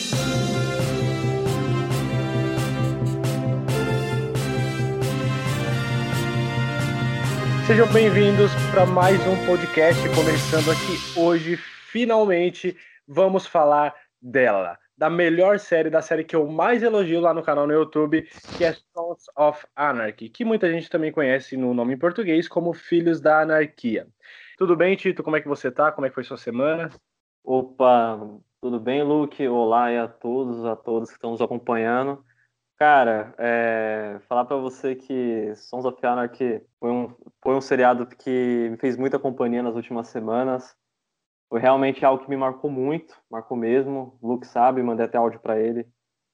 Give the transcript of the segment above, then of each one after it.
Sejam bem-vindos para mais um podcast, começando aqui hoje. Finalmente vamos falar dela, da melhor série, da série que eu mais elogio lá no canal no YouTube, que é Sons of Anarchy, que muita gente também conhece no nome em português como Filhos da Anarquia. Tudo bem, Tito? Como é que você tá? Como é que foi sua semana? Opa, tudo bem, Luke? Olá e a todos que estão nos acompanhando. Cara, falar pra você que Sons of Anarchy foi um seriado que me fez muita companhia nas últimas semanas. Foi realmente algo que me marcou mesmo. O Luke sabe, mandei até áudio pra ele,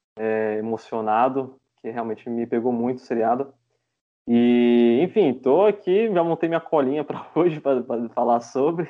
emocionado, que realmente me pegou muito o seriado. E, enfim, tô aqui, já montei minha colinha para hoje para falar sobre.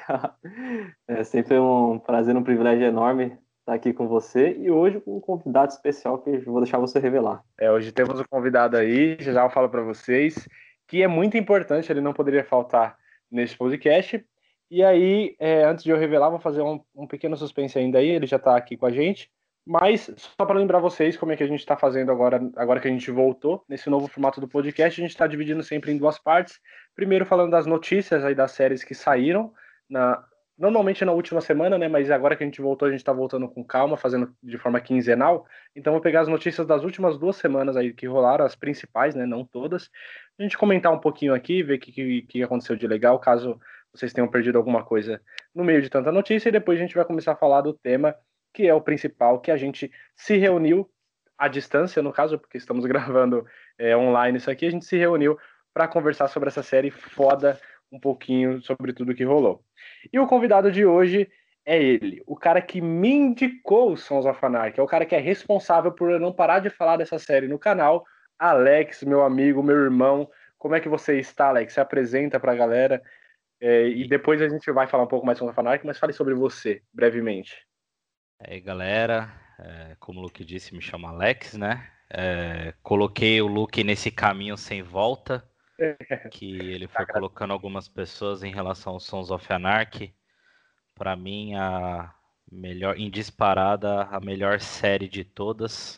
É sempre um prazer, um privilégio enorme estar aqui com você e hoje com um convidado especial que eu vou deixar você revelar. Hoje temos um convidado aí, já eu falo para vocês, que é muito importante, ele não poderia faltar nesse podcast. E aí, antes de eu revelar, vou fazer um pequeno suspense ainda aí, ele já está aqui com a gente. Mas, só para lembrar vocês como é que a gente está fazendo agora que a gente voltou, nesse novo formato do podcast, a gente está dividindo sempre em duas partes. Primeiro falando das notícias aí das séries que saíram, normalmente na última semana, né? Mas agora que a gente voltou, a gente está voltando com calma, fazendo de forma quinzenal. Então, vou pegar as notícias das últimas 2 semanas aí que rolaram, as principais, né? Não todas. A gente comentar um pouquinho aqui, ver o que aconteceu de legal, caso vocês tenham perdido alguma coisa no meio de tanta notícia. E depois a gente vai começar a falar do tema, que é o principal, que a gente se reuniu à distância, no caso, porque estamos gravando online isso aqui. A gente se reuniu para conversar sobre essa série foda, um pouquinho sobre tudo que rolou. E o convidado de hoje é ele, o cara que me indicou o Sons of Anarchy, é o cara que é responsável por eu não parar de falar dessa série no canal, Alex, meu amigo, meu irmão. Como é que você está, Alex? Se apresenta pra galera, e E depois a gente vai falar um pouco mais sobre Sons of Anarchy, mas fale sobre você, brevemente. aí, galera, como o Luke disse, me chamo Alex, né? Coloquei o Luke nesse caminho sem volta, que ele foi colocando algumas pessoas em relação aos Sons of Anarchy. Para mim, a melhor, em disparada, a melhor série de todas.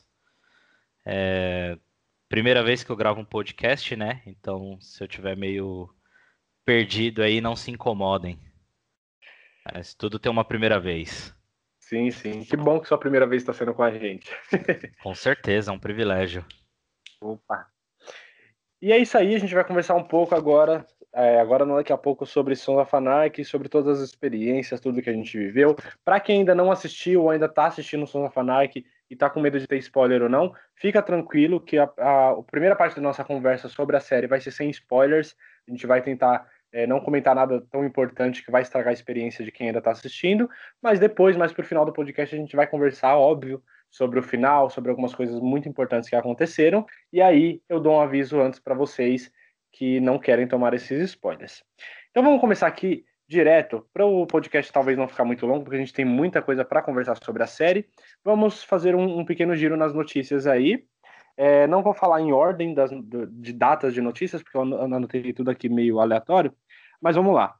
Primeira vez que eu gravo um podcast, né? Então, se eu tiver meio perdido aí, não se incomodem. Mas tudo tem uma primeira vez. Sim, sim. Que bom que sua primeira vez está sendo com a gente. Com certeza, é um privilégio. Opa. E é isso aí, a gente vai conversar um pouco agora não daqui a pouco, sobre Sons of Anarchy, sobre todas as experiências, tudo que a gente viveu. Para quem ainda não assistiu ou ainda tá assistindo Sons of Anarchy e tá com medo de ter spoiler ou não, fica tranquilo que a primeira parte da nossa conversa sobre a série vai ser sem spoilers. A gente vai tentar não comentar nada tão importante que vai estragar a experiência de quem ainda tá assistindo, mas depois, mais pro final do podcast, a gente vai conversar, óbvio, sobre o final, sobre algumas coisas muito importantes que aconteceram. E aí eu dou um aviso antes para vocês que não querem tomar esses spoilers. Então vamos começar aqui direto, para o podcast talvez não ficar muito longo, porque a gente tem muita coisa para conversar sobre a série. Vamos fazer um pequeno giro nas notícias aí. Não vou falar em ordem de datas de notícias, porque eu anotei tudo aqui meio aleatório, mas vamos lá.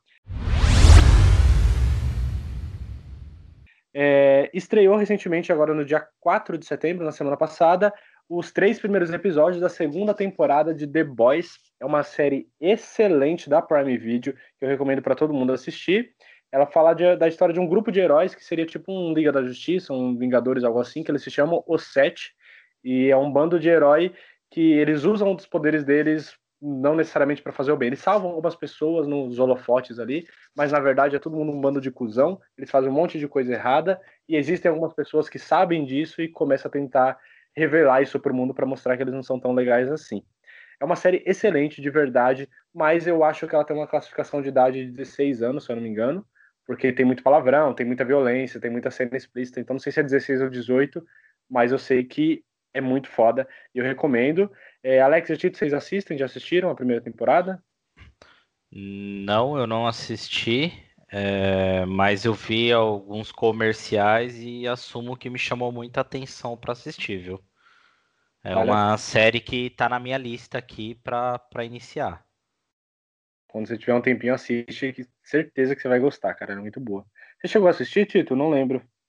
Estreou recentemente, agora no dia 4 de setembro, na semana passada, os 3 primeiros episódios da segunda temporada de The Boys. É uma série excelente da Prime Video, que eu recomendo para todo mundo assistir. Ela fala da história de um grupo de heróis, que seria tipo um Liga da Justiça, um Vingadores, algo assim, que eles se chamam Os Sete. E é um bando de herói que eles usam os poderes deles não necessariamente para fazer o bem. Eles salvam algumas pessoas nos holofotes ali, mas na verdade é todo mundo um bando de cuzão, eles fazem um monte de coisa errada, e existem algumas pessoas que sabem disso e começam a tentar revelar isso para o mundo para mostrar que eles não são tão legais assim. É uma série excelente, de verdade, mas eu acho que ela tem uma classificação de idade de 16 anos, se eu não me engano, porque tem muito palavrão, tem muita violência, tem muita cena explícita, então não sei se é 16 ou 18, mas eu sei que é muito foda e eu recomendo. Alex e Tito, vocês assistem? Já assistiram a primeira temporada? Não, eu não assisti, mas eu vi alguns comerciais e assumo que me chamou muita atenção para assistir, viu? É Vale a uma série que tá na minha lista aqui para iniciar. Quando você tiver um tempinho, assiste, que certeza que você vai gostar, cara. É muito boa. Você chegou a assistir, Tito? Não lembro.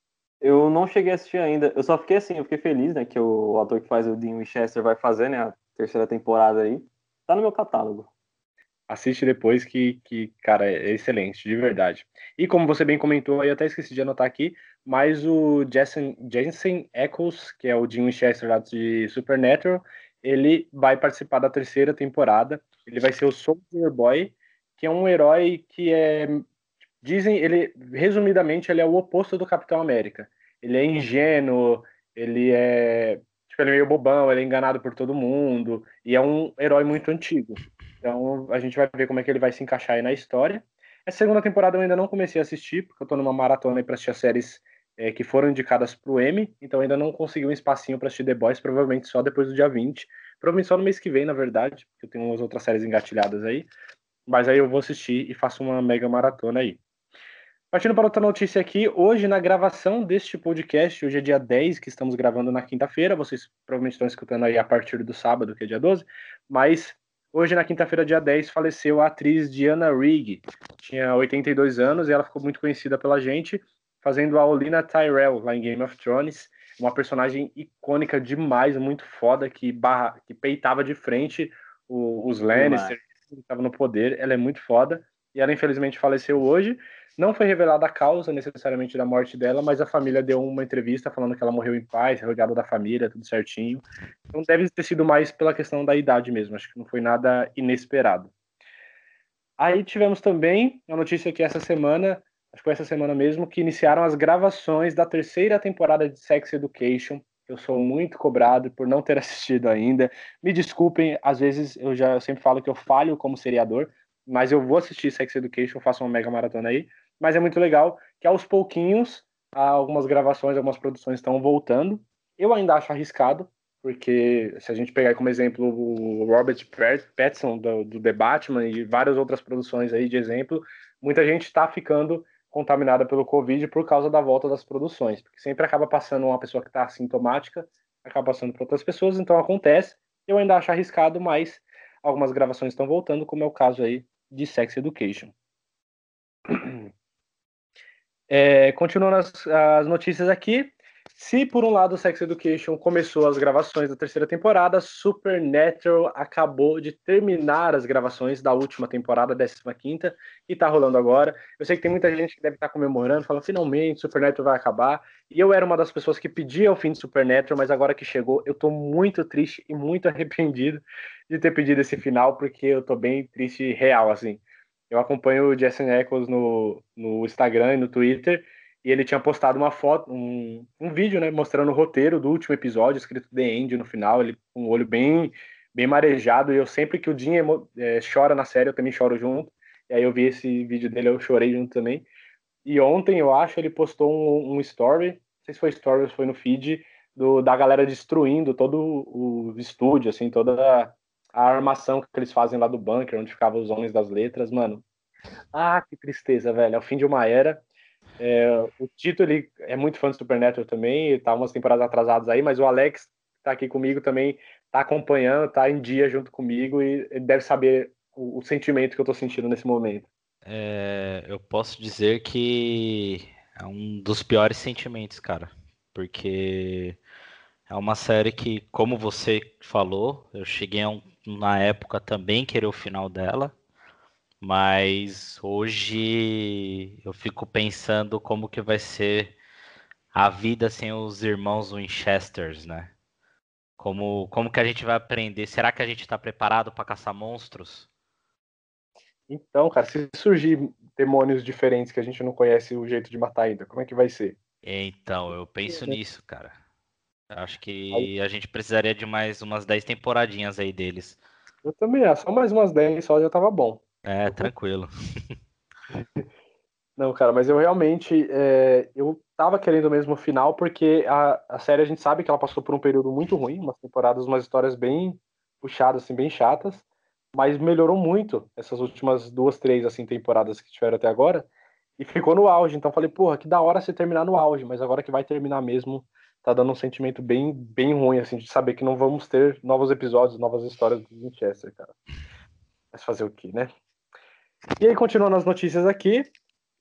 Eu não cheguei a assistir ainda. Eu só fiquei assim, eu fiquei feliz, né, que o ator que faz o Dean Winchester vai fazer, né, a terceira temporada aí. Tá no meu catálogo. Assiste depois cara, é excelente, de verdade. E como você bem comentou, eu até esqueci de anotar aqui, mas o Jensen Ackles, que é o Dean Winchester lá de Supernatural, ele vai participar da terceira temporada. Ele vai ser o Soldier Boy, que é um herói que dizem, ele, resumidamente, ele é o oposto do Capitão América. Ele é ingênuo, ele é meio bobão, ele é enganado por todo mundo, e é um herói muito antigo. Então a gente vai ver como é que ele vai se encaixar aí na história. Essa segunda temporada eu ainda não comecei a assistir, porque eu tô numa maratona aí pra assistir as séries que foram indicadas pro Emmy, então ainda não consegui um espacinho pra assistir The Boys, provavelmente só depois do dia 20. Provavelmente só no mês que vem, na verdade, porque eu tenho umas outras séries engatilhadas aí. Mas aí eu vou assistir e faço uma mega maratona aí. Partindo para outra notícia aqui, hoje na gravação deste podcast, hoje é dia 10, que estamos gravando na quinta-feira, vocês provavelmente estão escutando aí a partir do sábado, que é dia 12, mas hoje na quinta-feira, dia 10, faleceu a atriz Diana Rigg, tinha 82 anos e ela ficou muito conhecida pela gente, fazendo a Olenna Tyrell lá em Game of Thrones, uma personagem icônica demais, muito foda, que peitava de frente os Demais. Lannister, que estavam no poder, ela é muito foda, e ela infelizmente faleceu hoje. Não foi revelada a causa necessariamente da morte dela, mas a família deu uma entrevista falando que ela morreu em paz, rodeada da família, tudo certinho. Então deve ter sido mais pela questão da idade mesmo, acho que não foi nada inesperado. Aí tivemos também a notícia que essa semana, acho que foi essa semana mesmo, que iniciaram as gravações da terceira temporada de Sex Education. Eu sou muito cobrado por não ter assistido ainda. Me desculpem, às vezes eu sempre falo que eu falho como seriador, mas eu vou assistir Sex Education, faço uma mega maratona aí. Mas é muito legal que aos pouquinhos algumas gravações, algumas produções estão voltando. Eu ainda acho arriscado, porque se a gente pegar como exemplo o Robert Pattinson do The Batman e várias outras produções aí de exemplo, muita gente está ficando contaminada pelo Covid por causa da volta das produções, porque sempre acaba passando uma pessoa que está assintomática, acaba passando para outras pessoas, então acontece. Eu ainda acho arriscado, mas algumas gravações estão voltando, como é o caso aí de Sex Education. Continuando as notícias aqui, se por um lado Sex Education começou as gravações da terceira temporada, Supernatural acabou de terminar as gravações da última temporada, 15ª, e tá rolando agora. Eu sei que tem muita gente que deve estar comemorando, falando finalmente Supernatural vai acabar, e eu era uma das pessoas que pedia o fim de Supernatural, mas agora que chegou, eu tô muito triste e muito arrependido de ter pedido esse final, porque eu tô bem triste e real, assim. Eu acompanho o Jensen Ackles no Instagram e no Twitter, e ele tinha postado uma foto, um vídeo, né, mostrando o roteiro do último episódio, escrito The End no final, ele com o olho bem marejado, e eu sempre que o Dean chora na série, eu também choro junto, e aí eu vi esse vídeo dele, eu chorei junto também. E ontem, eu acho, ele postou um story, não sei se foi story ou se foi no feed, da galera destruindo todo o estúdio, assim, toda a armação que eles fazem lá do bunker, onde ficavam os Homens das Letras, mano. Ah, que tristeza, velho. É o fim de uma era. O Tito, ele é muito fã do Supernatural também, ele tá umas temporadas atrasadas aí, mas o Alex tá aqui comigo também, tá acompanhando, tá em dia junto comigo e ele deve saber o sentimento que eu tô sentindo nesse momento. Eu posso dizer que é um dos piores sentimentos, cara, porque é uma série que, como você falou, eu cheguei na época também querer o final dela, mas hoje eu fico pensando como que vai ser a vida sem os irmãos Winchesters, né? Como que a gente vai aprender? Será que a gente está preparado para caçar monstros? Então, cara, se surgir demônios diferentes que a gente não conhece o jeito de matar ainda, como é que vai ser? Então, eu penso Né? nisso, cara. Acho Aí, que a gente precisaria de mais umas 10 temporadinhas aí deles. eu também acho, só mais umas 10 só já tava bom. É, Eu tranquilo. Não, cara, mas eu realmente eu tava querendo mesmo o final, porque a série a gente sabe que ela passou por um período muito ruim, umas temporadas, umas histórias bem puxadas, assim, bem chatas, mas melhorou muito essas últimas duas, três, assim, temporadas que tiveram até agora, e ficou no auge. Então falei, porra, que da hora você terminar no auge, mas agora que vai terminar mesmo, tá dando um sentimento bem ruim, assim, de saber que não vamos ter novos episódios, novas histórias do Winchester, cara. Mas fazer o quê, né? E aí, continuando as notícias aqui,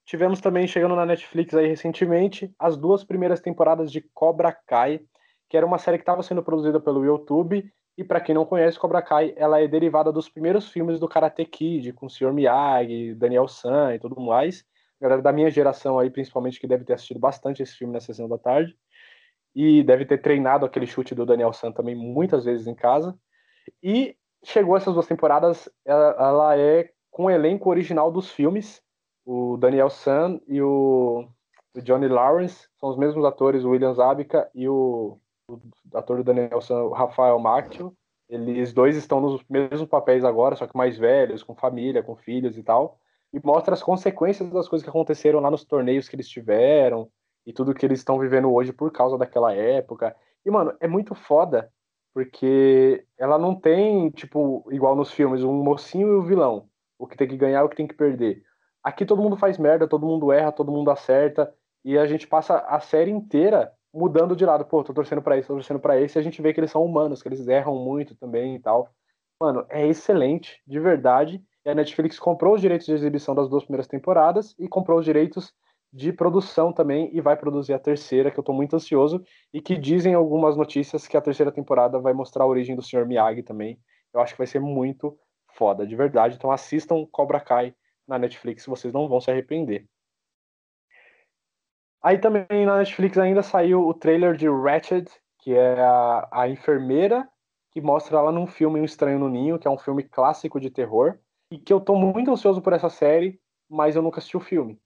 tivemos também, chegando na Netflix aí recentemente, as 2 primeiras temporadas de Cobra Kai, que era uma série que estava sendo produzida pelo YouTube, e para quem não conhece, Cobra Kai, ela é derivada dos primeiros filmes do Karate Kid, com o Sr. Miyagi, Daniel San e tudo mais. Galera da minha geração aí, principalmente, que deve ter assistido bastante esse filme na sessão da tarde, e deve ter treinado aquele chute do Daniel San também muitas vezes em casa. E chegou essas 2 temporadas, ela é com o elenco original dos filmes. O Daniel San e o Johnny Lawrence são os mesmos atores, o William Zabka e o ator do Daniel San, o Rafael Macchio. Eles dois estão nos mesmos papéis agora, só que mais velhos, com família, com filhos e tal. E mostra as consequências das coisas que aconteceram lá nos torneios que eles tiveram e tudo que eles estão vivendo hoje por causa daquela época. E, mano, é muito foda porque ela não tem, tipo, igual nos filmes, um mocinho e o vilão. O que tem que ganhar e o que tem que perder. Aqui todo mundo faz merda, todo mundo erra, todo mundo acerta. E a gente passa a série inteira mudando de lado. Pô, tô torcendo pra esse, tô torcendo pra esse. E a gente vê que eles são humanos, que eles erram muito também e tal. Mano, é excelente, de verdade. E a Netflix comprou os direitos de exibição das 2 primeiras temporadas e comprou os direitos de produção também e vai produzir a terceira, que eu tô muito ansioso, e que dizem algumas notícias que a terceira temporada vai mostrar a origem do Sr. Miyagi também. Eu acho que vai ser muito foda, de verdade. Então assistam Cobra Kai na Netflix, vocês não vão se arrepender. Aí também na Netflix ainda saiu o trailer de Ratched, que é a enfermeira que mostra ela num filme Um Estranho no Ninho, que é um filme clássico de terror, e que eu tô muito ansioso por essa série, mas eu nunca assisti o filme.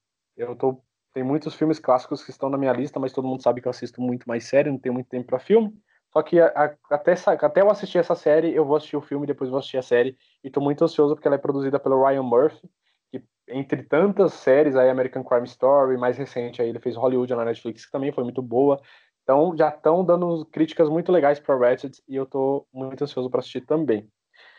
Tem muitos filmes clássicos que estão na minha lista, mas todo mundo sabe que eu assisto muito mais série, não tenho muito tempo para filme. Só que até eu assistir essa série, eu vou assistir o filme, depois vou assistir a série, e tô muito ansioso porque ela é produzida pelo Ryan Murphy, que entre tantas séries, aí American Crime Story, mais recente, aí ele fez Hollywood na Netflix, que também foi muito boa. Então já estão dando críticas muito legais para Ratched e eu tô muito ansioso para assistir também.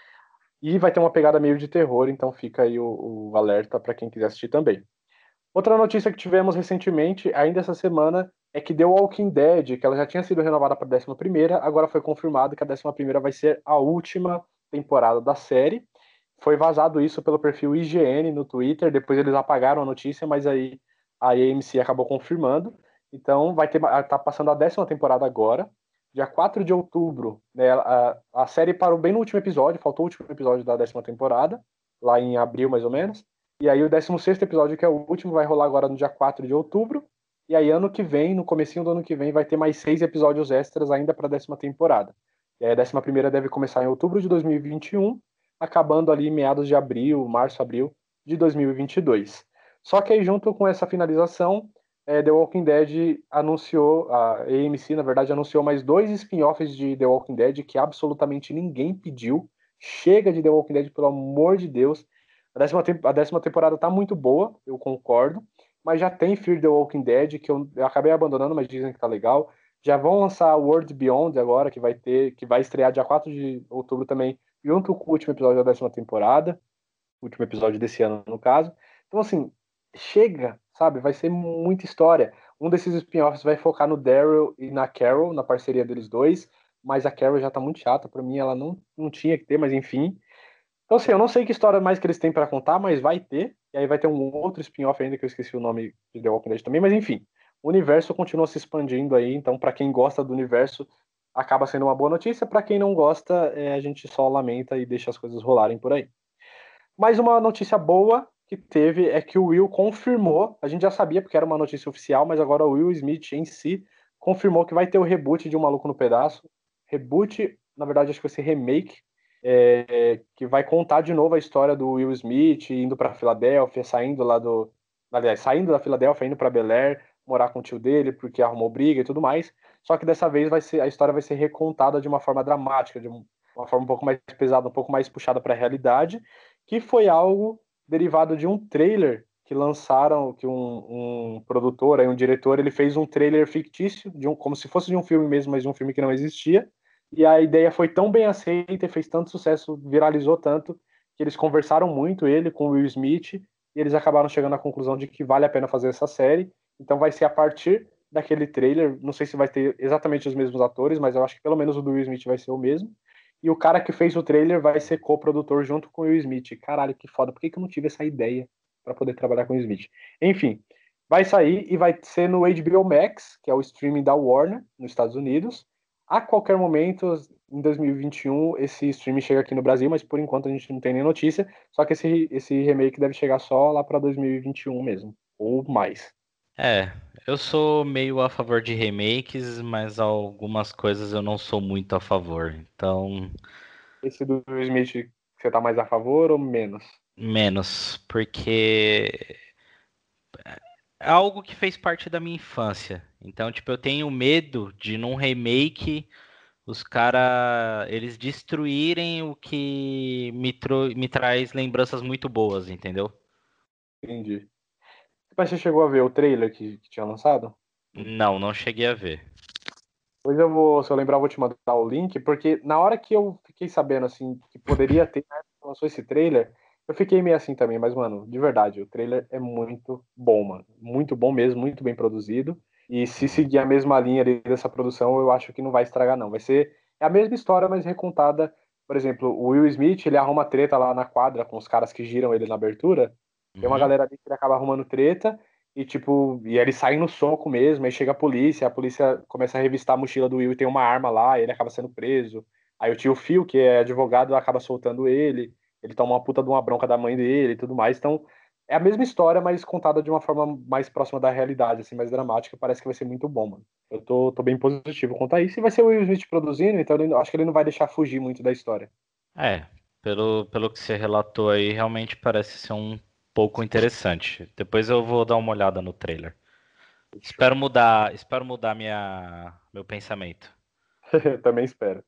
E vai ter uma pegada meio de terror, então fica aí o alerta para quem quiser assistir também. Outra notícia que tivemos recentemente, ainda essa semana, é que The Walking Dead, que ela já tinha sido renovada para a 11ª, agora foi confirmado que a 11ª vai ser a última temporada da série. Foi vazado isso pelo perfil IGN no Twitter, depois eles apagaram a notícia, mas aí a AMC acabou confirmando. Então tá passando a 10ª temporada agora, dia 4 de outubro, né, a série parou bem no último episódio, faltou o último episódio da 10ª temporada, lá em abril mais ou menos. E aí o 16º episódio, que é o último, vai rolar agora no dia 4 de outubro. E aí ano que vem, no comecinho do ano que vem, vai ter mais 6 episódios extras ainda para a 10ª temporada. E aí a 11ª deve começar em outubro de 2021, acabando ali em meados de abril, março, abril de 2022. Só que aí junto com essa finalização, The Walking Dead anunciou, a AMC na verdade anunciou mais 2 spin-offs de The Walking Dead que absolutamente ninguém pediu. Chega de The Walking Dead, pelo amor de Deus. A 10ª temporada tá muito boa, eu concordo, mas já tem Fear the Walking Dead, que eu acabei abandonando, mas dizem que tá legal. Já vão lançar World Beyond agora, que vai estrear dia 4 de outubro também, junto com o último episódio da 10ª temporada, o último episódio desse ano, no caso. Então, assim, chega, sabe? Vai ser muita história. Um desses spin-offs vai focar no Daryl e na Carol, na parceria deles dois, mas a Carol já tá muito chata, pra mim ela não tinha que ter, mas enfim. Então, assim, eu não sei que história mais que eles têm pra contar, mas vai ter. E aí vai ter um outro spin-off ainda, que eu esqueci o nome de The Walking Dead também, mas enfim. O universo continua se expandindo aí, então pra quem gosta do universo, acaba sendo uma boa notícia. Pra quem não gosta, a gente só lamenta e deixa as coisas rolarem por aí. Mais uma notícia boa que teve é que o Will confirmou, a gente já sabia porque era uma notícia oficial, mas agora o Will Smith em si confirmou que vai ter o reboot de Um Maluco no Pedaço. Reboot, na verdade, acho que vai ser remake, que vai contar de novo a história do Will Smith indo para Filadélfia, saindo da Filadélfia, indo para Bel Air, morar com o tio dele porque arrumou briga e tudo mais. Só que dessa vez a história vai ser recontada de uma forma dramática, de uma forma um pouco mais pesada, um pouco mais puxada para a realidade, que foi algo derivado de um trailer que lançaram, que um produtor, aí um diretor, ele fez um trailer fictício, como se fosse de um filme mesmo, mas de um filme que não existia. E a ideia foi tão bem aceita e fez tanto sucesso, viralizou tanto, que eles conversaram muito, ele com o Will Smith, e eles acabaram chegando à conclusão de que vale a pena fazer essa série. Então vai ser a partir daquele trailer, não sei se vai ter exatamente os mesmos atores, mas eu acho que pelo menos o do Will Smith vai ser o mesmo. E o cara que fez o trailer vai ser co-produtor junto com o Will Smith. Caralho, que foda. Por que eu não tive essa ideia para poder trabalhar com o Smith. Enfim, vai sair e vai ser no HBO Max, que é o streaming da Warner, nos Estados Unidos. A qualquer momento, em 2021, esse streaming chega aqui no Brasil, mas por enquanto a gente não tem nem notícia. Só que esse remake deve chegar só lá para 2021 mesmo, ou mais. Eu sou meio a favor de remakes, mas algumas coisas eu não sou muito a favor. Então, Esse do Will Smith, você tá mais a favor ou menos? menos, porque é algo que fez parte da minha infância. Então, tipo, eu tenho medo de num remake os cara eles destruírem o que me traz lembranças muito boas, entendeu? Entendi. Mas você chegou a ver o trailer que tinha lançado? Não, não cheguei a ver. Pois se eu lembrar, eu vou te mandar o link, porque na hora que eu fiquei sabendo, assim, que poderia ter, né, lançou esse trailer, eu fiquei meio assim também, mas, mano, de verdade, o trailer é muito bom, mano. Muito bom mesmo, muito bem produzido. E se seguir a mesma linha ali dessa produção, eu acho que não vai estragar, não. Vai ser a mesma história, mas recontada. Por exemplo, o Will Smith, ele arruma treta lá na quadra com os caras que giram ele na abertura. Tem uma Uhum. galera ali que ele acaba arrumando treta. E tipo, e eles saem no soco mesmo, aí chega a polícia começa a revistar a mochila do Will e tem uma arma lá, e ele acaba sendo preso. Aí o tio Phil, que é advogado, acaba soltando ele toma uma puta de uma bronca da mãe dele e tudo mais. Então, é a mesma história, mas contada de uma forma mais próxima da realidade, assim, mais dramática. Parece que vai ser muito bom, mano. Eu tô bem positivo quanto a isso. E vai ser o Will Smith produzindo, então acho que ele não vai deixar fugir muito da história. É, pelo que você relatou aí, realmente parece ser um pouco interessante. Depois eu vou dar uma olhada no trailer. Espero mudar meu pensamento. Também espero.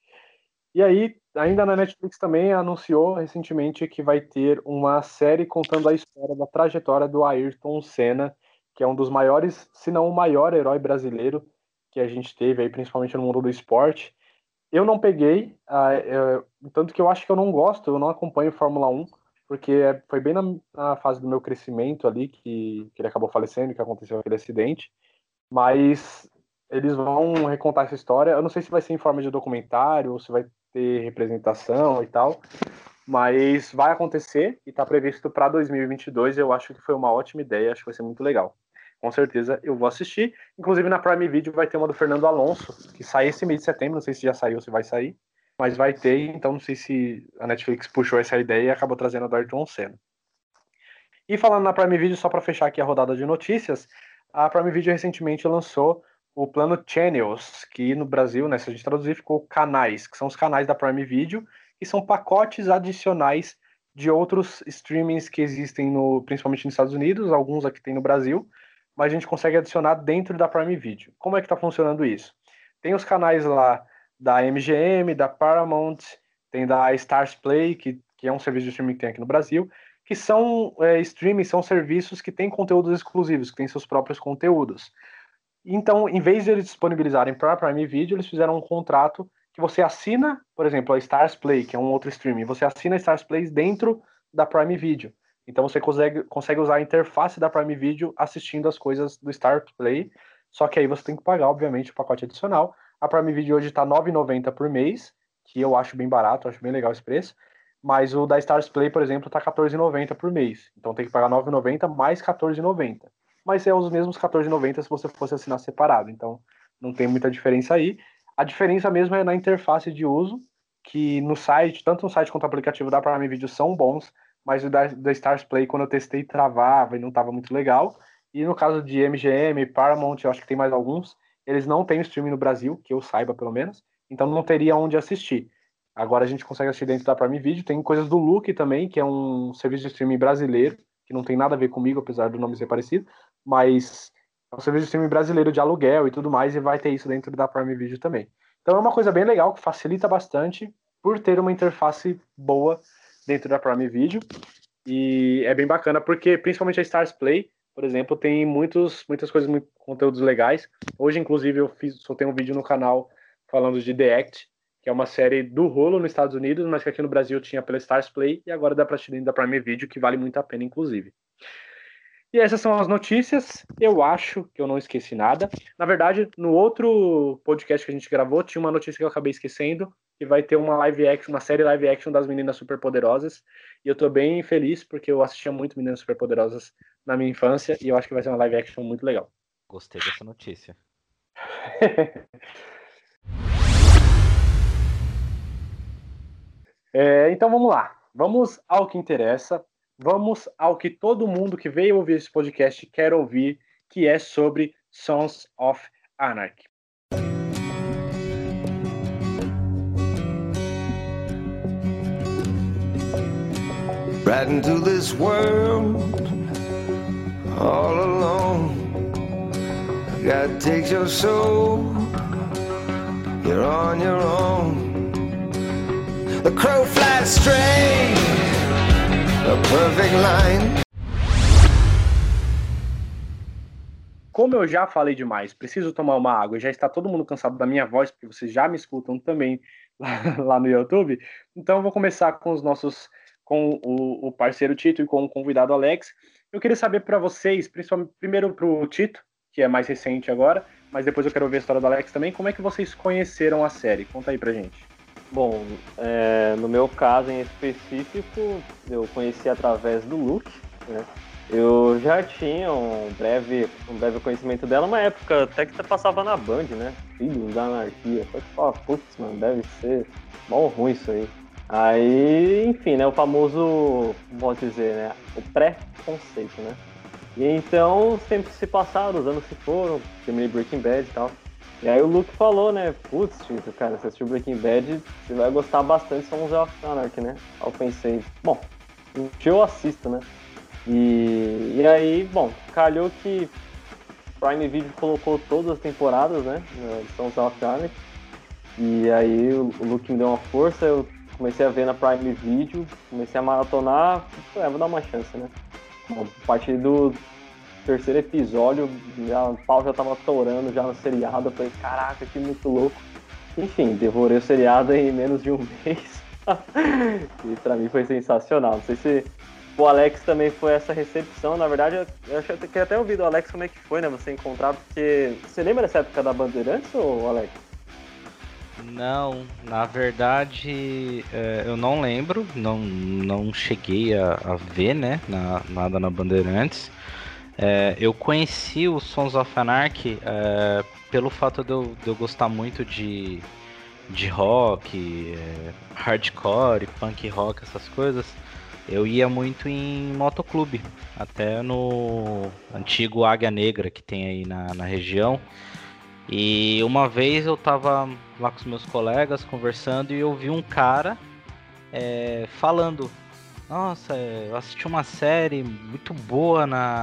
E aí, ainda na Netflix também anunciou recentemente que vai ter uma série contando a história da trajetória do Ayrton Senna, que é um dos maiores, se não o maior herói brasileiro que a gente teve aí, principalmente no mundo do esporte. Eu não peguei, tanto que eu acho que eu não gosto, eu não acompanho Fórmula 1, porque foi bem na fase do meu crescimento ali que ele acabou falecendo, que aconteceu aquele acidente. Mas eles vão recontar essa história. Eu não sei se vai ser em forma de documentário ou se vai ter representação e tal, mas vai acontecer e está previsto para 2022. Eu acho que foi uma ótima ideia, acho que vai ser muito legal. Com certeza eu vou assistir. Inclusive na Prime Video vai ter uma do Fernando Alonso, que sai esse mês de setembro. Não sei se já saiu ou se vai sair, mas vai ter. Então não sei se a Netflix puxou essa ideia e acabou trazendo a do Ayrton Senna. E falando na Prime Video, só para fechar aqui a rodada de notícias, a Prime Video recentemente lançou o plano Channels, que no Brasil, né, se a gente traduzir, ficou canais, que são os canais da Prime Video, que são pacotes adicionais de outros streamings que existem principalmente nos Estados Unidos, alguns aqui tem no Brasil, mas a gente consegue adicionar dentro da Prime Video. Como é que está funcionando isso? Tem os canais lá da MGM, da Paramount, tem da Stars Play, que é um serviço de streaming que tem aqui no Brasil, que são streaming, são serviços que têm conteúdos exclusivos, que têm seus próprios conteúdos. Então, em vez de eles disponibilizarem para a Prime Video, eles fizeram um contrato que você assina, por exemplo, a Stars Play, que é um outro streaming, você assina a Stars Play dentro da Prime Video. Então você consegue usar a interface da Prime Video assistindo as coisas do Stars Play, só que aí você tem que pagar, obviamente, o pacote adicional. A Prime Video hoje está R$ 9,90 por mês, que eu acho bem barato, acho bem legal esse preço. Mas o da Stars Play, por exemplo, está R$ 14,90 por mês. Então tem que pagar R$ 9,90 mais R$ 14,90. Mas é os mesmos R$ 14,90 se você fosse assinar separado. Então não tem muita diferença aí. A diferença mesmo é na interface de uso, que no site, tanto no site quanto no aplicativo da Prime Video são bons, mas o da Stars Play, quando eu testei, travava e não estava muito legal. E no caso de MGM, Paramount, eu acho que tem mais alguns, eles não têm streaming no Brasil, que eu saiba pelo menos, então não teria onde assistir. Agora a gente consegue assistir dentro da Prime Video. Tem coisas do Look também, que é um serviço de streaming brasileiro, que não tem nada a ver comigo, apesar do nome ser parecido, mas é um serviço de streaming brasileiro de aluguel e tudo mais, e vai ter isso dentro da Prime Video também. Então é uma coisa bem legal, que facilita bastante por ter uma interface boa dentro da Prime Video. E é bem bacana, porque principalmente a Stars Play, por exemplo, tem muitas coisas, muitos conteúdos legais. Hoje, inclusive, eu soltei um vídeo no canal falando de The Act, que é uma série do Hulu nos Estados Unidos, mas que aqui no Brasil tinha pela Stars Play, e agora dá pra assistir dentro da Prime Video, que vale muito a pena, inclusive. E essas são as notícias. Eu acho que eu não esqueci nada. Na verdade, no outro podcast que a gente gravou, tinha uma notícia que eu acabei esquecendo, que vai ter uma live action, uma série live action das Meninas Superpoderosas. E eu tô bem feliz porque eu assistia muito Meninas Superpoderosas na minha infância e eu acho que vai ser uma live action muito legal. Gostei dessa notícia. Então vamos lá. Vamos ao que interessa. Vamos ao que todo mundo que veio ouvir esse podcast quer ouvir, que é sobre Sons of Anarchy. Right into this world all alone. God takes your soul, you're on your own. The crow flies straight, a perfect line. Como eu já falei demais, preciso tomar uma água, já está todo mundo cansado da minha voz, porque vocês já me escutam também lá no YouTube. Então eu vou começar com o parceiro Tito e com o convidado Alex. Eu queria saber para vocês, principalmente primeiro para o Tito, que é mais recente agora, mas depois eu quero ouvir a história do Alex também. Como é que vocês conheceram a série? Conta aí pra gente. Bom, no meu caso em específico, eu conheci através do Luke, né? Eu já tinha um breve conhecimento dela, uma época até que passava na Band, né? Filhos da Anarquia. Só que fala, putz, mano, deve ser mal ruim isso aí. Aí, enfim, né? O famoso, posso dizer, né? O pré-conceito, né? E então, os tempos se passaram, os anos se foram, terminei Breaking Bad e tal. E aí o Luke falou, né? Putz, Tito, cara, você assistiu Breaking Bad, você vai gostar bastante de Sons of Anarchy, né? Aí eu pensei, bom, eu assisto, né? E aí, bom, calhou que Prime Video colocou todas as temporadas, né? De Sons of Anarchy. E aí o Luke me deu uma força, eu comecei a ver na Prime Video, comecei a maratonar, vou dar uma chance, né? Bom, a partir do terceiro episódio, o pau já tava torando já no seriado, eu falei, caraca, que muito louco. Enfim, devorei o seriado em menos de um mês. E pra mim foi sensacional. Não sei se o Alex também foi essa recepção. Na verdade, eu queria até ouvir do Alex como é que foi, né? Você encontrar, porque... Você lembra dessa época da Bandeirantes, ou Alex? Não, na verdade, eu não lembro, não cheguei a ver, né, nada na Bandeirantes. Eu conheci o Sons of Anarchy pelo fato de eu gostar muito de rock, hardcore, punk rock, essas coisas. Eu ia muito em motoclube, até no antigo Águia Negra que tem aí na região. E uma vez eu tava lá com os meus colegas conversando e eu vi um cara falando: nossa, eu assisti uma série muito boa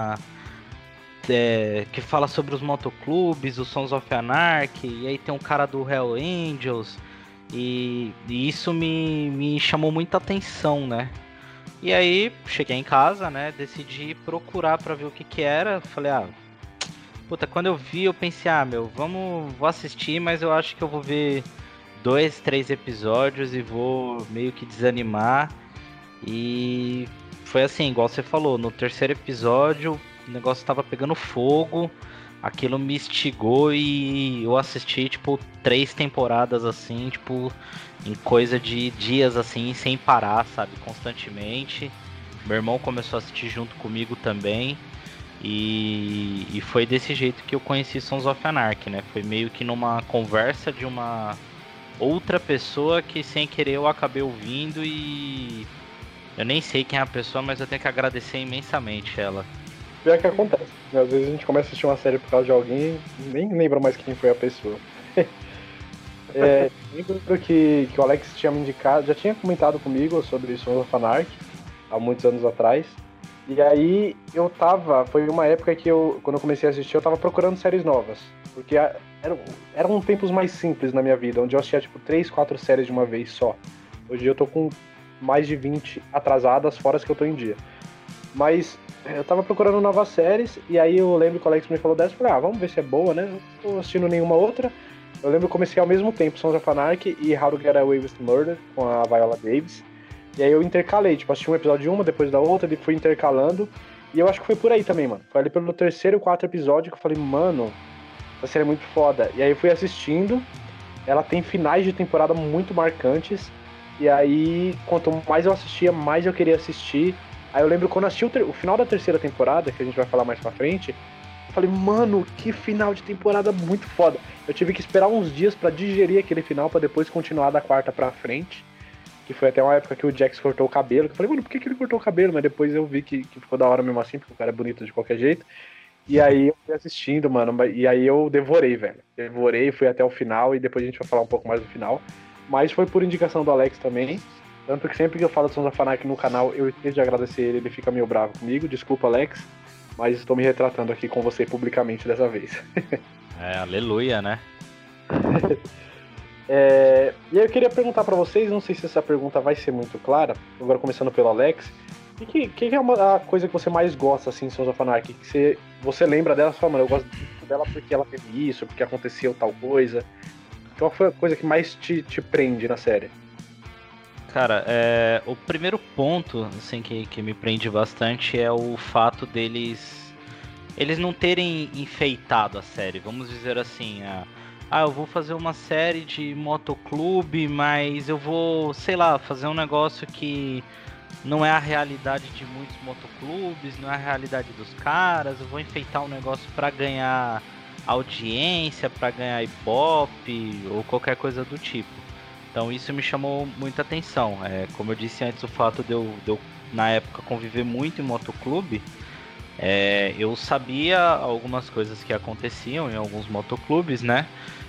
que fala sobre os motoclubes, os Sons of Anarchy, e aí tem um cara do Hell Angels, e isso me chamou muita atenção, né? E aí cheguei em casa, né, decidi procurar pra ver o que era. Falei, puta, quando eu vi eu pensei, vou assistir, mas eu acho que eu vou ver 2, 3 episódios e vou meio que desanimar. E foi assim, igual você falou, no terceiro episódio o negócio tava pegando fogo, aquilo me instigou e eu assisti, 3 temporadas assim, em coisa de dias assim, sem parar, sabe, constantemente. Meu irmão começou a assistir junto comigo também. E foi desse jeito que eu conheci Sons of Anarchy, né? Foi meio que numa conversa de uma outra pessoa que sem querer eu acabei ouvindo e eu nem sei quem é a pessoa, mas eu tenho que agradecer imensamente ela. Pior que acontece. Às vezes a gente começa a assistir uma série por causa de alguém e nem lembra mais quem foi a pessoa. Lembro que o Alex tinha me indicado, já tinha comentado comigo sobre Sons of Anarchy há muitos anos atrás. E aí foi uma época que quando eu comecei a assistir, eu tava procurando séries novas. Porque eram tempos mais simples na minha vida, onde eu assistia 3, 4 séries de uma vez só. Hoje eu tô com mais de 20 atrasadas, fora as que eu tô em dia. Mas eu tava procurando novas séries, e aí eu lembro que o Alex me falou dessa, e falei, vamos ver se é boa, né? Não tô assistindo nenhuma outra. Eu lembro que eu comecei ao mesmo tempo Sons of Anarchy e How to Get Away with Murder, com a Viola Davis. E aí eu intercalei, assisti um episódio de uma, depois da outra, e fui intercalando. E eu acho que foi por aí também, mano. Foi ali pelo terceiro, 4 episódio que eu falei, mano, essa série é muito foda. E aí eu fui assistindo, ela tem finais de temporada muito marcantes. E aí, quanto mais eu assistia, mais eu queria assistir. Aí eu lembro quando eu assisti o final da terceira temporada, que a gente vai falar mais pra frente, eu falei, mano, que final de temporada muito foda. Eu tive que esperar uns dias pra digerir aquele final, pra depois continuar da quarta pra frente. Que foi até uma época que o Jax cortou o cabelo. Que eu falei, mano, por que ele cortou o cabelo? Mas depois eu vi que ficou da hora mesmo assim, porque o cara é bonito de qualquer jeito. E aí eu fui assistindo, mano, e aí eu devorei, velho. Devorei, fui até o final, e depois a gente vai falar um pouco mais do final. Mas foi por indicação do Alex também. Tanto que sempre que eu falo de Sons of Anarchy no canal, eu esqueço de agradecer ele fica meio bravo comigo. Desculpa, Alex, mas estou me retratando aqui com você publicamente dessa vez. Aleluia, né? E aí eu queria perguntar pra vocês, não sei se essa pergunta vai ser muito clara, agora começando pelo Alex, o que é a coisa que você mais gosta, assim, em Sons of Anarchy? Que você lembra dela e fala, mano, eu gosto dela porque ela teve isso, porque aconteceu tal coisa. Qual foi a coisa que mais te prende na série? Cara, o primeiro ponto, assim, que me prende bastante é o fato deles não terem enfeitado a série, vamos dizer assim, eu vou fazer uma série de motoclube, mas eu vou, sei lá, fazer um negócio que não é a realidade de muitos motoclubes, não é a realidade dos caras, eu vou enfeitar um negócio pra ganhar audiência, pra ganhar ibope ou qualquer coisa do tipo. Então isso me chamou muita atenção. Como eu disse antes, o fato de eu na época conviver muito em motoclube, eu sabia algumas coisas que aconteciam em alguns motoclubes, né?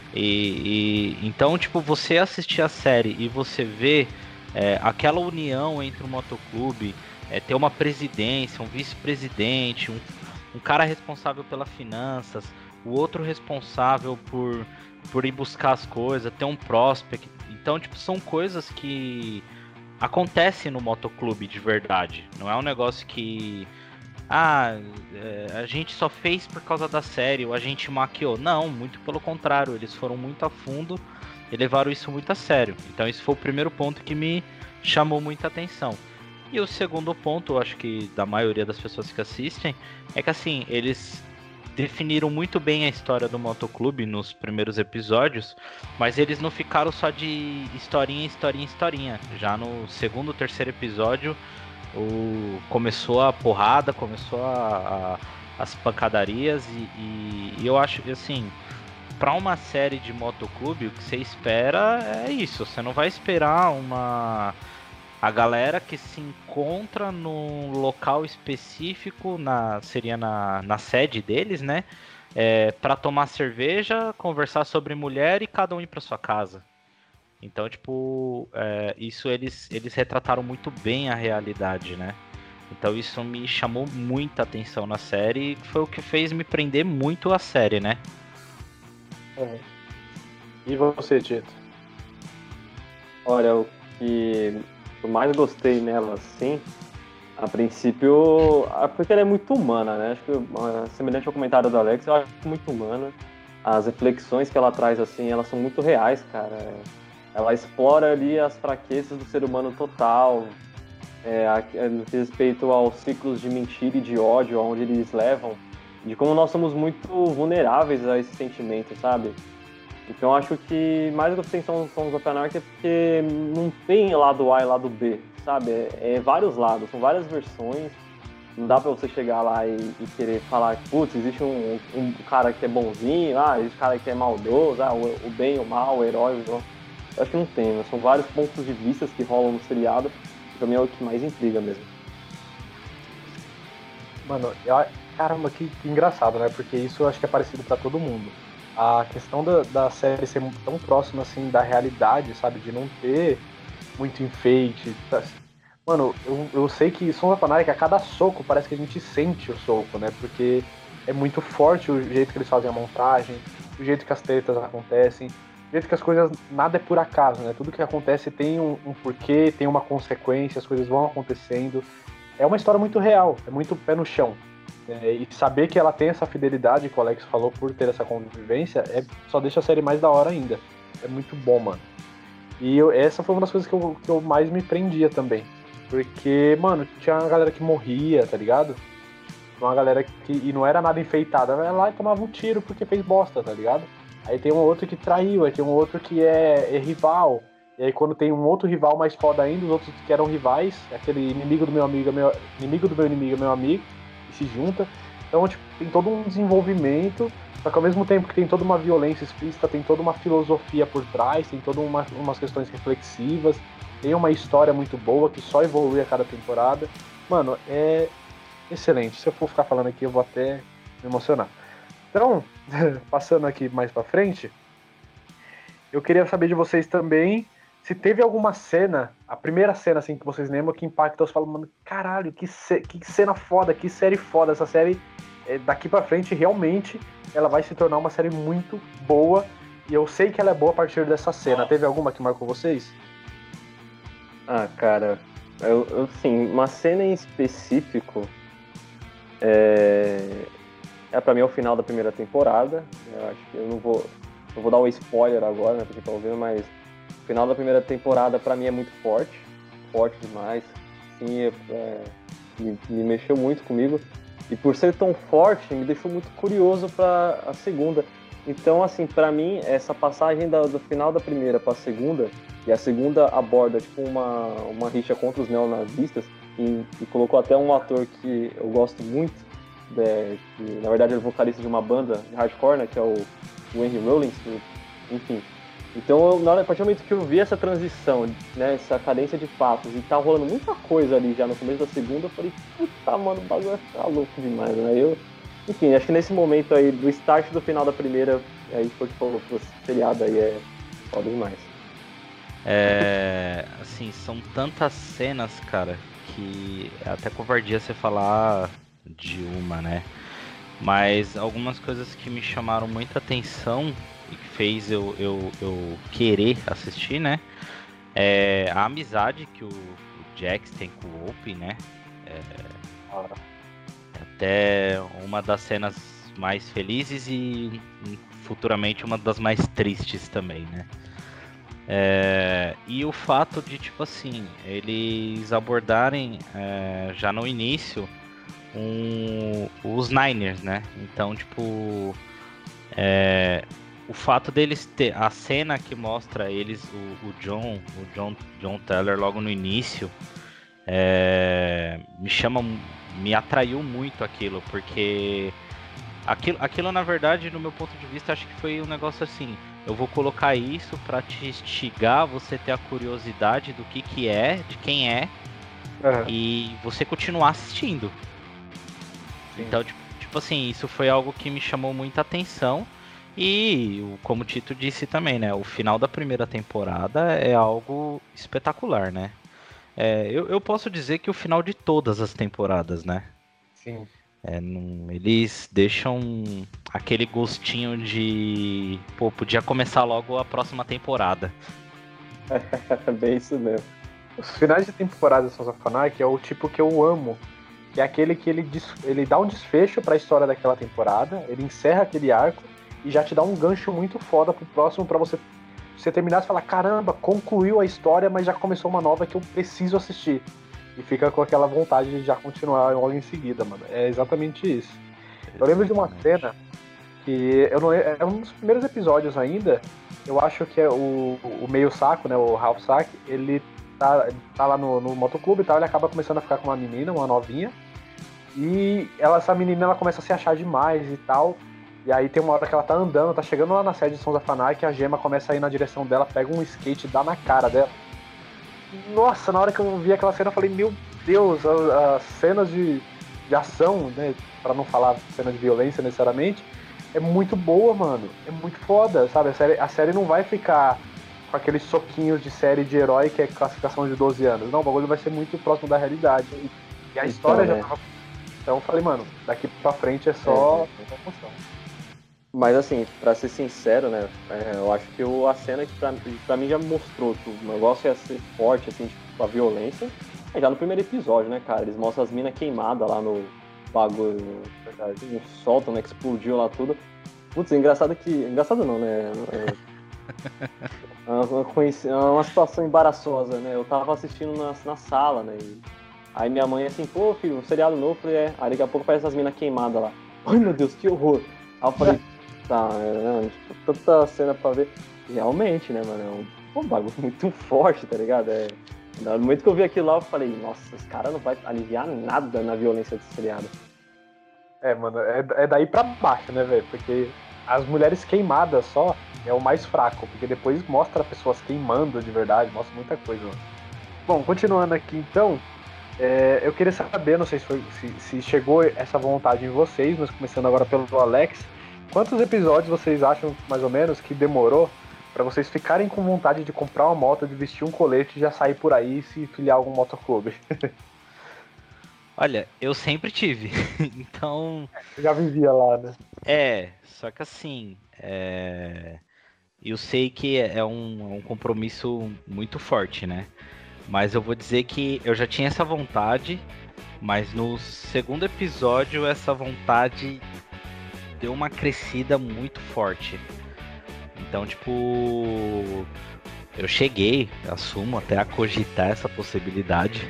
Então, tipo, você assistir a série e você ver aquela união entre o motoclube, ter uma presidência, um vice-presidente, um cara responsável pelas finanças, o outro responsável por ir buscar as coisas, ter um prospect. Então, tipo, são coisas que acontecem no motoclube de verdade. Não é um negócio que a gente só fez por causa da série, ou a gente maquiou. Não, muito pelo contrário, eles foram muito a fundo e levaram isso muito a sério. Então esse foi o primeiro ponto que me chamou muita atenção. E o segundo ponto, acho que da maioria das pessoas que assistem, é que assim, eles definiram muito bem a história do motoclube nos primeiros episódios, mas eles não ficaram só de historinha. Já no segundo, terceiro episódio, começou a porrada, começou as pancadarias e eu acho que assim, pra uma série de motoclube, o que você espera é isso. Você não vai esperar a galera que se encontra num local específico, seria na sede deles, né? Pra tomar cerveja, conversar sobre mulher e cada um ir pra sua casa. Então, tipo, isso eles retrataram muito bem a realidade, né? Então isso me chamou muita atenção na série e foi o que fez me prender muito a série, né? E você, Tito? Olha, o que eu mais gostei nela, assim, a princípio, porque ela é muito humana, né? Acho que, semelhante ao comentário do Alex, eu acho muito humana. As reflexões que ela traz, assim, elas são muito reais, cara. Ela explora ali as fraquezas do ser humano total, no que respeito aos ciclos de mentira e de ódio, onde eles levam, de como nós somos muito vulneráveis a esse sentimento, sabe? Então acho que mais do que tem Sons of Anarchy é porque não tem lado A e lado B, sabe? É vários lados, são várias versões. Não dá pra você chegar lá e querer falar, putz, existe um cara que é bonzinho, existe um cara que é maldoso, o bem, o mal, o herói, o vilão. Eu acho que não tem, né? São vários pontos de vista que rolam no seriado, que pra mim é o que mais intriga mesmo. Mano, caramba, que engraçado, né? Porque isso eu acho que é parecido pra todo mundo. A questão da série ser tão próxima, assim, da realidade, sabe? De não ter muito enfeite. Mano, eu sei que Sons of Anarchy, a cada soco, parece que a gente sente o soco, né? Porque é muito forte o jeito que eles fazem a montagem, o jeito que as tretas acontecem, o jeito que as coisas, nada é por acaso, né? Tudo que acontece tem um porquê, tem uma consequência, as coisas vão acontecendo. É uma história muito real, é muito pé no chão. E saber que ela tem essa fidelidade que o Alex falou por ter essa convivência, só deixa a série mais da hora ainda. É muito bom, mano. E essa foi uma das coisas que eu mais me prendia também. Porque, mano, tinha uma galera que morria, tá ligado? Uma galera que e não era nada enfeitada, ela lá e tomava um tiro porque fez bosta, tá ligado? aí tem um outro que traiu, aí tem um outro que é rival, e aí quando tem um outro rival mais foda ainda, os outros que eram rivais, aquele inimigo do meu amigo, inimigo do meu inimigo é meu amigo, e se junta. Então, tipo, tem todo um desenvolvimento, só que ao mesmo tempo que tem toda uma violência explícita, tem toda uma filosofia por trás, tem todas umas questões reflexivas, tem uma história muito boa que só evolui a cada temporada. Mano, é excelente. Se eu for ficar falando aqui, eu vou até me emocionar. Então, passando aqui mais pra frente, eu queria saber de vocês também se teve alguma cena, a primeira cena assim que vocês lembram, que impactou, você fala, mano, caralho, que cena foda, que série foda. Essa série, daqui pra frente, realmente, ela vai se tornar uma série muito boa, e eu sei que ela é boa a partir dessa cena. Teve alguma que marcou vocês? Ah, cara, assim, uma cena em específico pra mim é o final da primeira temporada. Eu acho que eu vou dar um spoiler agora, né, pra quem tá ouvindo, mas o final da primeira temporada pra mim é muito forte demais. Sim, me mexeu muito comigo, e por ser tão forte, me deixou muito curioso pra a segunda. Então, assim, pra mim, essa passagem do final da primeira pra segunda, e a segunda aborda tipo uma rixa contra os neonazistas, e colocou até um ator que eu gosto muito, que na verdade é o vocalista de uma banda de hardcore, né, que é o Henry Rollins, enfim. Então, a partir do momento que eu vi essa transição, né, essa cadência de fatos, e tá rolando muita coisa ali já no começo da segunda, eu falei, puta, mano, o bagulho vai ficar louco demais, né? Enfim, acho que nesse momento aí, do start do final da primeira, aí foi que falou, esse seriado aí é foda demais. Assim, são tantas cenas, cara, que é até covardia você falar de uma, né? Mas algumas coisas que me chamaram muita atenção e que fez eu querer assistir, né? A amizade que o Jax tem com o Hope, né? Até uma das cenas mais felizes e futuramente uma das mais tristes também, né? E o fato de, tipo assim, eles abordarem já no início os Niners, né? Então, tipo, o fato deles ter a cena que mostra eles, o John Teller logo no início, me atraiu muito aquilo, porque aquilo na verdade, no meu ponto de vista, acho que foi um negócio assim, eu vou colocar isso pra te instigar, você ter a curiosidade do que é, de quem é, e você continuar assistindo. Sim. Então, tipo assim, isso foi algo que me chamou muita atenção. E, como o Tito disse também, né? O final da primeira temporada é algo espetacular, né? Eu posso dizer que o final de todas as temporadas, né? Sim. Eles deixam aquele gostinho de... Pô, podia começar logo a próxima temporada. Bem isso mesmo. Os finais de temporada de Sons of Anarchy é o tipo que eu amo. Que é aquele que ele dá um desfecho pra história daquela temporada, ele encerra aquele arco e já te dá um gancho muito foda pro próximo, pra você terminar e falar, caramba, concluiu a história, mas já começou uma nova que eu preciso assistir. E fica com aquela vontade de já continuar logo em seguida, mano. É exatamente isso. Eu lembro de uma cena que é um dos primeiros episódios ainda, eu acho que é o meio saco, né, o Ralph Sack, ele tá lá no motoclube e tal, ele acaba começando a ficar com uma menina, uma novinha, e essa menina ela começa a se achar demais e tal. E aí tem uma hora que ela tá andando, tá chegando lá na sede de Sons of Anarchy, a Gemma começa a ir na direção dela, pega um skate e dá na cara dela. Nossa, na hora que eu vi aquela cena eu falei, meu Deus, as cenas de ação, né, pra não falar cena de violência necessariamente, é muito boa, mano. É muito foda, sabe? A série não vai ficar com aqueles soquinhos de série de herói que é classificação de 12 anos. Não, o bagulho vai ser muito próximo da realidade. E a história já tava... Então eu falei, mano, daqui pra frente é só emoção. Mas assim, pra ser sincero, né, eu acho que a cena que pra mim já mostrou que o negócio ia ser forte, assim, tipo, a violência, é já no primeiro episódio, né, cara? Eles mostram as minas queimadas lá no bagulho, no sótão, né, que explodiu lá tudo. Putz, engraçado não, né? Uma situação embaraçosa, né? Eu tava assistindo na sala, né? Aí minha mãe assim, pô, filho, um seriado novo, eu falei, Aí daqui a pouco aparece as minas queimadas lá. Ai, meu Deus, que horror. Aí eu falei, Tá, tipo, tanta cena pra ver. Realmente, né, mano? É um bagulho muito forte, tá ligado? No momento que eu vi aquilo lá, eu falei, nossa, os caras não vai aliviar nada na violência desse seriado. Mano, é daí pra baixo, né, velho? Porque as mulheres queimadas só é o mais fraco, porque depois mostra pessoas queimando de verdade, mostra muita coisa, mano. Bom, continuando aqui então, eu queria saber, não sei se chegou essa vontade em vocês, mas começando agora pelo Alex, quantos episódios vocês acham, mais ou menos, que demorou pra vocês ficarem com vontade de comprar uma moto, de vestir um colete e já sair por aí e se filiar a algum motoclube? Olha, eu sempre tive. Então. Eu já vivia lá, né? Só que assim. Eu sei que é um compromisso muito forte, né? Mas eu vou dizer que eu já tinha essa vontade, mas no segundo episódio essa vontade deu uma crescida muito forte. Então, tipo, eu cheguei, assumo, até a cogitar essa possibilidade,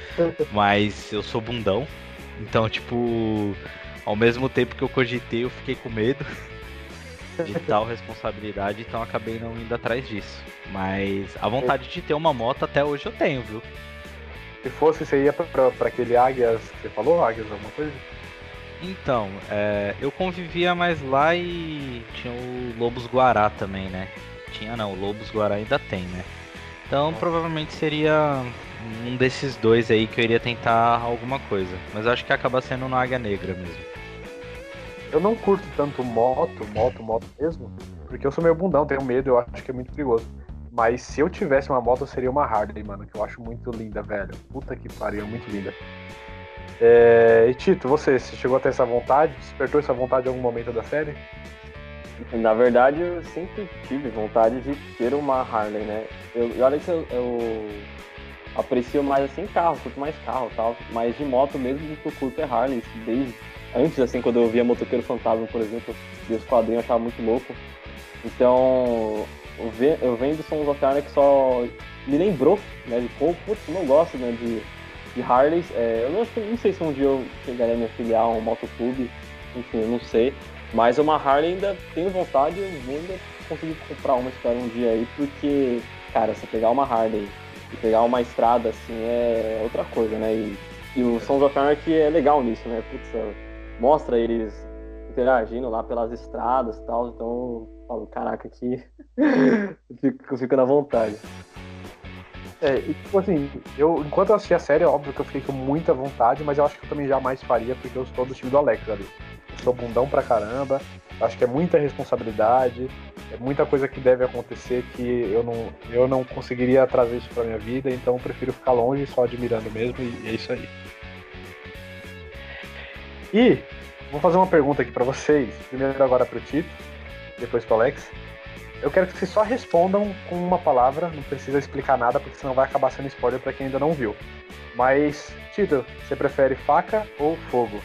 mas eu sou bundão. Então, tipo, ao mesmo tempo que eu cogitei, eu fiquei com medo de tal responsabilidade, então acabei não indo atrás disso. Mas a vontade de ter uma moto até hoje eu tenho, viu? Se fosse, você ia pra aquele Águias que você falou, Águias, alguma coisa? Então, eu convivia mais lá e tinha o Lobos Guará também, né? Tinha não, o Lobos Guará ainda tem, né? Então provavelmente seria um desses dois aí que eu iria tentar alguma coisa. Mas eu acho que acaba sendo no Águia Negra mesmo. Eu não curto tanto moto mesmo, porque eu sou meio bundão, tenho medo, eu acho que é muito perigoso. Mas se eu tivesse uma moto, seria uma Harley, mano, que eu acho muito linda, velho. Puta que pariu, muito linda. E Tito, você chegou a ter essa vontade? Despertou essa vontade em algum momento da série? Na verdade, eu sempre tive vontade de ter uma Harley, né? Olha que eu aprecio mais, assim, carro, curto mais carro e tal, mas de moto mesmo que eu curto é Harley, desde antes, assim, quando eu via Motoqueiro Fantasma, por exemplo, e os quadrinhos eu achava muito louco. Então, eu vendo Sons of Anarchy só me lembrou, né, de como, putz, eu não gosto, né, de Harleys. Eu não sei se um dia eu chegaria a me afiliar a um motoclube, enfim, eu não sei. Mas uma Harley ainda tenho vontade, eu vou ainda conseguir comprar uma, espero um dia aí, porque, cara, você pegar uma Harley e pegar uma estrada, assim, é outra coisa, né? E o Sons of Anarchy é legal nisso, né? Putz, mostra eles interagindo lá pelas estradas e tal, então eu falo, caraca, aqui eu fico na vontade. E tipo assim, enquanto eu assisti a série, é óbvio que eu fiquei com muita vontade, mas eu acho que eu também jamais faria, porque eu sou do time do Alex ali. Eu sou bundão pra caramba, acho que é muita responsabilidade, é muita coisa que deve acontecer que eu não conseguiria trazer isso pra minha vida, então eu prefiro ficar longe, só admirando mesmo, e é isso aí. E vou fazer uma pergunta aqui pra vocês, primeiro agora pro Tito, depois pro Alex. Eu quero que vocês só respondam com uma palavra, não precisa explicar nada, porque senão vai acabar sendo spoiler pra quem ainda não viu. Mas, Tito, você prefere faca ou fogo?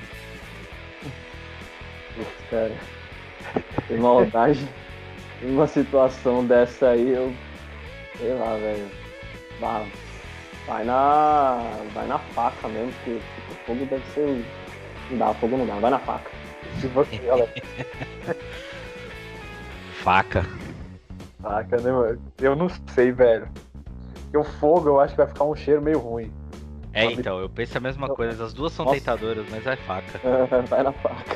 Putz, cara, tem maldade. Em uma situação dessa aí, eu sei lá, velho. Vai na faca mesmo, porque tipo, fogo deve ser. Não dá, fogo não dá, vai na faca. Se você, Alex. Faca. Faca, né, mano? Eu não sei, velho. Porque o fogo eu acho que vai ficar um cheiro meio ruim. Então, eu penso a mesma coisa. As duas são tentadoras, mas é faca. Vai na faca.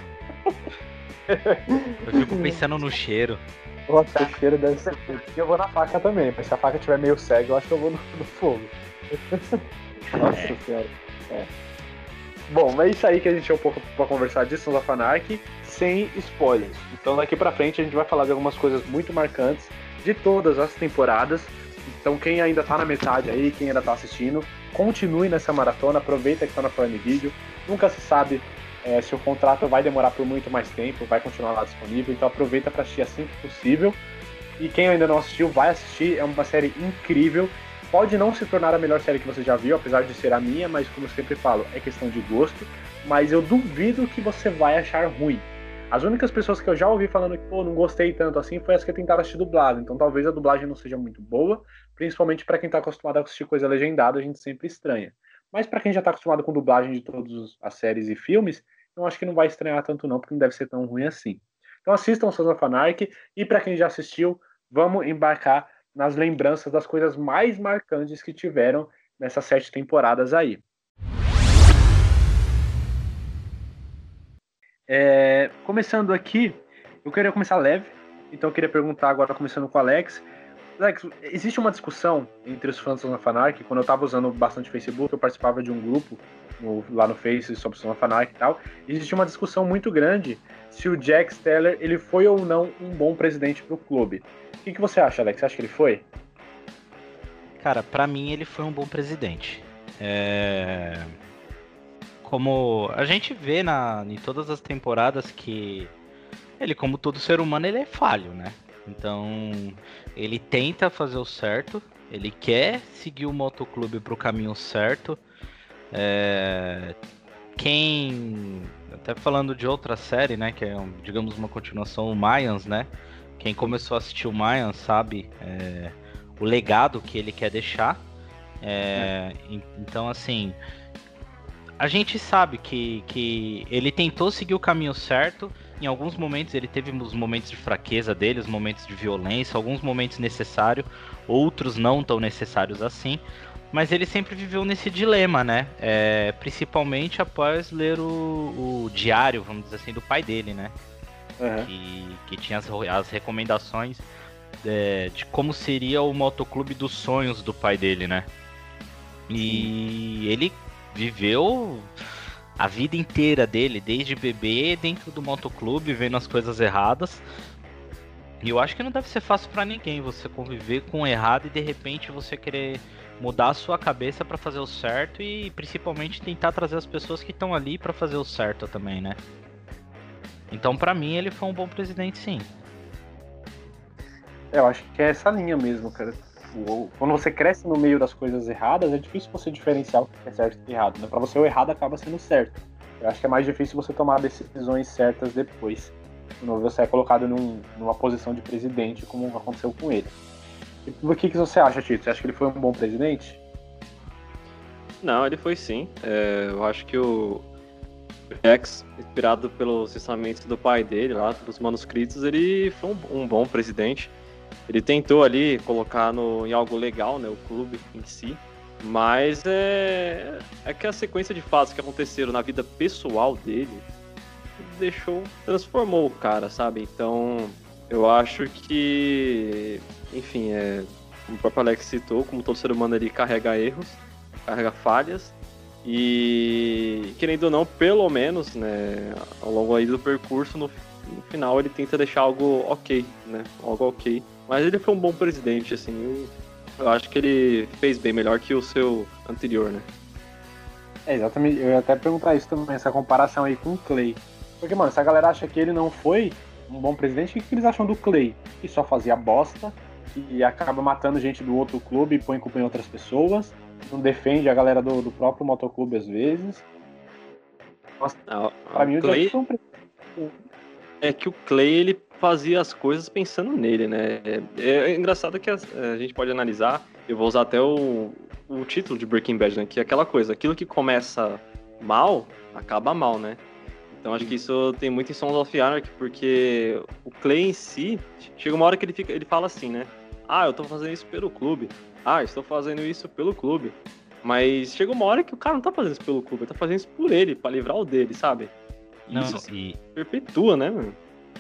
Eu fico pensando no cheiro. Nossa, o cheiro deve ser. Eu vou na faca também, mas se a faca estiver meio cega, eu acho que eu vou no fogo. Nossa senhora. Bom, mas é isso aí que a gente tinha um pouco pra conversar de Sons of Anarchy, sem spoilers. Então daqui pra frente a gente vai falar de algumas coisas muito marcantes de todas as temporadas. Então quem ainda tá na metade aí, quem ainda tá assistindo, continue nessa maratona, aproveita que tá na Prime Video. Nunca se sabe se o contrato vai demorar por muito mais tempo, vai continuar lá disponível, então aproveita pra assistir assim que possível. E quem ainda não assistiu, vai assistir, é uma série incrível. Pode não se tornar a melhor série que você já viu, apesar de ser a minha, mas como eu sempre falo, é questão de gosto. Mas eu duvido que você vai achar ruim. As únicas pessoas que eu já ouvi falando que, não gostei tanto assim, foi as que tentaram assistir dublado. Então talvez a dublagem não seja muito boa, principalmente para quem tá acostumado a assistir coisa legendada, a gente sempre estranha. Mas para quem já tá acostumado com dublagem de todas as séries e filmes, eu acho que não vai estranhar tanto não, porque não deve ser tão ruim assim. Então assistam Sons of Anarchy, e para quem já assistiu, vamos embarcar nas lembranças das coisas mais marcantes que tiveram nessas 7 temporadas aí. Começando aqui, eu queria começar leve, então eu queria perguntar agora, começando com o Alex. Alex, existe uma discussão entre os fãs do Sons of Anarchy. Quando eu estava usando bastante Facebook, eu participava de um grupo lá no Face sobre Sons of Anarchy e tal. Existe uma discussão muito grande se o Jack Steller ele foi ou não um bom presidente para o clube. O que você acha, Alex? Você acha que ele foi? Cara, pra mim ele foi um bom presidente. Como a gente vê em todas as temporadas que ele, como todo ser humano, ele é falho, né? Então, ele tenta fazer o certo, ele quer seguir o motoclube pro caminho certo. Até falando de outra série, né, que é, digamos, uma continuação, o Mayans, né? Quem começou a assistir o Mayans sabe o legado que ele quer deixar. Então, assim, a gente sabe que ele tentou seguir o caminho certo. Em alguns momentos ele teve os momentos de fraqueza dele, os momentos de violência, alguns momentos necessários, outros não tão necessários assim. Mas ele sempre viveu nesse dilema, né? Principalmente após ler o diário, vamos dizer assim, do pai dele, né? Que tinha as recomendações de como seria o motoclube dos sonhos do pai dele, né? E ele viveu a vida inteira dele, desde bebê, dentro do motoclube, vendo as coisas erradas. E eu acho que não deve ser fácil pra ninguém você conviver com o errado e de repente você querer mudar a sua cabeça pra fazer o certo e principalmente tentar trazer as pessoas que estão ali pra fazer o certo também, né? Então pra mim ele foi um bom presidente, sim. Eu acho que é essa linha mesmo, cara. Quando você cresce no meio das coisas erradas, é difícil você diferenciar o que é certo e errado, né? Pra você, o errado acaba sendo certo. Eu acho que é mais difícil você tomar decisões certas depois, quando você é colocado numa posição de presidente, como aconteceu com ele. E o que você acha, Tito? Você acha que ele foi um bom presidente? Não, ele foi sim. Eu acho que o Jax, inspirado pelos ensinamentos do pai dele, lá, pelos manuscritos, ele foi um bom presidente. Ele tentou ali colocar em algo legal, né, o clube em si, mas é que a sequência de fatos que aconteceram na vida pessoal dele transformou o cara, sabe? Então, eu acho que, enfim, como o próprio Alex citou, como todo ser humano ele carrega erros, carrega falhas, e querendo ou não, pelo menos, né, ao longo aí do percurso, no final ele tenta deixar algo ok, né, algo ok. Mas ele foi um bom presidente, assim, eu acho que ele fez bem, melhor que o seu anterior, né? Exatamente, eu ia até perguntar isso também, essa comparação aí com o Clay. Porque, mano, se a galera acha que ele não foi um bom presidente, o que eles acham do Clay? Que só fazia bosta, que acaba matando gente do outro clube e põe culpa em outras pessoas, não defende a galera do próprio motoclube às vezes. Nossa, pra mim o Clay... É que o Clay, ele fazia as coisas pensando nele, né? É engraçado que a gente pode analisar, eu vou usar até o título de Breaking Bad, né? Que é aquela coisa, aquilo que começa mal, acaba mal, né? Então acho que isso tem muito em Sons of Anarchy, porque o Clay em si, chega uma hora que ele fala assim, né? Eu tô fazendo isso pelo clube. Estou fazendo isso pelo clube. Mas chega uma hora que o cara não tá fazendo isso pelo clube, ele tá fazendo isso por ele, pra livrar o dele, sabe? Não, isso perpetua, né, mano?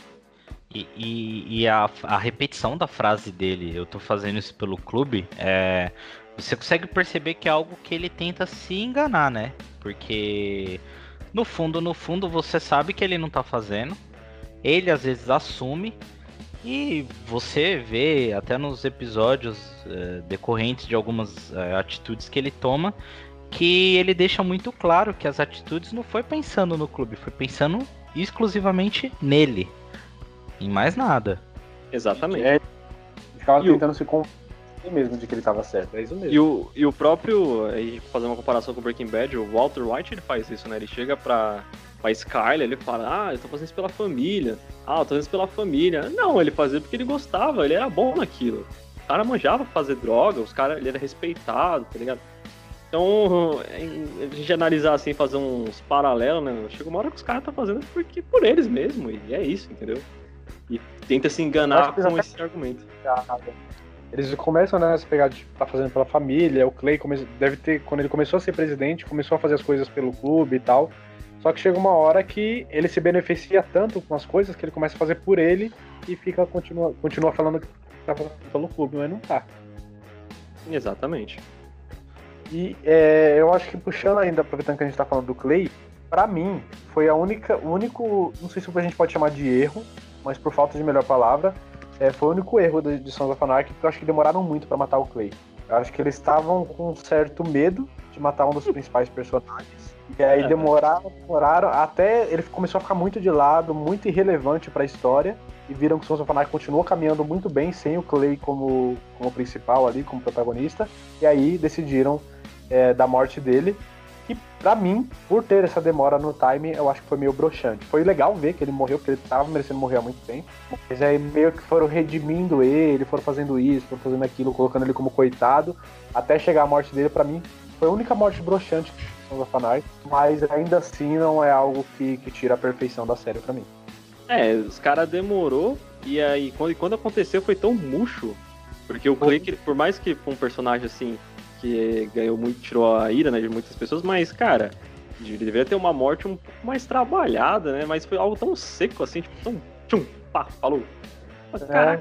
E a repetição da frase dele, eu tô fazendo isso pelo clube, você consegue perceber que é algo que ele tenta se enganar, né? Porque no fundo você sabe que ele não tá fazendo, ele às vezes assume, e você vê até nos episódios decorrentes de algumas atitudes que ele toma, que ele deixa muito claro que as atitudes não foi pensando no clube, foi pensando exclusivamente nele. Em mais nada. Exatamente. Ficava tentando se convencer mesmo de que ele estava certo. É isso mesmo. E o próprio, aí fazer uma comparação com o Breaking Bad, o Walter White ele faz isso, né? Ele chega pra Skyler, ele fala, eu tô fazendo isso pela família. Eu tô fazendo isso pela família. Não, ele fazia porque ele gostava, ele era bom naquilo. O cara manjava fazer droga, ele era respeitado, tá ligado? Então, a gente analisar assim, fazer uns paralelos, né? Chega uma hora que os caras estão fazendo por eles mesmo, e é isso, entendeu? E tenta se enganar com esse argumento. Eles começam, né, a se pegar de tá fazendo pela família. O Clay deve ter, quando ele começou a ser presidente, começou a fazer as coisas pelo clube e tal. Só que chega uma hora que ele se beneficia tanto com as coisas que ele começa a fazer por ele e continua falando que tá fazendo pelo clube, mas não tá. Exatamente. E eu acho que puxando ainda, aproveitando que a gente tá falando do Clay, pra mim, foi o único, não sei se a gente pode chamar de erro, mas por falta de melhor palavra, foi o único erro de Sons of Anarchy, porque eu acho que demoraram muito pra matar o Clay. Eu acho que eles estavam com um certo medo de matar um dos principais personagens. E aí demoraram, até ele começou a ficar muito de lado, muito irrelevante pra história. E viram que Sons of Anarchy continuou caminhando muito bem, sem o Clay como principal ali, como protagonista. E aí decidiram da morte dele. Que pra mim, por ter essa demora no time, eu acho que foi meio broxante. Foi legal ver que ele morreu, porque ele tava merecendo morrer há muito tempo. Mas aí meio que foram redimindo ele, foram fazendo isso, foram fazendo aquilo, colocando ele como coitado. Até chegar a morte dele, pra mim, foi a única morte broxante de Sons of Anarchy. Mas ainda assim não é algo que tira a perfeição da série pra mim. Os caras demorou, e aí quando aconteceu foi tão murcho. Porque o Clay, por mais que foi um personagem assim, que ganhou muito, tirou a ira, né, de muitas pessoas, mas, cara, ele deveria ter uma morte um pouco mais trabalhada, né? Mas foi algo tão seco assim, tipo, tão tchum, pá, falou. Caraca.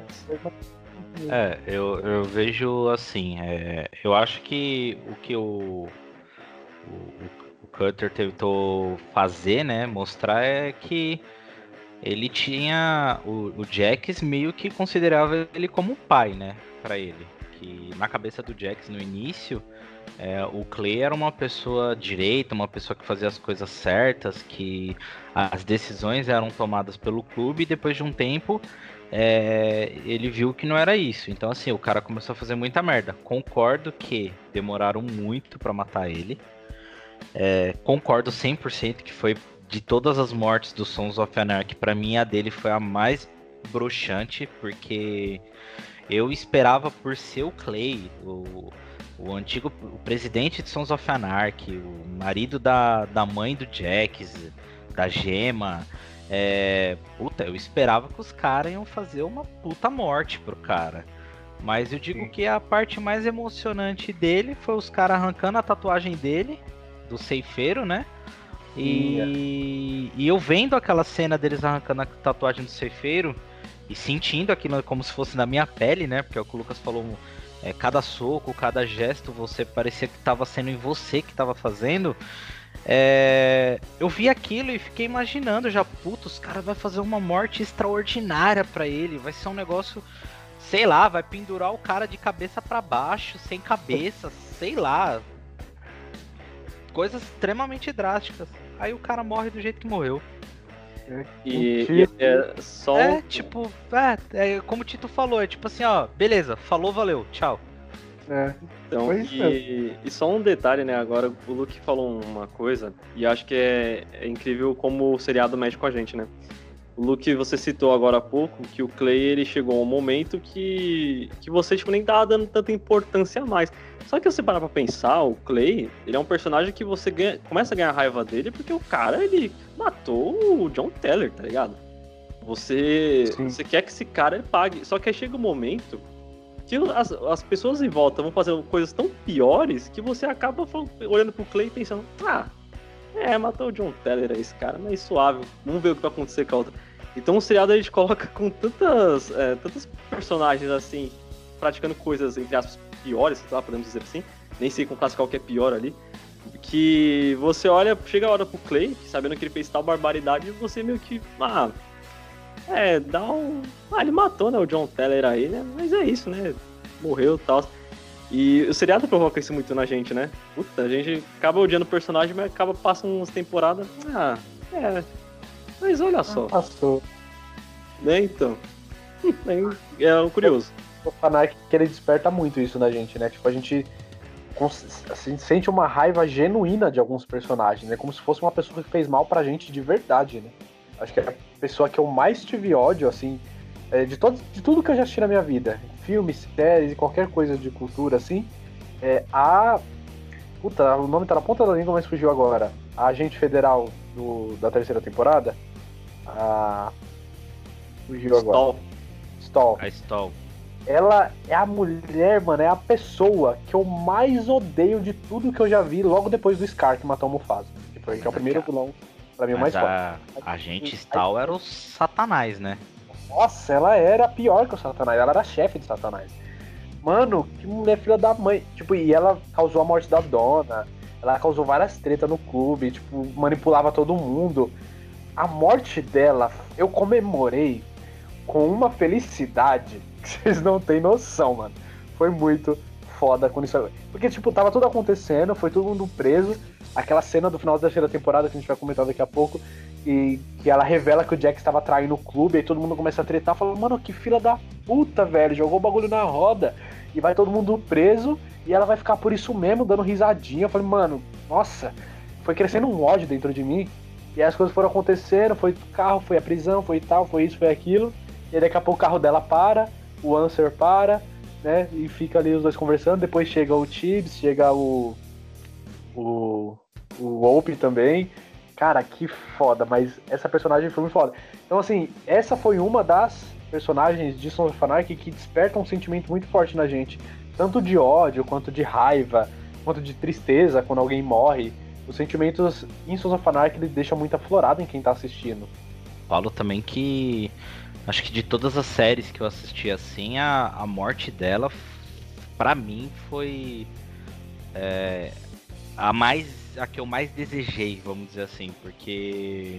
Eu vejo assim, eu acho que o que o Cutter tentou fazer, né, mostrar é que ele tinha o Jax meio que considerava ele como um pai, né, pra ele. Que na cabeça do Jax no início, o Clay era uma pessoa direita, uma pessoa que fazia as coisas certas, que as decisões eram tomadas pelo clube, e depois de um tempo ele viu que não era isso. Então assim, o cara começou a fazer muita merda. Concordo que demoraram muito pra matar ele. Concordo 100% que foi, de todas as mortes do Sons of Anarchy, pra mim a dele foi a mais broxante, porque eu esperava, por ser o Clay, o antigo presidente de Sons of Anarchy, o marido da mãe do Jax, da Gema, eu esperava que os caras iam fazer uma puta morte pro cara. Mas eu digo que a parte mais emocionante dele foi os caras arrancando a tatuagem dele, do ceifeiro, né? E eu vendo aquela cena deles arrancando a tatuagem do ceifeiro e sentindo aquilo como se fosse na minha pele, né? Porque é o que o Lucas falou, cada soco, cada gesto, você parecia que estava sendo em você que estava fazendo. Eu vi aquilo e fiquei imaginando já, puta, os caras vão fazer uma morte extraordinária pra ele, vai ser um negócio, sei lá, vai pendurar o cara de cabeça pra baixo, sem cabeça, sei lá, coisas extremamente drásticas. Aí o cara morre do jeito que morreu. Como o Tito falou, tipo assim, ó, beleza, falou, valeu, tchau. Então, e só um detalhe, né, agora o Luke falou uma coisa, e acho que é incrível como o seriado mexe com a gente, né? O Luke, você citou agora há pouco que o Clay, ele chegou a um momento que você, tipo, nem tava dando tanta importância a mais. Só que você parar pra pensar, o Clay, ele é um personagem que você começa a ganhar raiva dele porque o cara, ele matou o John Teller, tá ligado? Você quer que esse cara ele pague. Só que aí chega um momento que as pessoas em volta vão fazer coisas tão piores que você acaba olhando pro Clay e pensando, matou o John Teller aí, esse cara, mas suave, vamos ver o que vai acontecer com a outra. Então o seriado a gente coloca com tantas personagens assim, praticando coisas, entre aspas, piores, sei lá, podemos dizer assim, nem sei como classificar o que é pior ali, que você olha, chega a hora pro Clay, sabendo que ele fez tal barbaridade, e você meio que, ele matou, né, o John Teller aí, né, mas é isso, né, morreu e tal. E o seriado provoca isso muito na gente, né? Puta, a gente acaba odiando o personagem, mas acaba passando umas temporadas. Mas olha só. Passou. Né, então. É o curioso. O Anarchy, que ele desperta muito isso na gente, né? Tipo, a gente assim, sente uma raiva genuína de alguns personagens, né? Como se fosse uma pessoa que fez mal pra gente de verdade, né? Acho que é a pessoa que eu mais tive ódio, assim, de tudo que eu já assisti na minha vida. Filmes, séries e qualquer coisa de cultura, assim, o nome tá na ponta da língua, mas fugiu agora. A agente federal da terceira temporada, Fugiu agora. Stoll. A Stoll. Ela é a mulher, mano, é a pessoa que eu mais odeio de tudo que eu já vi logo depois do Scar que matou o Mufasa. Que é o primeiro vilão, pra mim, o mais forte. A agente Stoll era o Satanás, né? Nossa, ela era pior que o Satanás, ela era a chefe de Satanás. Mano, que mulher filha da mãe. Tipo, e ela causou a morte da dona, ela causou várias tretas no clube, tipo, manipulava todo mundo. A morte dela, eu comemorei com uma felicidade que vocês não têm noção, mano. Foi muito foda quando isso... Porque, tipo, tava tudo acontecendo, foi todo mundo preso. Aquela cena do final da terceira temporada, que a gente vai comentar daqui a pouco, e que ela revela que o Jack estava traindo o clube, e aí todo mundo começa a tretar, falando, mano, que filha da puta, velho, jogou o bagulho na roda, e vai todo mundo preso, e ela vai ficar por isso mesmo, dando risadinha. Eu falei, mano, nossa, foi crescendo um ódio dentro de mim, e aí as coisas foram acontecendo, foi o carro, foi a prisão, foi tal, foi isso, foi aquilo, e aí daqui a pouco o carro dela para, o Answer para, né, e fica ali os dois conversando, depois chega o Tibbs, chega o Hope também. Cara, que foda, mas essa personagem foi muito foda. Então, assim, essa foi uma das personagens de Sons of Anarchy que despertam um sentimento muito forte na gente, tanto de ódio, quanto de raiva, quanto de tristeza quando alguém morre. Os sentimentos em Sons of Anarchy ele deixa muito aflorado em quem tá assistindo. Falo também que acho que de todas as séries que eu assisti assim, a morte dela, pra mim, foi a que eu mais desejei, vamos dizer assim, porque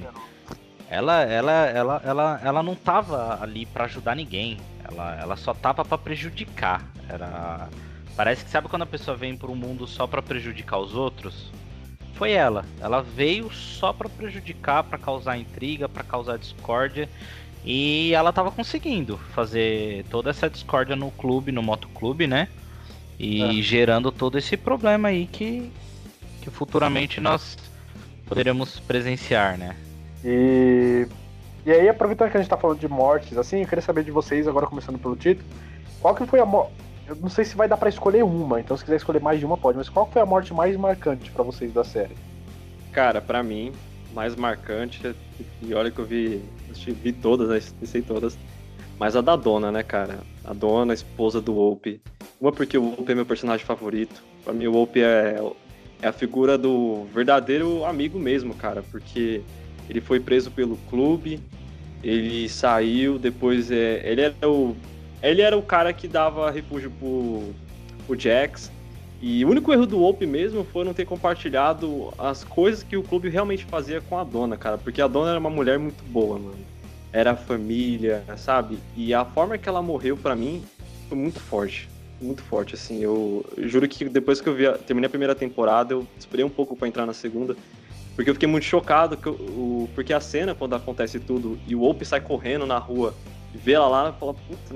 ela não tava ali pra ajudar ninguém, ela só tava pra prejudicar. Parece que, sabe quando a pessoa vem pro mundo só pra prejudicar os outros? Foi ela veio só pra prejudicar, pra causar intriga, pra causar discórdia, e ela tava conseguindo fazer toda essa discórdia no clube, no motoclube, né? E gerando todo esse problema aí que futuramente nós poderemos presenciar, né? E aí, aproveitando que a gente tá falando de mortes, assim, eu queria saber de vocês, agora começando pelo título, qual que foi a morte? Eu não sei se vai dar pra escolher uma, então se quiser escolher mais de uma pode, mas qual foi a morte mais marcante pra vocês da série? Cara, pra mim, mais marcante, e olha que eu vi todas, né, sei todas, mas a da Donna, né, cara? A Donna, a esposa do Hope. Uma porque o Hope é meu personagem favorito, pra mim o Hope é a figura do verdadeiro amigo mesmo, cara, porque ele foi preso pelo clube, ele saiu, depois ele era o cara que dava refúgio pro Jax, e o único erro do Hope mesmo foi não ter compartilhado as coisas que o clube realmente fazia com a Donna, cara, porque a Donna era uma mulher muito boa, mano, era família, sabe, e a forma que ela morreu pra mim foi muito forte, assim, eu juro que depois que terminei a primeira temporada, eu esperei um pouco pra entrar na segunda, porque eu fiquei muito chocado, porque a cena, quando acontece tudo, e o Hope sai correndo na rua, e vê ela lá, e fala, puta,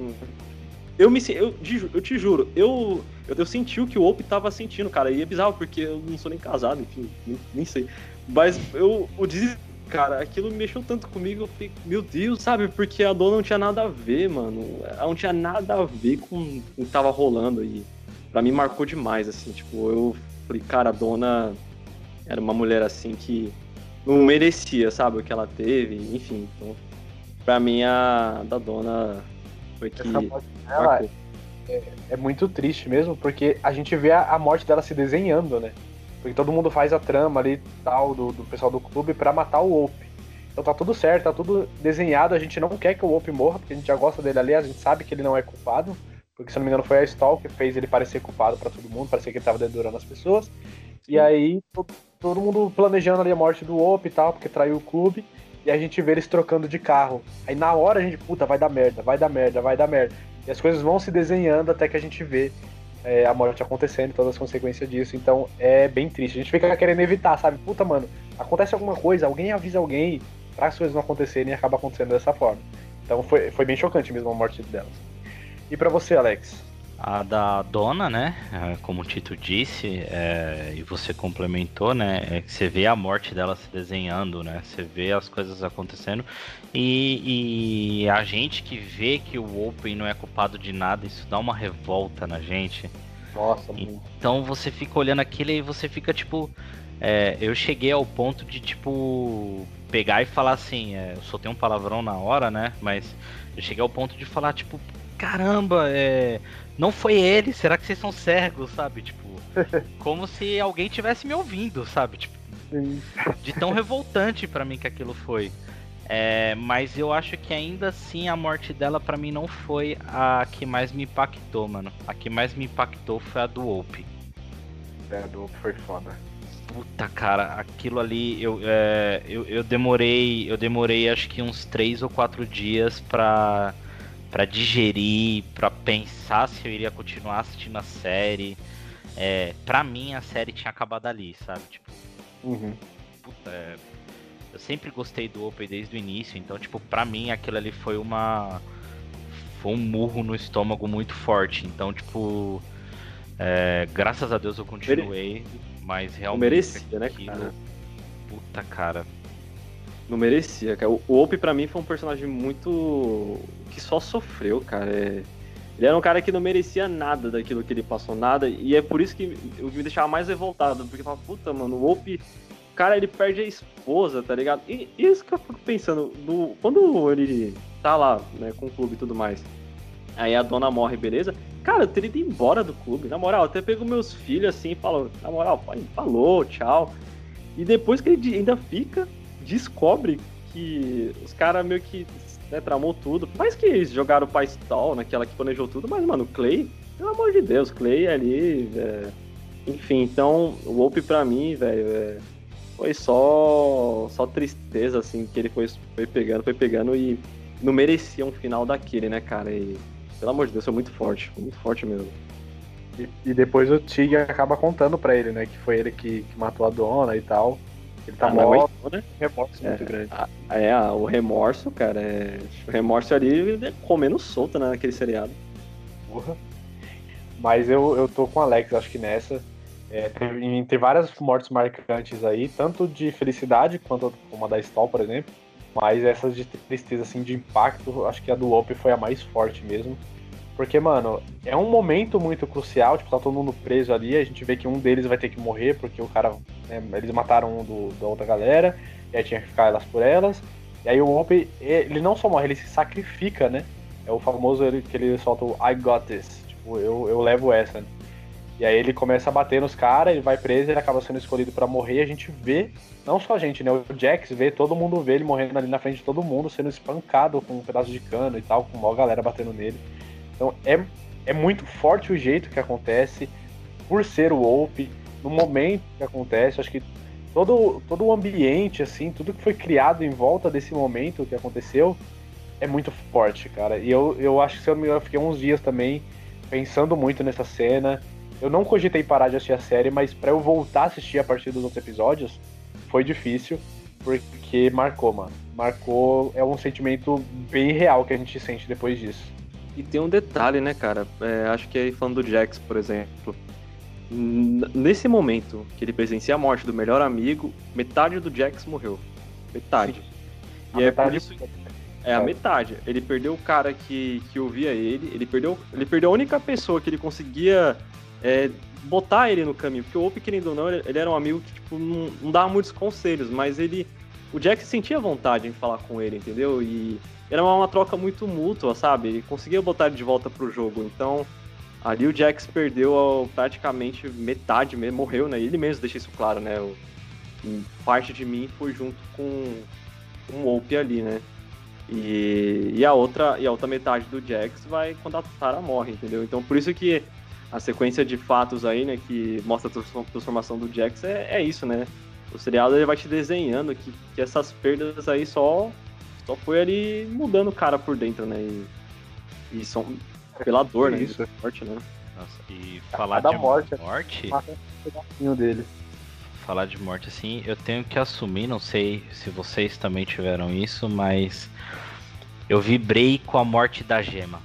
eu te juro, eu senti o que o Hope tava sentindo, cara, e é bizarro, porque eu não sou nem casado, enfim, nem sei, mas cara, aquilo mexeu tanto comigo, eu fiquei, meu Deus, sabe, porque a Dona não tinha nada a ver, mano, ela não tinha nada a ver com o que tava rolando, e pra mim marcou demais, assim, tipo, eu falei, cara, a Dona era uma mulher, assim, que não merecia, sabe, o que ela teve, enfim, então, pra mim, a da Dona foi que marcou. É muito triste mesmo, porque a gente vê a morte dela se desenhando, né? Porque todo mundo faz a trama ali, tal, do pessoal do clube pra matar o Hope. Então tá tudo certo, tá tudo desenhado, a gente não quer que o Hope morra, porque a gente já gosta dele ali, a gente sabe que ele não é culpado, porque se não me engano foi a Stoll que fez ele parecer culpado pra todo mundo, parecia que ele tava dedurando as pessoas. Sim. E aí, todo mundo planejando ali a morte do Hope e tal, porque traiu o clube, e a gente vê eles trocando de carro. Aí na hora a gente, puta, vai dar merda. E as coisas vão se desenhando até que a gente vê a morte acontecendo e todas as consequências disso. Então é bem triste. A gente fica querendo evitar, sabe? Puta, mano, acontece alguma coisa, alguém avisa alguém para as coisas não acontecerem e acaba acontecendo dessa forma. Então foi bem chocante mesmo a morte delas. E pra você, Alex? A da Donna, né? Como o Tito disse, e você complementou, né? É que você vê a morte dela se desenhando, né? Você vê as coisas acontecendo. E a gente que vê que o Open não é culpado de nada, isso dá uma revolta na gente. Nossa, então você fica olhando aquilo e você fica tipo, eu cheguei ao ponto de, tipo, pegar e falar assim, eu soltei um palavrão na hora, né? Mas eu cheguei ao ponto de falar, tipo, caramba, não foi ele, será que vocês são cegos, sabe? Tipo, como se alguém tivesse me ouvindo, sabe? Tipo, de tão revoltante pra mim que aquilo foi. Mas eu acho que ainda assim a morte dela pra mim não foi a que mais me impactou, mano. A que mais me impactou foi a do Hope. A do Hope foi foda. Puta, cara, aquilo ali eu demorei acho que uns 3 ou 4 dias pra digerir, pra pensar se eu iria continuar assistindo a série. Pra mim a série tinha acabado ali, sabe? Tipo, puta, eu sempre gostei do Opie desde o início, então, tipo, pra mim aquilo ali foi um murro no estômago muito forte. Então, tipo, graças a Deus eu continuei, mas realmente... Não merecia, né, cara? Puta, cara. Não merecia, cara. O Opie pra mim foi um personagem muito... que só sofreu, cara. Ele era um cara que não merecia nada daquilo que ele passou, nada, e é por isso que me deixava mais revoltado, porque eu falava, puta, mano, o Opie... Cara, ele perde a esposa, tá ligado? E isso que eu fico pensando, quando ele tá lá, né, com o clube e tudo mais, aí a dona morre, beleza? Cara, eu teria ido embora do clube, na moral, eu até pego meus filhos assim e falo, na moral, pai, falou, tchau. E depois que ele ainda descobre que os caras meio que, né, tramou tudo, por mais que eles jogaram o Paistol naquela que planejou tudo, mas, mano, o Clay, pelo amor de Deus, Clay ali, enfim, então, o Opie pra mim, velho, foi só tristeza, assim, que ele foi pegando e não merecia um final daquele, né, cara? E, pelo amor de Deus, foi muito forte mesmo. E depois o Tig acaba contando pra ele, né, que foi ele que matou a dona e tal. Ele tá morto, né? Um remorso muito grande. O remorso, cara, o remorso ali comendo solto, né, naquele seriado. Porra. Mas eu tô com o Alex, acho que nessa. Tem várias mortes marcantes aí, tanto de felicidade quanto uma da Stall, por exemplo. Mas essas de tristeza, assim, de impacto, acho que a do Opie foi a mais forte mesmo. Porque, mano, é um momento muito crucial, tipo, tá todo mundo preso ali, a gente vê que um deles vai ter que morrer, porque o cara, né, eles mataram um da outra galera, e aí tinha que ficar elas por elas. E aí o Opie, ele não só morre, ele se sacrifica, né? É o famoso que ele solta o I got this, tipo, eu levo essa, né? E aí ele começa a bater nos caras, ele vai preso, ele acaba sendo escolhido pra morrer, e a gente vê, não só a gente, né? O Jax vê, todo mundo vê ele morrendo ali na frente de todo mundo, sendo espancado com um pedaço de cano e tal, com uma galera batendo nele. Então é muito forte o jeito que acontece, por ser o Opie, no momento que acontece, acho que todo o ambiente, assim, tudo que foi criado em volta desse momento que aconteceu, é muito forte, cara. E eu acho que, se eu não me engano, eu fiquei uns dias também pensando muito nessa cena. Eu não cogitei parar de assistir a série, mas pra eu voltar a assistir a partir dos outros episódios, foi difícil, porque marcou, mano. Marcou, é um sentimento bem real que a gente sente depois disso. E tem um detalhe, né, cara? Acho que aí falando do Jax, por exemplo, nesse momento que ele presencia a morte do melhor amigo, metade do Jax morreu. Metade. Sim. E por isso... a metade. Ele perdeu o cara que ouvia ele perdeu a única pessoa que ele conseguia botar ele no caminho, porque o Opie, querendo ou não, ele era um amigo que, tipo, não dava muitos conselhos, mas o Jax sentia vontade em falar com ele, entendeu? E era uma troca muito mútua, sabe? Ele conseguia botar ele de volta pro jogo, então ali o Jax perdeu praticamente metade mesmo, morreu, né? Ele mesmo deixa isso claro, né? Parte de mim foi junto com o Opie ali, né? E a outra metade do Jax vai quando a Tara morre, entendeu? Então por isso que a sequência de fatos aí, né, que mostra a transformação do Jax é isso, né? O seriado ele vai te desenhando que essas perdas aí só foi ali mudando o cara por dentro, né? E são pela dor, né? Isso. Forte, né? Nossa, e falar da de morte, morte um pedacinho dele. falar de morte assim, eu tenho que assumir, não sei se vocês também tiveram isso, mas eu vibrei com a morte da Gema.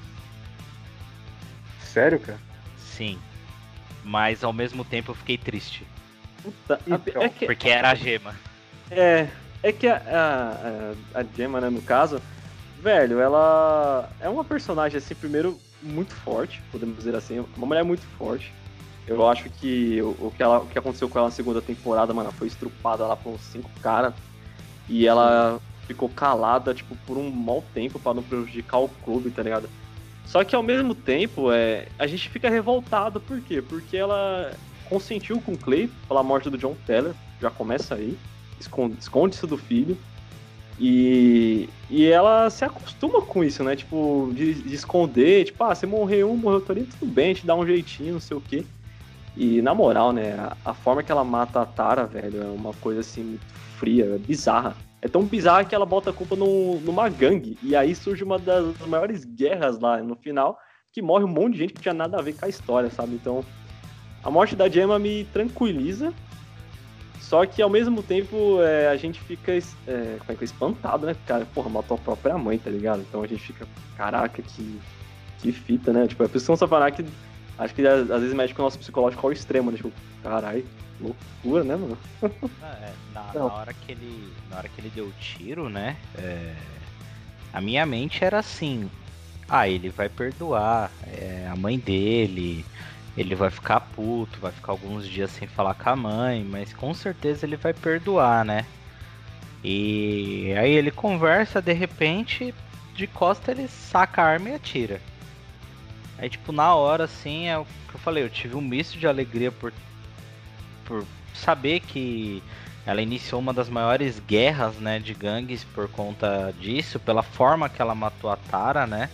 Sério, cara? Sim. Mas ao mesmo tempo eu fiquei triste. Puta, Porque era a Gema. É que a Gemma, né, no caso, velho, ela é uma personagem, assim, primeiro, muito forte, podemos dizer assim, uma mulher muito forte. Eu acho que o que aconteceu com ela na segunda temporada, mano, foi estrupada lá por uns 5 caras. E ela ficou calada, tipo, por um mau tempo pra não prejudicar o clube, tá ligado? Só que ao mesmo tempo, a gente fica revoltado, por quê? Porque ela consentiu com o Clay pela morte do John Teller, já começa aí, esconde isso do filho. E ela se acostuma com isso, né? Tipo, de esconder, tipo, você morreu outro ali, tudo bem, a gente dá um jeitinho, não sei o quê. E na moral, né, a forma que ela mata a Tara, velho, é uma coisa assim, muito fria, é bizarra. É tão bizarra que ela bota a culpa numa gangue. E aí surge uma das maiores guerras lá no final, que morre um monte de gente que tinha nada a ver com a história, sabe? Então, a morte da Gemma me tranquiliza. Só que ao mesmo tempo a gente fica espantado, né? Cara, porra, matou a própria mãe, tá ligado? Então a gente fica, caraca, que fita, né? Tipo, é por isso que não sabe que acho que às vezes mexe com o nosso psicológico ao extremo, né? Tipo, caralho, loucura, né, mano? Na hora que ele deu o tiro, né? A minha mente era assim: ele vai perdoar a mãe dele. Ele vai ficar puto, vai ficar alguns dias sem falar com a mãe, mas com certeza ele vai perdoar, né? E aí ele conversa, de repente, de costa ele saca a arma e atira. Aí, tipo, na hora, assim, é o que eu falei, eu tive um misto de alegria por saber que ela iniciou uma das maiores guerras, né, de gangues por conta disso, pela forma que ela matou a Tara, né?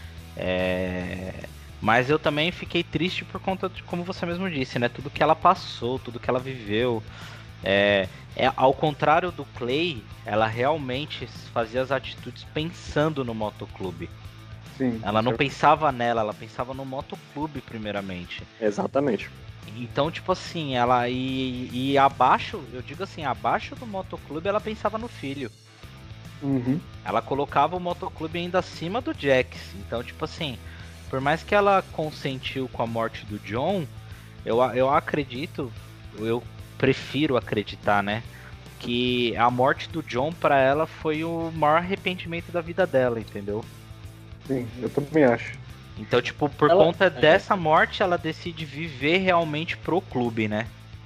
Mas eu também fiquei triste por conta de, como você mesmo disse, né? Tudo que ela passou, tudo que ela viveu. Ao contrário do Clay, ela realmente fazia as atitudes pensando no motoclube. Sim, ela não pensava nela, ela pensava no motoclube primeiramente. Exatamente. Então, tipo assim, ela e abaixo, eu digo assim, abaixo do motoclube ela pensava no filho. Uhum. Ela colocava o motoclube ainda acima do Jax. Então, tipo assim, por mais que ela consentiu com a morte do John, eu acredito, eu prefiro acreditar, né? Que a morte do John pra ela foi o maior arrependimento da vida dela, entendeu? Sim, eu também acho. Então, tipo, por conta dessa morte, ela decide viver realmente pro clube, né?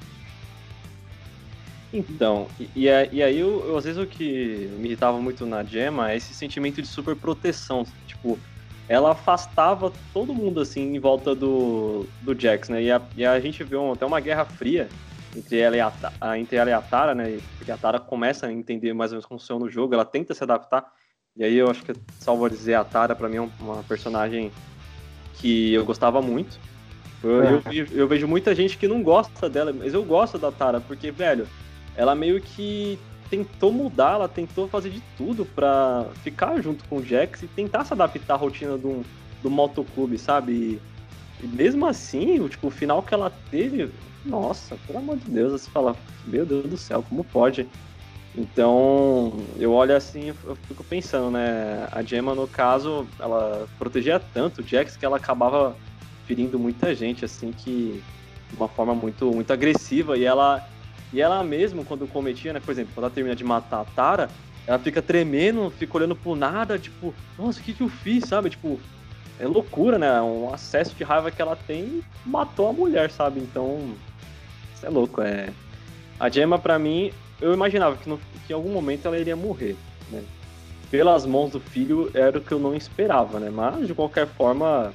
Então, e aí às vezes o que me irritava muito na Gemma é esse sentimento de super proteção. Tipo, ela afastava todo mundo, assim, em volta do Jax, né? E a gente vê até uma guerra fria entre ela e a Tara, né? Porque a Tara começa a entender mais ou menos como funciona o jogo, ela tenta se adaptar. E aí eu acho que, salvo dizer, a Tara, pra mim, é uma personagem que eu gostava muito. Eu vejo muita gente que não gosta dela, mas eu gosto da Tara, porque, velho, ela meio que tentou mudar, ela tentou fazer de tudo pra ficar junto com o Jax e tentar se adaptar à rotina do motoclube, sabe? E mesmo assim, o final que ela teve, nossa, pelo amor de Deus, você fala, meu Deus do céu, como pode? Então, eu olho assim, eu fico pensando, né? A Gemma, no caso, ela protegia tanto o Jax que ela acabava ferindo muita gente, assim, que de uma forma muito, muito agressiva. E ela mesmo, quando cometia, né? Por exemplo, quando ela termina de matar a Tara, ela fica tremendo, fica olhando pro nada, tipo, nossa, o que eu fiz, sabe? Tipo, é loucura, né? Um acesso de raiva que ela tem e matou a mulher, sabe? Então, isso é louco, A Gemma, pra mim, eu imaginava que em algum momento ela iria morrer, né? Pelas mãos do filho era o que eu não esperava, né? Mas, de qualquer forma,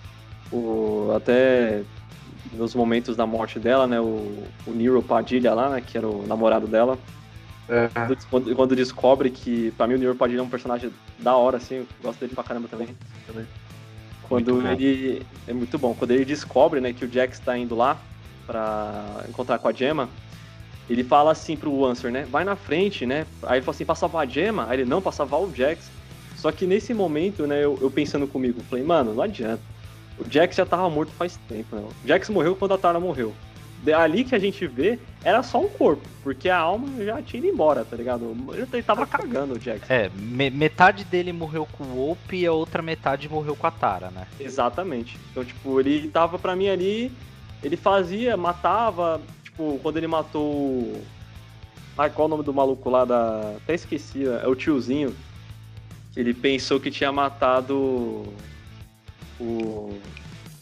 até nos momentos da morte dela, né? O Nero Padilha lá, né? Que era o namorado dela. Quando descobre que, pra mim, o Nero Padilha é um personagem da hora, assim. Eu gosto dele pra caramba também. Quando ele... É muito bom. Quando ele descobre, né? Que o Jax tá indo lá pra encontrar com a Gemma, ele fala assim pro Answer, né? Vai na frente, né? Aí ele fala assim, pra salvar a Gemma? Aí ele, não, pra salvar o Jax. Só que nesse momento, né, eu pensando comigo, falei, mano, não adianta. O Jax já tava morto faz tempo, né? O Jax morreu quando a Tara morreu. Ali que a gente vê, era só um corpo, porque a alma já tinha ido embora, tá ligado? Ele tava cagando o Jax. Metade dele morreu com o Wolf e a outra metade morreu com a Tara, né? Exatamente. Então, tipo, ele tava pra mim ali, ele fazia, matava... Tipo, quando ele matou... qual é o nome do maluco lá da... Até esqueci, é o tiozinho. Que ele pensou que tinha matado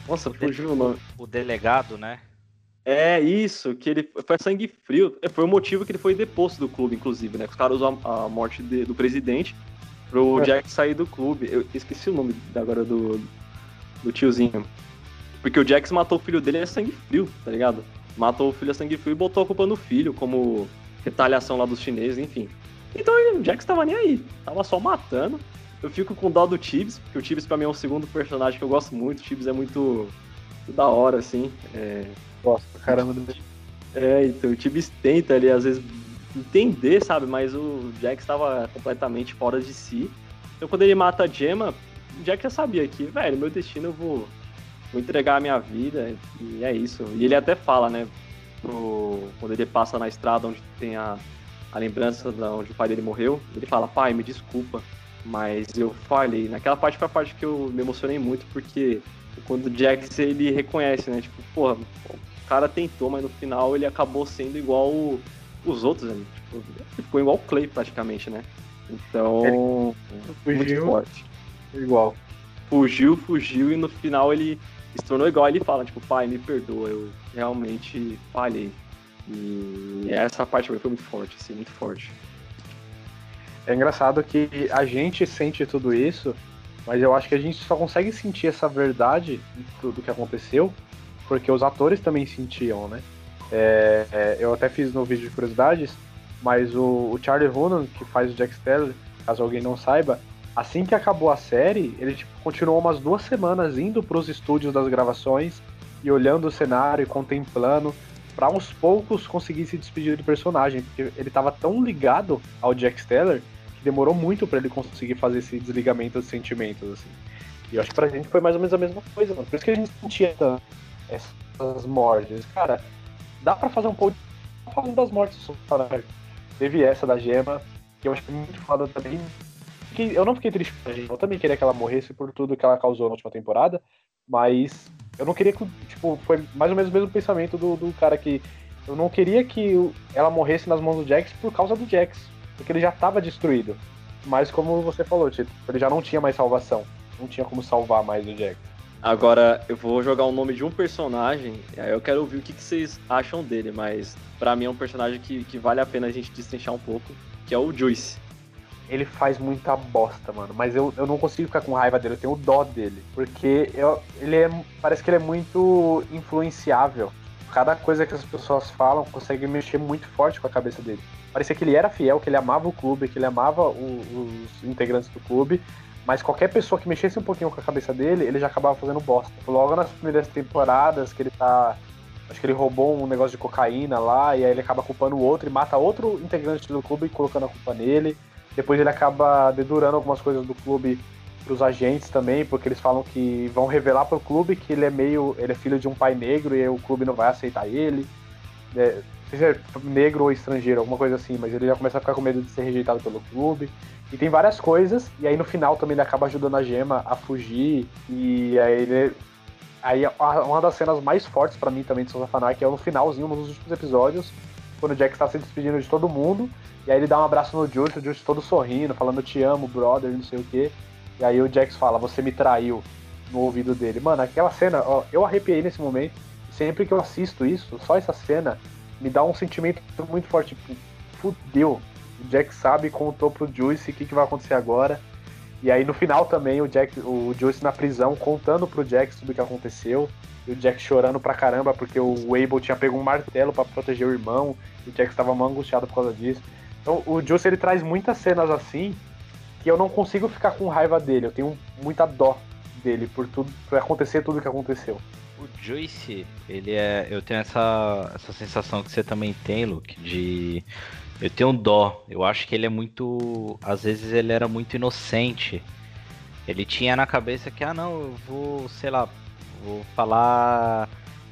Nossa, fugiu o nome. O delegado, né? É isso, que ele foi sangue frio. Foi o motivo que ele foi deposto do clube, inclusive, né? Que os caras usam a morte do presidente pro Jax sair do clube. Eu esqueci o nome agora do tiozinho. Porque o Jax matou o filho dele a sangue frio, tá ligado? Matou o filho a sangue frio e botou a culpa no filho, como retaliação lá dos chineses, enfim. Então o Jax tava nem aí, tava só matando. Eu fico com dó do Tibbs, porque o Tibbs pra mim é um segundo personagem que eu gosto muito. O Tibbs é muito da hora, assim. Gosto pra caramba do Tibbs. Então o Tibbs tenta ali, às vezes, entender, sabe? Mas o Jax tava completamente fora de si. Então quando ele mata a Gemma, o Jax já sabia que, velho, meu destino eu vou entregar a minha vida, e é isso. E ele até fala, né? Quando ele passa na estrada onde tem a lembrança de onde o pai dele morreu, ele fala, pai, me desculpa, mas eu falhei. Naquela parte foi a parte que eu me emocionei muito, porque quando o Jax, ele reconhece, né? Tipo, porra, o cara tentou, mas no final ele acabou sendo igual os outros, né? Tipo, ele ficou igual o Clay, praticamente, né? Então, muito forte. Igual. Fugiu, e no final ele se tornou igual. Ele fala, tipo, pai, me perdoa, eu realmente falhei. E essa parte foi muito forte, assim, muito forte. É engraçado que a gente sente tudo isso, mas eu acho que a gente só consegue sentir essa verdade do que aconteceu porque os atores também sentiam, né? Eu até fiz no vídeo de curiosidades, mas o Charlie Hunnam, que faz o Jax Teller, caso alguém não saiba, assim que acabou a série, ele continuou umas 2 semanas indo para os estúdios das gravações e olhando o cenário e contemplando, para aos poucos conseguir se despedir do personagem, porque ele estava tão ligado ao Jax Teller que demorou muito para ele conseguir fazer esse desligamento de sentimentos, assim. E eu acho que pra gente foi mais ou menos a mesma coisa, mano. Por isso que a gente sentia essas mortes. Cara, dá pra fazer um pouco falando das mortes, né? Teve essa da Gemma, que eu achei muito foda também. Eu não fiquei triste com a Gemma, eu também queria que ela morresse por tudo que ela causou na última temporada, mas eu não queria que, tipo, foi mais ou menos o mesmo pensamento do cara que eu não queria que ela morresse nas mãos do Jax por causa do Jax, porque ele já tava destruído. Mas como você falou, tipo, ele já não tinha mais salvação, não tinha como salvar mais o Jax. Agora, eu vou jogar o nome de um personagem, e aí eu quero ouvir o que vocês acham dele, mas pra mim é um personagem que vale a pena a gente destrinchar um pouco, que é o Juice. Ele faz muita bosta, mano, mas eu não consigo ficar com raiva dele, eu tenho dó dele, porque parece que ele é muito influenciável. Cada coisa que as pessoas falam consegue mexer muito forte com a cabeça dele. Parecia que ele era fiel, que ele amava o clube, que ele amava os integrantes do clube, mas qualquer pessoa que mexesse um pouquinho com a cabeça dele, ele já acabava fazendo bosta. Logo nas primeiras temporadas, que ele tá... Acho que ele roubou um negócio de cocaína lá, e aí ele acaba culpando o outro e mata outro integrante do clube e colocando a culpa nele. Depois ele acaba dedurando algumas coisas do clube pros agentes também, porque eles falam que vão revelar pro clube que ele é filho de um pai negro e aí o clube não vai aceitar ele. Não sei se é negro ou estrangeiro, alguma coisa assim, mas ele já começa a ficar com medo de ser rejeitado pelo clube. E tem várias coisas, e aí no final também ele acaba ajudando a Gemma a fugir, e aí uma das cenas mais fortes pra mim também de Sons of Anarchy é no finalzinho, nos últimos episódios, quando o Jax tá se despedindo de todo mundo, e aí ele dá um abraço no Juice, o Juice todo sorrindo, falando te amo, brother, não sei o quê, e aí o Jax fala, você me traiu, no ouvido dele. Mano, aquela cena, ó, eu arrepiei nesse momento, sempre que eu assisto isso, só essa cena, me dá um sentimento muito forte, tipo, fudeu. O Jax sabe, contou pro Juice o que vai acontecer agora. E aí no final também o Juice na prisão contando pro Jax tudo o que aconteceu. E o Jax chorando pra caramba porque o Abel tinha pego um martelo pra proteger o irmão. E o Jax tava mal angustiado por causa disso. Então o Juice ele traz muitas cenas assim que eu não consigo ficar com raiva dele. Eu tenho muita dó dele por acontecer tudo o que aconteceu. O Juice, eu tenho essa sensação que você também tem, Luke, de... Eu tenho dó, eu acho que ele é muito... Às vezes ele era muito inocente. Ele tinha na cabeça que, eu vou, sei lá, vou falar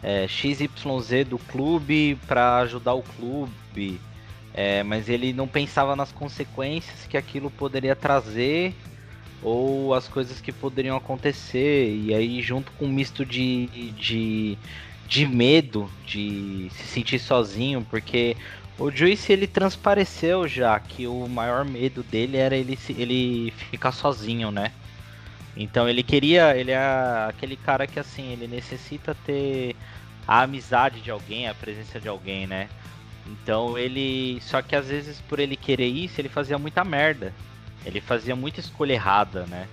XYZ do clube pra ajudar o clube. Mas ele não pensava nas consequências que aquilo poderia trazer ou as coisas que poderiam acontecer. E aí junto com um misto de medo, de se sentir sozinho, porque... O Juice, ele transpareceu já que o maior medo dele era ele ficar sozinho, né? Então ele é aquele cara que assim, ele necessita ter a amizade de alguém, a presença de alguém, né? Então só que às vezes por ele querer isso, ele fazia muita merda. Ele fazia muita escolha errada, né?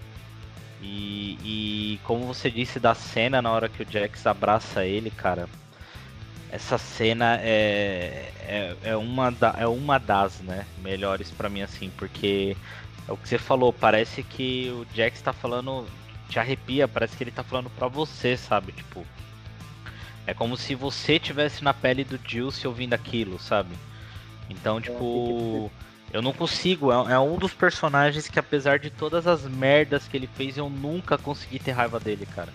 E como você disse da cena na hora que o Jax abraça ele, cara, essa cena é uma das, né, melhores pra mim, assim, porque é o que você falou, parece que o Jax tá falando, te arrepia, parece que ele tá falando pra você, sabe? Tipo, é como se você tivesse na pele do Juice ouvindo aquilo, sabe? Então, tipo, eu não consigo, é um dos personagens que, apesar de todas as merdas que ele fez, eu nunca consegui ter raiva dele, cara.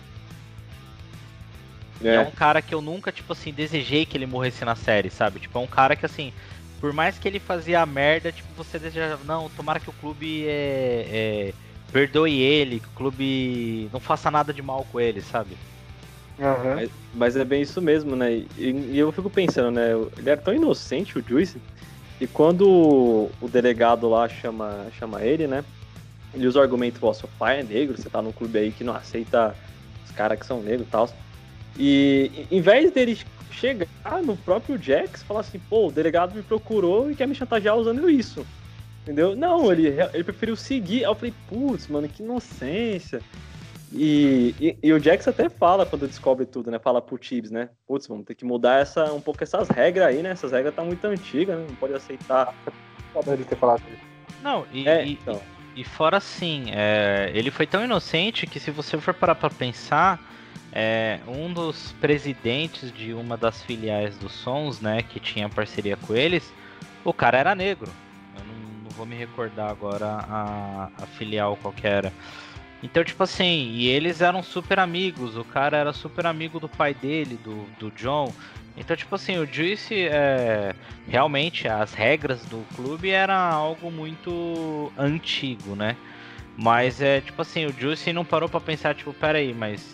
É um cara que eu nunca, tipo assim, desejei que ele morresse na série, sabe? Tipo, é um cara que, assim, por mais que ele fazia merda, tipo, você desejava, não, tomara que o clube perdoe ele, que o clube não faça nada de mal com ele, sabe? Uhum. Mas é bem isso mesmo, né? E eu fico pensando, né? Ele era tão inocente, o Juice, e quando o delegado lá chama ele, né? Ele usa o argumento, ó, seu pai é negro, você tá num clube aí que não aceita os caras que são negros e tal. E em vez dele chegar no próprio Jax e falar assim, pô, o delegado me procurou e quer me chantagear usando isso. Entendeu? Não, ele preferiu seguir. Aí eu falei, putz, mano, que inocência. E o Jax até fala quando descobre tudo, né? Fala pro Tibbs, né? Putz, vamos ter que mudar um pouco essas regras aí, né? Essas regras tá muito antigas, né? Não pode aceitar. Foda ele ter falado isso. Não, então. E fora assim, ele foi tão inocente que se você for parar pra pensar, um dos presidentes de uma das filiais dos Sons, né, que tinha parceria com eles, o cara era negro. Eu não vou me recordar agora a filial qual que era. Então, tipo assim, e eles eram super amigos, o cara era super amigo do pai dele, do John. Então, tipo assim, o Juice, realmente, as regras do clube eram algo muito antigo, né? Mas, tipo assim, o Juice não parou pra pensar, tipo, peraí, mas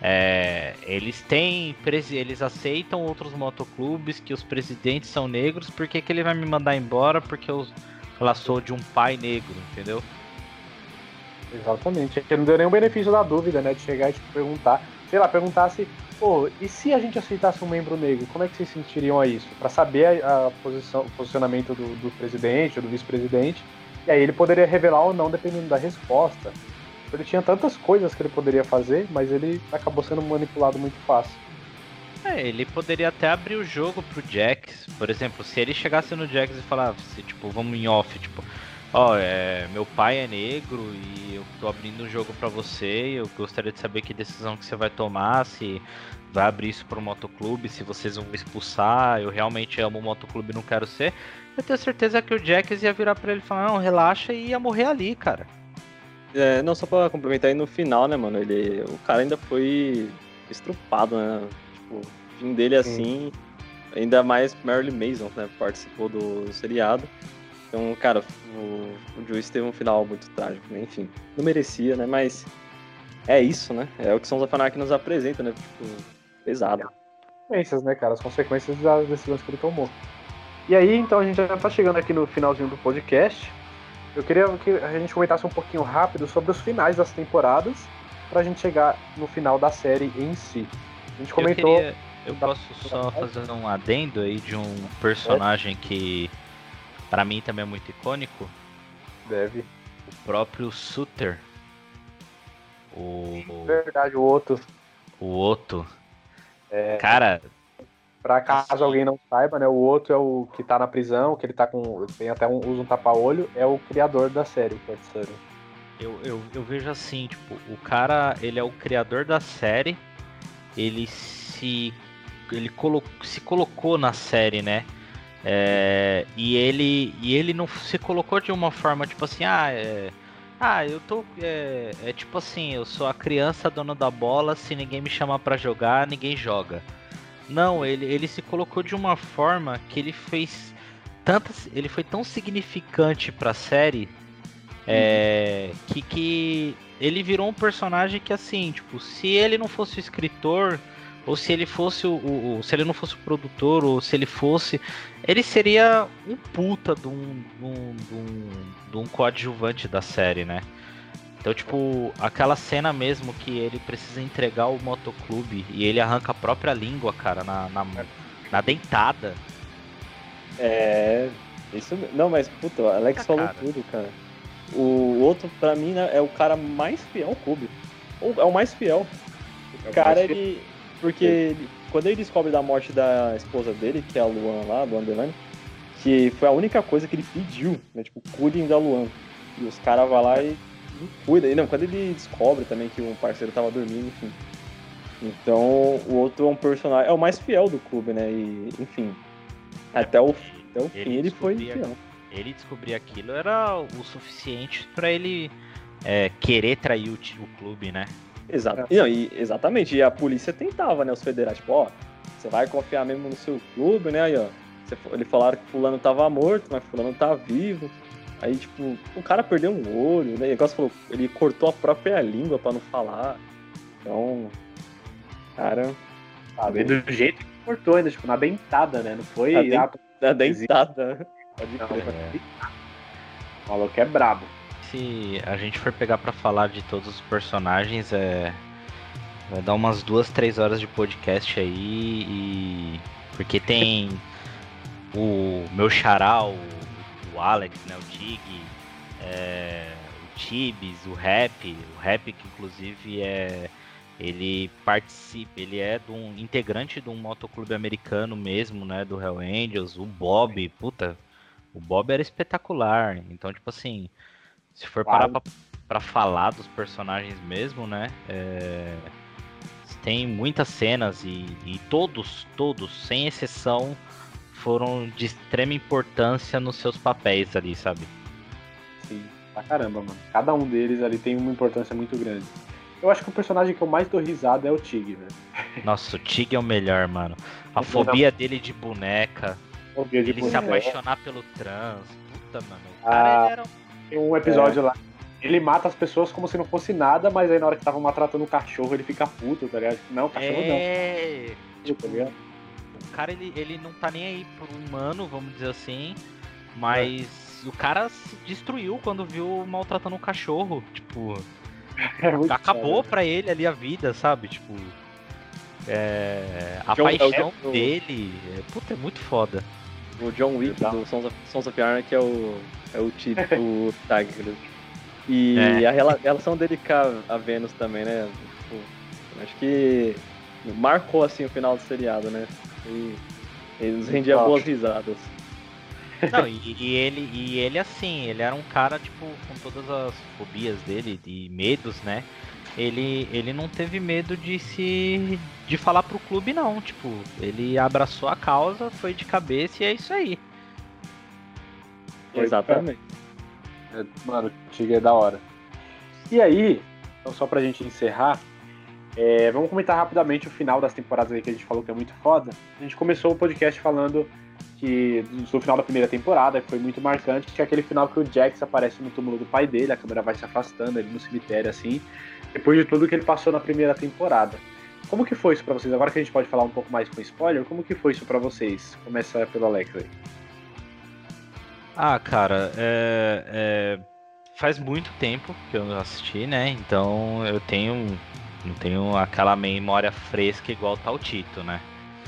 eles aceitam outros motoclubes que os presidentes são negros, por que ele vai me mandar embora porque eu sou de um pai negro, entendeu? Exatamente, porque não deu nenhum benefício da dúvida, né, de chegar e tipo, perguntasse, pô, e se a gente aceitasse um membro negro, como é que vocês sentiriam a isso? Pra saber o posicionamento do presidente ou do vice-presidente, e aí ele poderia revelar ou não, dependendo da resposta. Ele tinha tantas coisas que ele poderia fazer, mas ele acabou sendo manipulado muito fácil. Ele poderia até abrir o jogo pro Jax, por exemplo, se ele chegasse no Jax e falasse, tipo, vamos em off, tipo, meu pai é negro e eu tô abrindo um jogo pra você, eu gostaria de saber que decisão que você vai tomar, se vai abrir isso pro motoclube, se vocês vão me expulsar, eu realmente amo o motoclube e não quero ser. Eu tenho certeza que o Jax ia virar pra ele e falar, não, relaxa, e ia morrer ali, cara. Não, só pra complementar aí no final, né, mano, o cara ainda foi estrupado, né, tipo, o fim dele assim, ainda mais Marilyn Manson, né, participou do seriado. Então, cara, o Juice teve um final muito trágico, né? Enfim, não merecia, né? Mas é isso, né? É o que Sons of Anarchy nos apresenta, né? Tipo, pesado. Consequências, né, cara? As consequências das decisões que ele tomou. E aí, então, a gente já tá chegando aqui no finalzinho do podcast. Eu queria que a gente comentasse um pouquinho rápido sobre os finais das temporadas, pra gente chegar no final da série em si. A gente comentou... Eu posso só fazer um adendo aí de um personagem que... Pra mim também é muito icônico. Deve. O próprio Sutter. Verdade, o Otto. O Otto. Cara... Pra caso alguém não saiba, né? O Otto é o que tá na prisão, que ele tá com... Tem até usa um tapa-olho. É o criador da série, Kurt. Eu vejo assim, tipo... O cara, ele é o criador da série. Ele se colocou na série, né? E ele não se colocou de uma forma tipo assim, eu tô. Tipo assim, eu sou a criança dona da bola, se ninguém me chamar pra jogar, ninguém joga. Não, ele se colocou de uma forma que ele fez ele foi tão significante pra série que ele virou um personagem que assim, tipo, se ele não fosse o escritor, ou se ele fosse se ele não fosse o produtor, ou se ele fosse, ele seria um puta de um coadjuvante da série, né? Então, tipo, aquela cena mesmo que ele precisa entregar o motoclube e ele arranca a própria língua, cara, na dentada. Isso. Não, mas, puta, o Alex falou tudo, cara. O outro, pra mim, né, é o cara mais fiel ao clube. Ou é o mais fiel. O cara, ele... Porque quando ele descobre da morte da esposa dele, que é a Luan lá, Luan Delany, que foi a única coisa que ele pediu, né? Tipo, cuidem da Luan. E os caras vão lá e cuidam. E não, quando ele descobre também que um parceiro tava dormindo, enfim. Então, o outro é um personagem... É o mais fiel do clube, né? E, enfim, até o fim ele foi fiel. Ele descobrir aquilo era o suficiente pra ele querer trair o clube, né? Exato. Não, exatamente. E a polícia tentava, né? Os federais, tipo, ó, você vai confiar mesmo no seu clube, né? Aí, ó, eles falaram que fulano tava morto, mas fulano tá vivo. Aí, tipo, o cara perdeu um olho, né? E o negócio falou, ele cortou a própria língua pra não falar. Então, cara... Sabe, do jeito que cortou ainda, tipo, na dentada, né? Não foi... Na dentada. Pode crer. O maluco é brabo. Se a gente for pegar pra falar de todos os personagens, vai dar umas 2-3 horas de podcast aí, porque tem o meu xará, o Alex, né, o Tig, o Tibis, o Rap que inclusive ele participa, ele é um integrante de um motoclube americano mesmo, né, do Hell Angels, o Bob, o Bob era espetacular, então tipo assim, se for parar pra falar dos personagens mesmo, né? Tem muitas cenas e todos, sem exceção, foram de extrema importância nos seus papéis ali, sabe? Sim, pra caramba, mano. Cada um deles ali tem uma importância muito grande. Eu acho que o personagem que eu mais dou risada é o Tig, velho. Nossa, o Tig é o melhor, mano. A fobia dele de boneca. Se apaixonar pelo trans. Puta, mano. O cara ele era Tem um episódio lá, ele mata as pessoas como se não fosse nada, mas aí na hora que tava maltratando o cachorro, ele fica puto, tá ligado? Não, o cachorro não. Tipo, tá ligado? O cara, ele não tá nem aí pro humano, vamos dizer assim, mas o cara se destruiu quando viu maltratando o cachorro, tipo... acabou pra ele ali a vida, sabe? Tipo... a paixão dele... Puta, é muito foda. O John Wick do Sons of Anarchy que é o tipo o Tiger. E a relação dele com a Venus também, né? Tipo, acho que marcou assim o final do seriado, né? E eles rendiam boas risadas. Não, e ele assim, ele era um cara, tipo, com todas as fobias dele, de medos, né? Ele não teve medo de falar pro clube, não. Tipo, ele abraçou a causa, foi de cabeça e é isso aí. Exatamente. Mano, o Tig é da hora. E aí, então só pra gente encerrar, vamos comentar rapidamente o final das temporadas aí que a gente falou que é muito foda. A gente começou o podcast falando do final da primeira temporada, que foi muito marcante, que é aquele final que o Jax aparece no túmulo do pai dele, a câmera vai se afastando, ele no cemitério, assim, depois de tudo que ele passou na primeira temporada. Como que foi isso pra vocês? Agora que a gente pode falar um pouco mais com spoiler, como que foi isso pra vocês? Começa pelo Alex aí. Ah, cara, faz muito tempo que eu assisti, né? Então eu não tenho aquela memória fresca igual tá o Tito, né?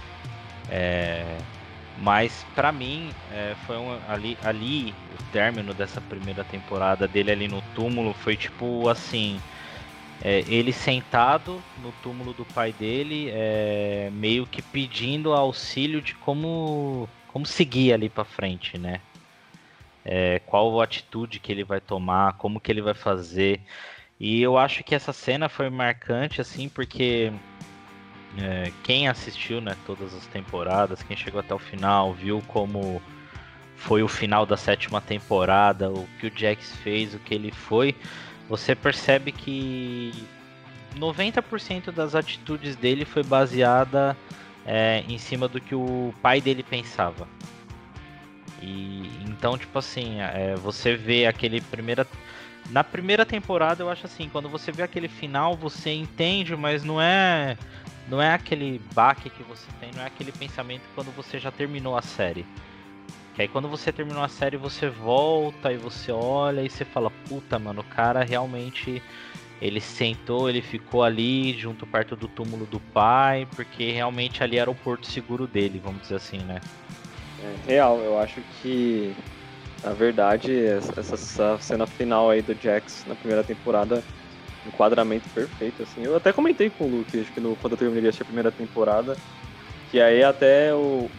Mas pra mim foi ali o término dessa primeira temporada dele ali no túmulo foi tipo assim, ele sentado no túmulo do pai dele, meio que pedindo auxílio de como seguir ali pra frente, né? Qual a atitude que ele vai tomar, como que ele vai fazer. E eu acho que essa cena foi marcante, assim, porque quem assistiu, né, todas as temporadas, quem chegou até o final, viu como foi o final da 7ª temporada, o que o Jax fez, o que ele foi, você percebe que 90% das atitudes dele foi baseada em cima do que o pai dele pensava. E então, tipo assim, você vê na primeira temporada, eu acho assim, quando você vê aquele final, você entende, mas não é aquele baque que você tem, não é aquele pensamento quando você já terminou a série. Que aí quando você terminou a série, você volta e você olha e você fala, puta, mano, o cara realmente, ele sentou, ele ficou ali junto perto do túmulo do pai, porque realmente ali era o porto seguro dele, vamos dizer assim, né? É real, eu acho que, na verdade, essa cena final aí do Jax na primeira temporada, enquadramento perfeito, assim. Eu até comentei com o Luke, acho que quando eu terminei de assistir a primeira temporada, que aí até o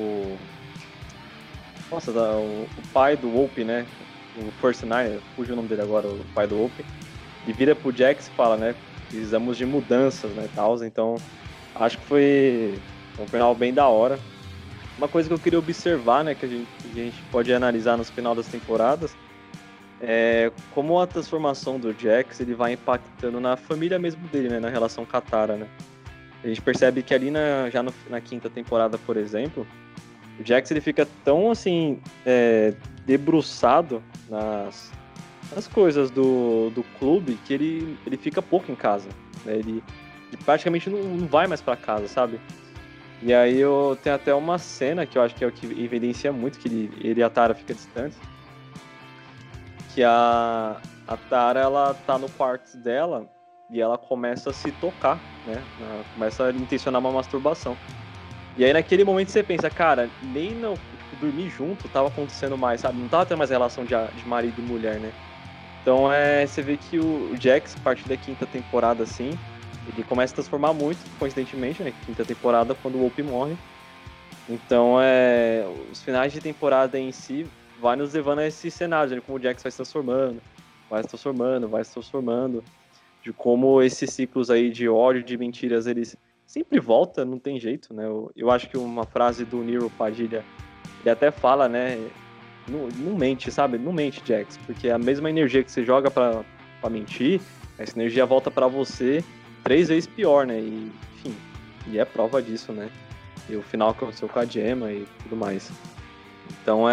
pai do Hope, né? O First Nine, fugiu o nome dele agora, o pai do Hope. Ele vira pro Jax e fala, né? Precisamos de mudanças, né? Tal. Então, acho que foi um final bem da hora. Uma coisa que eu queria observar, né? Que a gente pode analisar no final das temporadas é como a transformação do Jax ele vai impactando na família mesmo dele, né? Na relação com a Tara, né? A gente percebe que ali já na quinta temporada, por exemplo, o Jax ele fica tão assim debruçado nas coisas do clube que ele fica pouco em casa, né? Ele praticamente não vai mais pra casa, sabe? E aí tem até uma cena que eu acho que é o que evidencia muito que ele e a Tara ficam distantes, que a Tara ela tá no quarto dela e ela começa a se tocar, né? Ela começa a intencionar uma masturbação. E aí naquele momento você pensa, cara, nem dormir junto tava acontecendo mais, sabe? Não tava tendo mais relação de marido e mulher, né? Então você vê que o Jax, a partir da quinta temporada, assim, ele começa a transformar muito, coincidentemente, né? Quinta temporada, quando o Hope morre. Então os finais de temporada em si vai nos levando a esse cenário, né? Como o Jax vai se transformando, de como esses ciclos aí de ódio, de mentiras, eles sempre voltam, não tem jeito, né? Eu acho que uma frase do Nero Padilha, ele até fala, né? Não mente, sabe? Não mente, Jax, porque a mesma energia que você joga pra mentir, essa energia volta pra você 3 vezes pior, né? E, enfim, e é prova disso, né? E o final que aconteceu com a Gemma e tudo mais. Então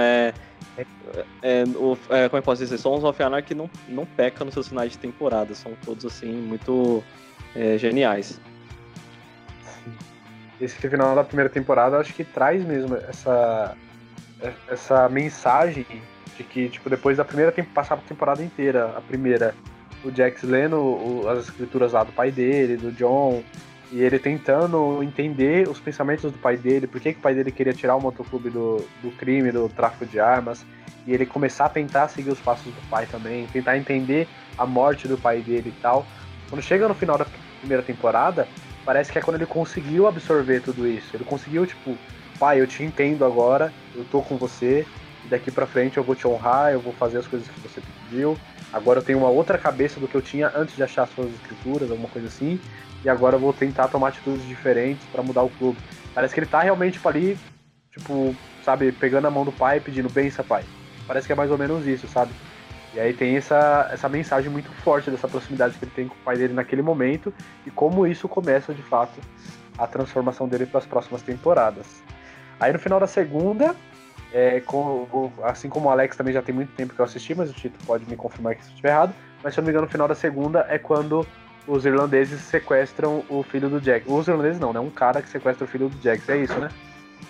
como eu posso dizer, Sons of Anarchy não peca nos seus finais de temporada, são todos assim muito geniais. Esse final da primeira temporada acho que traz mesmo essa mensagem de que, tipo, depois da primeira passar a temporada inteira, a primeira, o Jax lendo as escrituras lá do pai dele, do John, e ele tentando entender os pensamentos do pai dele, por que o pai dele queria tirar o motoclube do crime, do tráfico de armas, e ele começar a tentar seguir os passos do pai também, tentar entender a morte do pai dele e tal. Quando chega no final da primeira temporada, parece que é quando ele conseguiu absorver tudo isso. Ele conseguiu, tipo, pai, eu te entendo agora, eu tô com você, e daqui pra frente eu vou te honrar, eu vou fazer as coisas que você pediu. Agora eu tenho uma outra cabeça do que eu tinha antes de achar suas escrituras, alguma coisa assim. E agora eu vou tentar tomar atitudes diferentes pra mudar o clube. Parece que ele tá realmente, tipo, ali, tipo, sabe, pegando a mão do pai e pedindo, bença, pai. Parece que é mais ou menos isso, sabe? E aí tem essa mensagem muito forte dessa proximidade que ele tem com o pai dele naquele momento e como isso começa, de fato, a transformação dele para as próximas temporadas. Aí no final da segunda, assim como o Alex também já tem muito tempo que eu assisti, mas o Tito pode me confirmar que isso estiver errado, mas se eu não me engano, no final da segunda é quando os irlandeses sequestram o filho do Jax. Os irlandeses não, né? Um cara que sequestra o filho do Jax, é isso, né?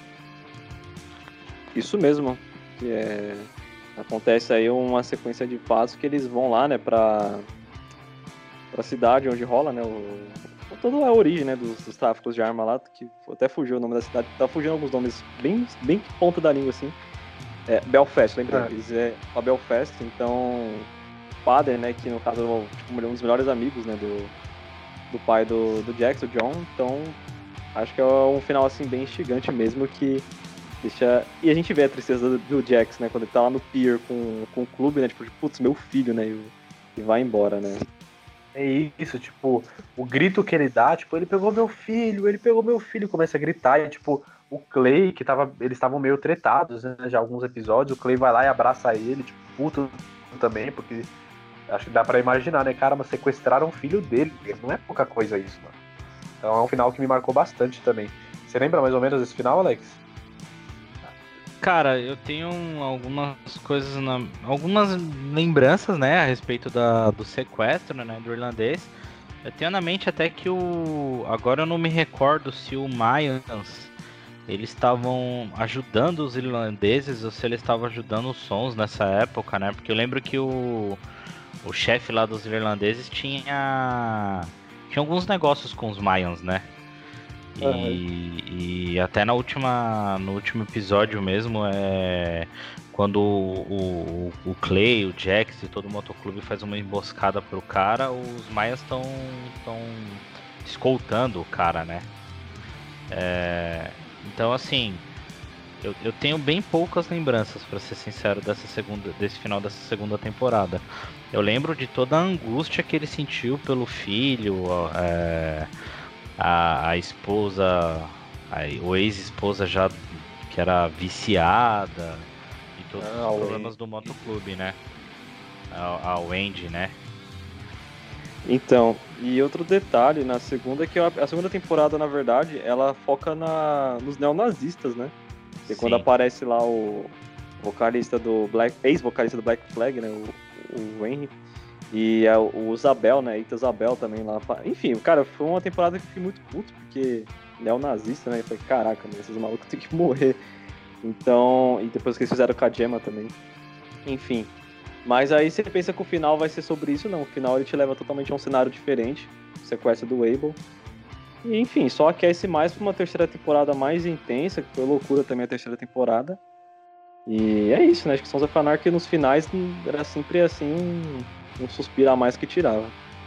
Isso mesmo, que acontece aí uma sequência de fatos que eles vão lá, né, pra cidade onde rola, né, toda a origem, né, dos tráficos de arma lá, que até fugiu o nome da cidade, tá fugindo alguns nomes bem ponta da língua, assim. Belfast, lembrei, eles a Belfast, então o padre, né, que no caso é tipo, um dos melhores amigos, né, do pai do Jax, o John, então acho que é um final, assim, bem instigante mesmo, que e a gente vê a tristeza do Jax, né? Quando ele tá lá no pier com o clube, né? Tipo, putz, meu filho, né? E vai embora, né? É isso, tipo, o grito que ele dá, tipo, ele pegou meu filho, começa a gritar, e tipo, o Clay, eles estavam meio tretados, né? Já alguns episódios, o Clay vai lá e abraça ele, tipo, puto também, porque acho que dá pra imaginar, né? Cara, mas sequestraram o filho dele, não é pouca coisa isso, mano. Então é um final que me marcou bastante também. Você lembra mais ou menos desse final, Alex? Cara, eu tenho algumas coisas, algumas lembranças, né, a respeito do sequestro, né, do irlandês. Eu tenho na mente até que agora eu não me recordo se o Mayans eles estavam ajudando os irlandeses ou se eles estavam ajudando os sons nessa época, né? Porque eu lembro que o chefe lá dos irlandeses tinha alguns negócios com os Mayans, né? E até no último episódio mesmo, quando o Clay, o Jax e todo o motoclube faz uma emboscada pro cara, os Mayans estão escoltando o cara, né? Então, assim, eu tenho bem poucas lembranças, pra ser sincero, desse final dessa segunda temporada. Eu lembro de toda a angústia que ele sentiu pelo filho, a esposa, ou ex-esposa já que era viciada, e todos os problemas do motoclube, né? A Wendy, né? Então, e outro detalhe na segunda é que a segunda temporada, na verdade, ela foca nos neonazistas, né? E quando aparece lá o vocalista ex-vocalista do Black Flag, né? O Henry. E o Zabel, né? Eita Zabel também lá. Enfim, cara, foi uma temporada que eu fiquei muito puto, porque neonazista, né? Eu falei, caraca, mano, esses malucos tem que morrer. Então, e depois que eles fizeram com a Gemma também. Enfim. Mas aí você pensa que o final vai ser sobre isso, não. O final ele te leva totalmente a um cenário diferente. Sequestro do Abel. E, enfim, só aquece mais pra uma terceira temporada mais intensa, que foi loucura também a terceira temporada. E é isso, né? Acho que Sons of Anarchy nos finais era sempre assim um suspiro a mais que tirava.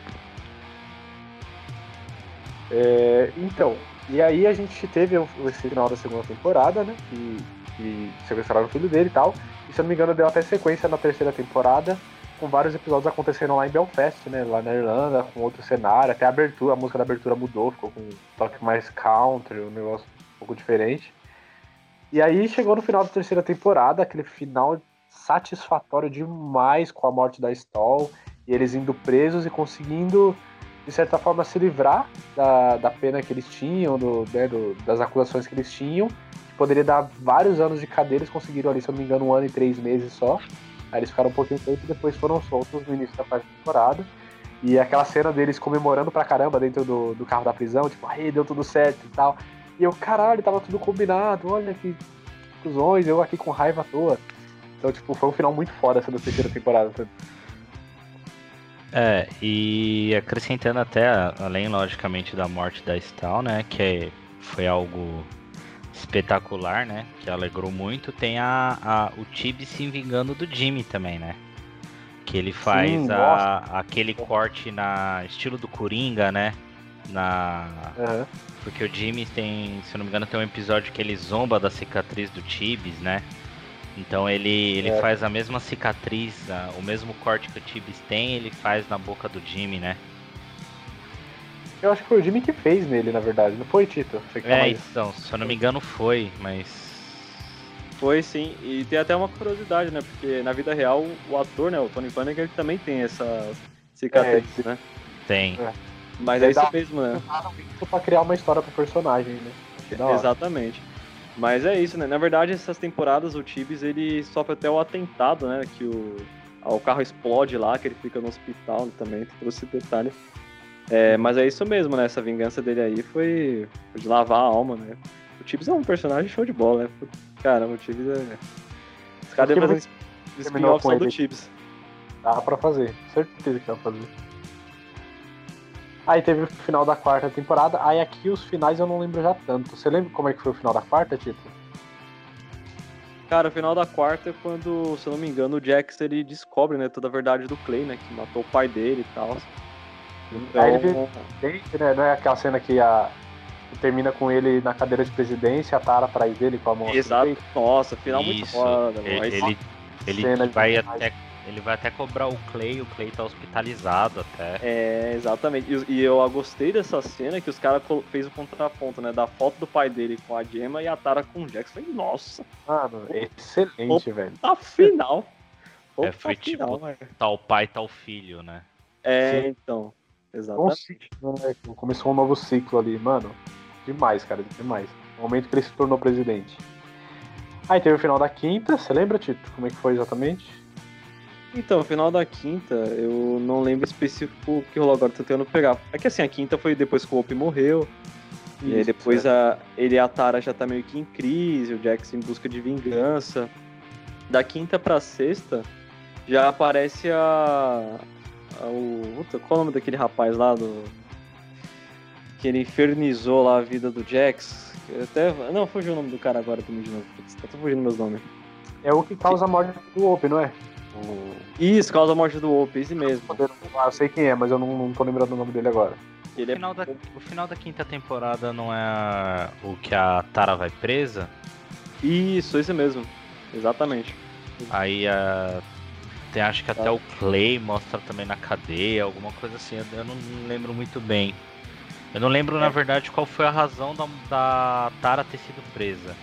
Então, e aí a gente teve esse final da segunda temporada, né? Que sequestraram o filho dele e tal. E se eu não me engano, deu até sequência na terceira temporada, com vários episódios acontecendo lá em Belfast, né? Lá na Irlanda, com outro cenário. Até a música da abertura mudou, ficou com um toque mais country, um negócio um pouco diferente. E aí chegou no final da terceira temporada, aquele final satisfatório demais com a morte da Stoll, e eles indo presos e conseguindo, de certa forma, se livrar da pena que eles tinham, das acusações que eles tinham, que poderia dar vários anos de cadeia. Eles conseguiram ali, se eu não me engano, 1 ano e 3 meses só. Aí eles ficaram um pouquinho tempo e depois foram soltos no início da quarta temporada. E aquela cena deles comemorando pra caramba dentro do carro da prisão, tipo, aí deu tudo certo e tal. E eu, caralho, tava tudo combinado, olha que conclusões, eu aqui com raiva à toa. Então, tipo, foi um final muito foda essa da terceira temporada. E acrescentando até, além, logicamente, da morte da Stoll, né, que foi algo espetacular, né, que alegrou muito, tem o Tibbs se vingando do Jimmy também, né, que ele faz aquele corte na estilo do Coringa, né, porque o Jimmy tem, se eu não me engano, tem um episódio que ele zomba da cicatriz do Tibbs, né? Então ele faz a mesma cicatriz, o mesmo corte que o Tibbs tem, ele faz na boca do Jimmy, né? Eu acho que foi o Jimmy que fez nele, na verdade, não foi, Tito? Então, se eu não me engano foi, mas... Foi sim, e tem até uma curiosidade, né? Porque na vida real, o ator, né, o Tony Flanagan, ele também tem essa cicatriz, né? Tem. Mas é isso mesmo, né? Pra criar uma história pro personagem, né? Exatamente. Mas é isso, né? Na verdade, essas temporadas, o Tibbs, ele sofre até o atentado, né? Que o carro explode lá, que ele fica no hospital também, tem todo esse detalhe. Mas é isso mesmo, né? Essa vingança dele aí foi de lavar a alma, né? O Tibbs é um personagem show de bola, né? Caramba, o Tibbs é... Os caras devem fazer spin-off só do Tibbs. Dá pra fazer, certeza que dá pra fazer. Aí teve o final da quarta temporada, aí aqui os finais eu não lembro já tanto. Você lembra como é que foi o final da quarta, Tito? Cara, o final da quarta é quando, se eu não me engano, o Jax, ele descobre, né, toda a verdade do Clay, né, que matou o pai dele e tal. Então... Aí ele vê, não é aquela cena que termina com ele na cadeira de presidência, a Tara atrás dele com a mão. Exato, assim. Nossa, final muito foda. Ele vai até cobrar o Clay tá hospitalizado até. Exatamente. E eu gostei dessa cena que os caras fez o contraponto, né? Da foto do pai dele com a Gemma e a Tara com o Jax. Falei, nossa. Mano, excelente, velho. Final. Foi tipo, tal pai, tal filho, né? Sim. Então. Exatamente. Começou um novo ciclo ali, mano. Demais, cara, demais. No momento que ele se tornou presidente. Aí teve o final da quinta, você lembra, Tito? Como é que foi exatamente? Então, o final da quinta, eu não lembro específico o que rolou agora, tô tentando pegar. É que assim, a quinta foi depois que o Hope morreu. E aí depois ele e a Tara já tá meio que em crise, o Jax em busca de vingança. Da quinta pra sexta, já aparece qual é o nome daquele rapaz lá que ele infernizou lá a vida do Jax? Não, fugiu o nome do cara agora também de novo. Tô fugindo meus nomes. É o que causa a morte do Hope, não é? Isso, causa a morte do Hope, esse mesmo. Eu sei quem é, mas eu não tô lembrando o nome dele agora. O final da quinta temporada não é o que a Tara vai presa? Isso, esse mesmo. Exatamente. Aí acho que até o Clay mostra também na cadeia, alguma coisa assim, eu não lembro muito bem. Eu não lembro, na verdade, qual foi a razão da Tara ter sido presa.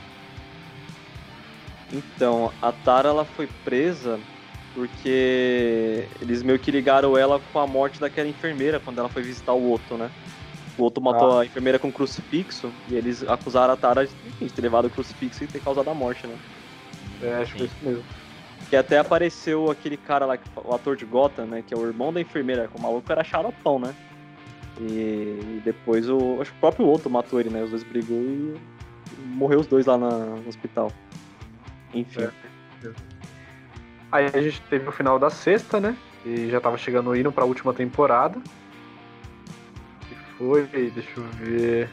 Então, a Tara ela foi presa porque eles meio que ligaram ela com a morte daquela enfermeira quando ela foi visitar o Otto, né? O Otto matou a enfermeira com um crucifixo e eles acusaram a Tara de ter levado o crucifixo e ter causado a morte, né? Acho que é isso mesmo. Que até apareceu aquele cara lá, o ator de Gotham, né? Que é o irmão da enfermeira, o maluco era xaropão, né? E depois acho que o próprio Otto matou ele, né? Os dois brigou e morreu os dois lá no hospital. Enfim. Aí a gente teve o final da sexta, né? E já tava indo pra última temporada. Que foi, deixa eu ver.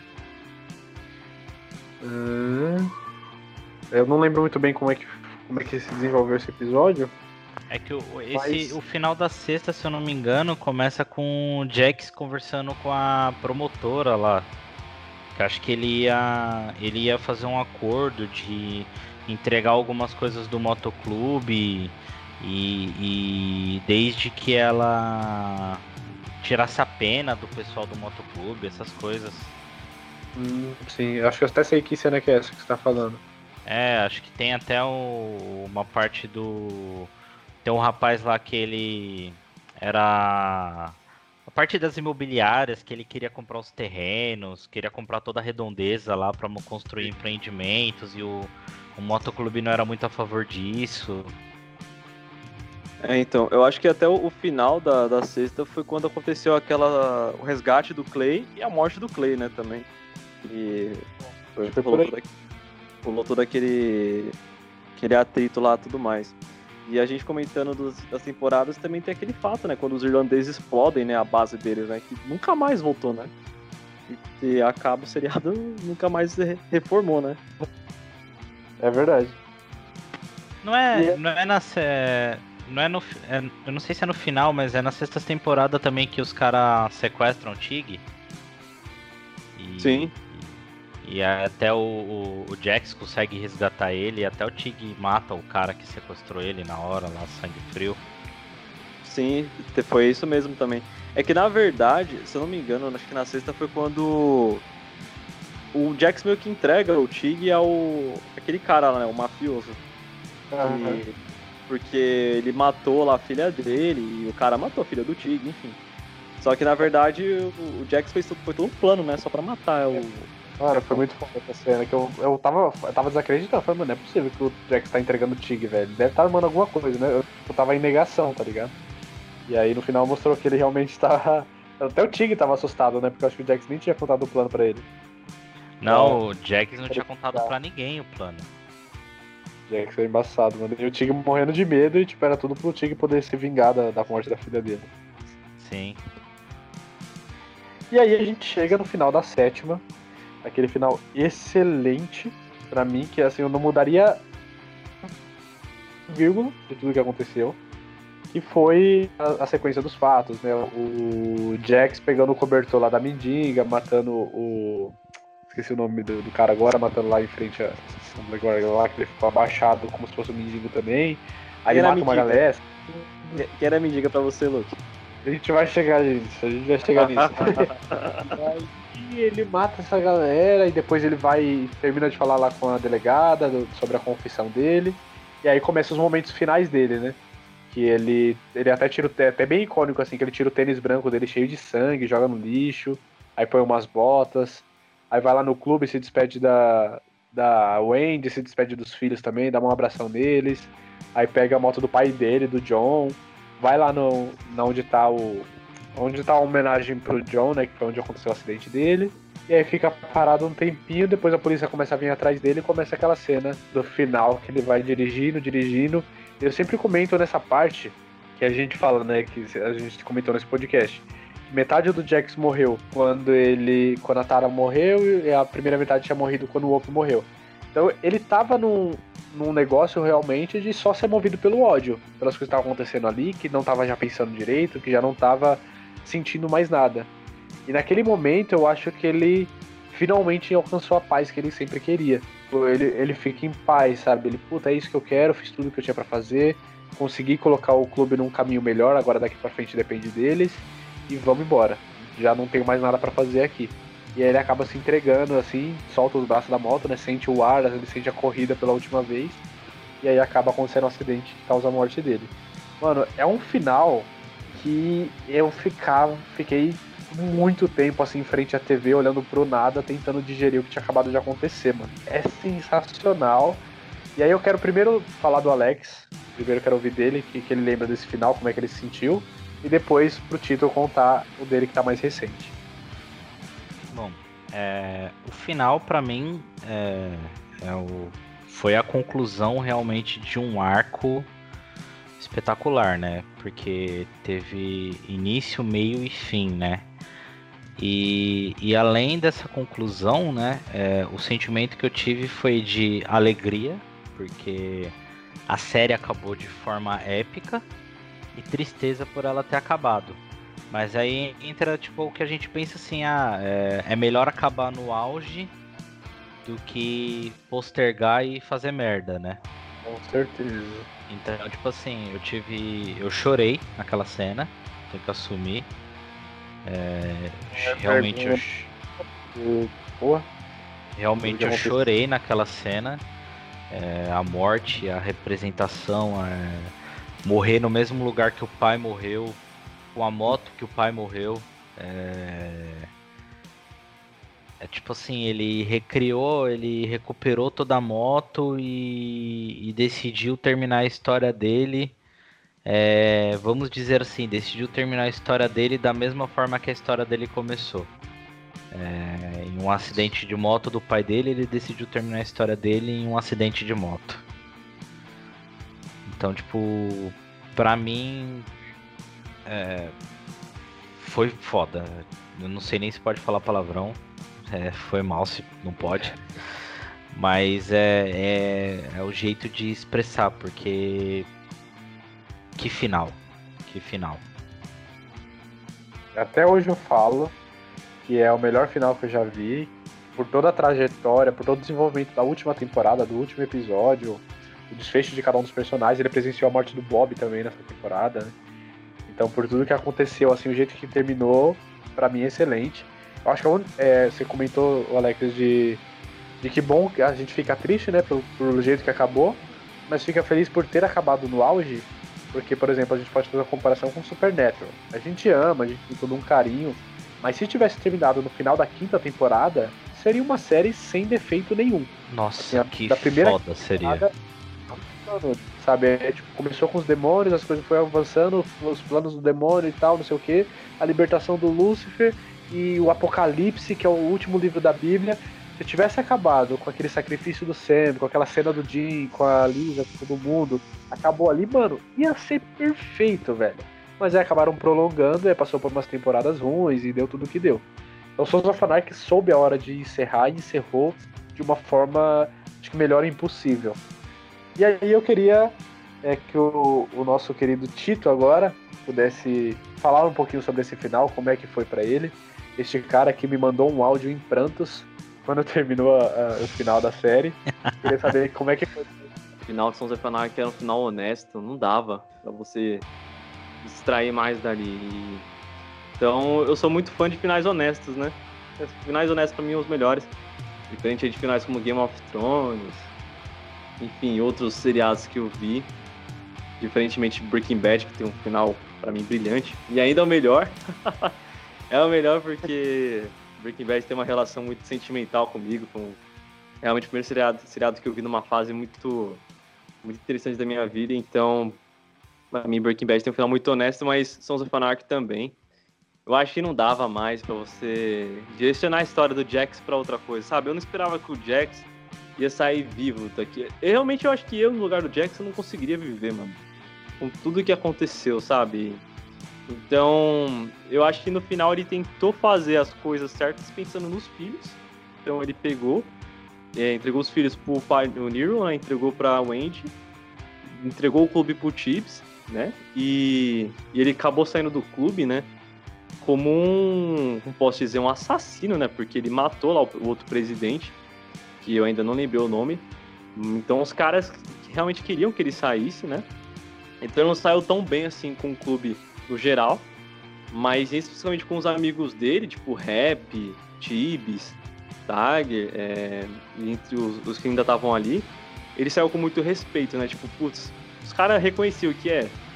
Eu não lembro muito bem como é que se desenvolveu esse episódio. É que o final da sexta, se eu não me engano, começa com o Jax conversando com a promotora lá. Que acho que ele ia fazer um acordo de entregar algumas coisas do motoclube e desde que ela tirasse a pena do pessoal do motoclube, essas coisas. Sim, acho que eu até sei que cena que é essa que você tá falando. Acho que tem até uma parte do... Tem um rapaz lá que ele era... A parte das imobiliárias, que ele queria comprar os terrenos, queria comprar toda a redondeza lá para construir empreendimentos, e o motoclube não era muito a favor disso. Então, eu acho que até o final da sexta foi quando aconteceu o resgate do Clay e a morte do Clay, né, também. E rolou todo aquele atrito lá e tudo mais. E a gente comentando das temporadas também tem aquele fato, né? Quando os irlandeses explodem, né, a base deles, né? Que nunca mais voltou, né? E acaba o seriado, nunca mais reformou, né? É verdade. Eu não sei se é no final, mas é na sexta temporada também que os caras sequestram o Tig. Sim. E até o Jax consegue resgatar ele, e até o Tig mata o cara que sequestrou ele na hora, lá, sangue frio. Sim, foi isso mesmo também. É que na verdade, se eu não me engano, acho que na sexta foi quando o Jax meio que entrega o Tig aquele cara lá, né, o mafioso. Porque ele matou lá a filha dele, e o cara matou a filha do Tig, enfim. Só que na verdade o Jax foi todo um plano, né, só pra matar Cara, foi muito foda essa cena, que eu tava desacreditando, falei, mano, não é possível que o Jax tá entregando o Tig, velho. Deve estar armando alguma coisa, né? Eu tava em negação, tá ligado? E aí no final mostrou que ele realmente tava... Até o Tig tava assustado, né? Porque eu acho que o Jax nem tinha contado o plano pra ele. Não, o Jax não tinha contado pra ninguém o plano. O Jax foi embaçado, mano. E o Tig morrendo de medo e, tipo, era tudo pro Tig poder se vingar da morte da filha dele. Sim. E aí a gente chega no final da sétima. Aquele final excelente pra mim, que assim, eu não mudaria vírgula de tudo que aconteceu, que foi a sequência dos fatos, né? O Jax pegando o cobertor lá da mendiga, matando esqueci o nome do cara agora, matando lá em frente lá, que ele ficou abaixado como se fosse um mendigo também. Aí ele mata uma galera. Quem era a mendiga pra você, Luke? A gente vai chegar nisso. E ele mata essa galera e depois ele termina de falar lá com a delegada sobre a confissão dele. E aí começam os momentos finais dele, né? Que ele até tira até bem icônico assim, que ele tira o tênis branco dele cheio de sangue, joga no lixo, aí põe umas botas, aí vai lá no clube, se despede da Wendy, se despede dos filhos também, dá um abração neles, aí pega a moto do pai dele, do John, vai lá onde tá a homenagem pro John, né, que foi onde aconteceu o acidente dele, E aí fica parado um tempinho, depois a polícia começa a vir atrás dele e começa aquela cena do final que ele vai dirigindo. Eu sempre comento nessa parte que a gente fala, né, que a gente comentou nesse podcast. Metade do Jax morreu quando a Tara morreu e a primeira metade tinha morrido quando o Wolf morreu. Então ele tava num negócio realmente de só ser movido pelo ódio, pelas coisas que estavam acontecendo ali, que não tava já pensando direito, que já não tava sentindo mais nada. E naquele momento eu acho que ele finalmente alcançou a paz que ele sempre queria. Ele fica em paz, sabe? Ele, puta, é isso que eu quero, fiz tudo que eu tinha pra fazer, consegui colocar o clube num caminho melhor, agora daqui pra frente depende deles, e vamos embora. Já não tenho mais nada pra fazer aqui. E aí ele acaba se entregando, assim, solta os braços da moto, né? Sente o ar, ele sente a corrida pela última vez, e aí acaba acontecendo um acidente que causa a morte dele. Mano, é um final que eu fiquei muito tempo assim em frente à TV, olhando pro nada, tentando digerir o que tinha acabado de acontecer, mano. É sensacional. E aí eu quero primeiro falar do Alex, primeiro eu quero ouvir dele, que ele lembra desse final, como é que ele se sentiu, e depois pro Tito contar o dele que tá mais recente. Bom, o final pra mim foi a conclusão realmente de um arco espetacular, né? Porque teve início, meio e fim, né? E além dessa conclusão, né? O sentimento que eu tive foi de alegria, porque a série acabou de forma épica, e tristeza por ela ter acabado. Mas aí entra tipo o que a gente pensa assim, é melhor acabar no auge do que postergar e fazer merda, né? Com certeza. Então, tipo assim, eu chorei naquela cena, tenho que assumir. Realmente eu chorei naquela cena. A morte, a representação, morrer no mesmo lugar que o pai morreu, com a moto que o pai morreu. Tipo assim, ele recuperou toda a moto e decidiu terminar a história dele. Vamos dizer assim, decidiu terminar a história dele da mesma forma que a história dele começou. Em um acidente de moto do pai dele, ele decidiu terminar a história dele em um acidente de moto. Então, tipo, pra mim foi foda. Eu não sei nem se pode falar palavrão. Foi mal se não pode. Mas é o jeito de expressar, porque que final. Até hoje eu falo que é o melhor final que eu já vi, por toda a trajetória, por todo o desenvolvimento da última temporada, do último episódio, o desfecho de cada um dos personagens. Ele presenciou a morte do Bob também nessa temporada, né? Então, por tudo que aconteceu, assim, o jeito que terminou, pra mim é excelente. Eu acho que você comentou, Alex, de que bom que a gente fica triste, né, pelo jeito que acabou, mas fica feliz por ter acabado no auge, porque, por exemplo, a gente pode fazer uma comparação com Supernatural. A gente ama, a gente tem todo um carinho, mas se tivesse terminado no final da 5ª temporada, seria uma série sem defeito nenhum. Nossa, assim, que da primeira foda seria. Sabe, começou com os demônios, as coisas foram avançando, os planos do demônio e tal, não sei o que, a libertação do Lúcifer e o Apocalipse, que é o último livro da Bíblia. Se tivesse acabado com aquele sacrifício do Sam, com aquela cena do Jim, com a Lisa, com todo mundo, acabou ali, mano, ia ser perfeito, velho. Mas aí acabaram prolongando, passou por umas temporadas ruins e deu tudo o que deu. Então Sons of Anarchy soube a hora de encerrar e encerrou de uma forma, acho que melhor impossível. E aí eu queria que o nosso querido Tito agora pudesse falar um pouquinho sobre esse final, como é que foi pra ele. Este cara que me mandou um áudio em prantos quando terminou o final da série. Queria saber como é que foi. O final de Sons of Anarchy era um final honesto, não dava pra você extrair mais dali. Então eu sou muito fã de finais honestos, né? Finais honestos pra mim são os melhores. Diferente de finais como Game of Thrones, enfim, outros seriados que eu vi. Diferentemente de Breaking Bad, que tem um final pra mim brilhante. E ainda é o melhor. É o melhor porque Breaking Bad tem uma relação muito sentimental comigo. Realmente o primeiro seriado que eu vi numa fase muito interessante da minha vida. Então, pra mim, Breaking Bad tem um final muito honesto, mas Sons of Anarchy também. eu acho que não dava mais pra você direcionar a história do Jax pra outra coisa, sabe? Eu não esperava que o Jax ia sair vivo daqui. Eu acho que eu, no lugar do Jax, eu não conseguiria viver, mano. Com tudo que aconteceu, sabe? Então, eu acho que no final ele tentou fazer as coisas certas pensando nos filhos. Então ele pegou, entregou os filhos pro pai do Nero, né? Entregou pra Wendy, entregou o clube pro Tibbs, né? E ele acabou saindo do clube, né? Como não posso dizer, um assassino, né? Porque ele matou lá o outro presidente, que eu ainda não lembrei o nome. Então os caras realmente queriam que ele saísse, né? Então ele não saiu tão bem assim com o clube no geral, mas especificamente com os amigos dele, tipo Rap, Tibbs, Tiger, entre os que ainda estavam ali, ele saiu com muito respeito, né? Tipo, putz, os caras reconheciam que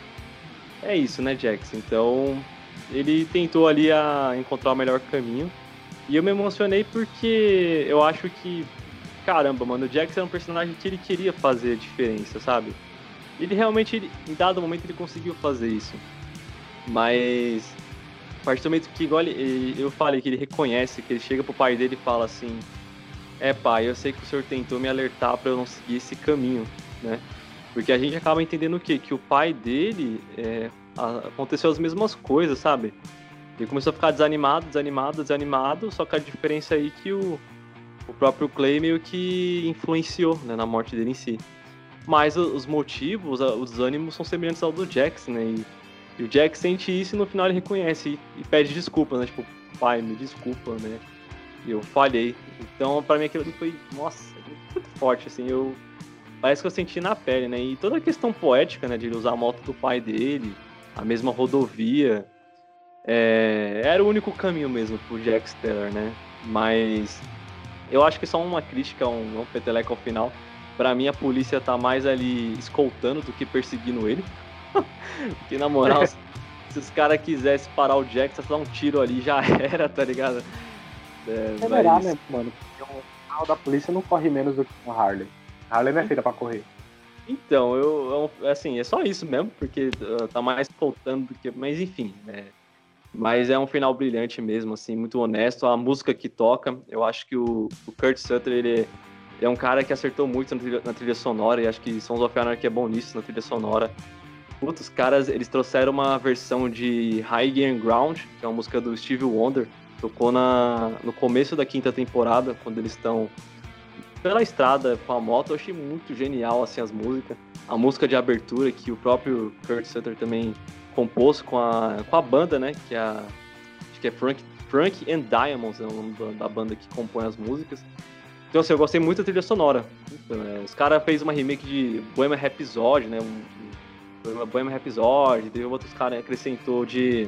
é isso, né, Jax? Então ele tentou ali encontrar o melhor caminho, e eu me emocionei porque eu acho que, caramba, mano, o Jax era um personagem que ele queria fazer a diferença, sabe? Ele realmente, em dado momento, ele conseguiu fazer isso. Mas, a partir do momento que, igual eu falei, que ele reconhece, que ele chega pro pai dele e fala assim: pai, eu sei que o senhor tentou me alertar pra eu não seguir esse caminho, né? Porque a gente acaba entendendo o quê? Que o pai dele, aconteceu as mesmas coisas, sabe? Ele começou a ficar desanimado, só que a diferença aí é que o próprio Clay meio que influenciou, né, na morte dele em si. Mas os motivos, os ânimos são semelhantes ao do Jax, né? E o Jax sente isso e no final ele reconhece e pede desculpas, né? Tipo, pai, me desculpa, né? E eu falhei. Então, pra mim aquilo ali foi, nossa, muito forte, assim. Parece que eu senti na pele, né? E toda a questão poética, né? De ele usar a moto do pai dele, a mesma rodovia. Era o único caminho mesmo pro Jax Teller, né? Mas eu acho que só uma crítica, um peteleco ao final. Pra mim, a polícia tá mais ali escoltando do que perseguindo ele. Porque, na moral, se os caras quisessem parar o Jax, só dar um tiro ali já era, tá ligado? Mas... né, mano? Porque o carro da polícia não corre menos do que um Harley. A Harley não é feita pra correr. Então, assim, é só isso mesmo, porque tá mais escoltando do que... Mas, enfim, Mas é um final brilhante mesmo, assim, muito honesto. A música que toca, eu acho que o Kurt Sutter, ele é um cara que acertou muito na trilha sonora, e acho que Sons of Anarchy é bom nisso, na trilha sonora. Putz, os caras, eles trouxeram uma versão de High Ground, que é uma música do Stevie Wonder, tocou no começo da 5ª temporada, quando eles estão pela estrada com a moto. Eu achei muito genial, assim, as músicas. A música de abertura, que o próprio Kurt Sutter também compôs com a banda, né, que acho que é Frank and Diamonds, é o nome da banda que compõe as músicas. Então, assim, eu gostei muito da trilha sonora. Os caras fez uma remake de Bohemian Rhapsody, né, Bohemian Rhapsody, teve outros caras, acrescentou de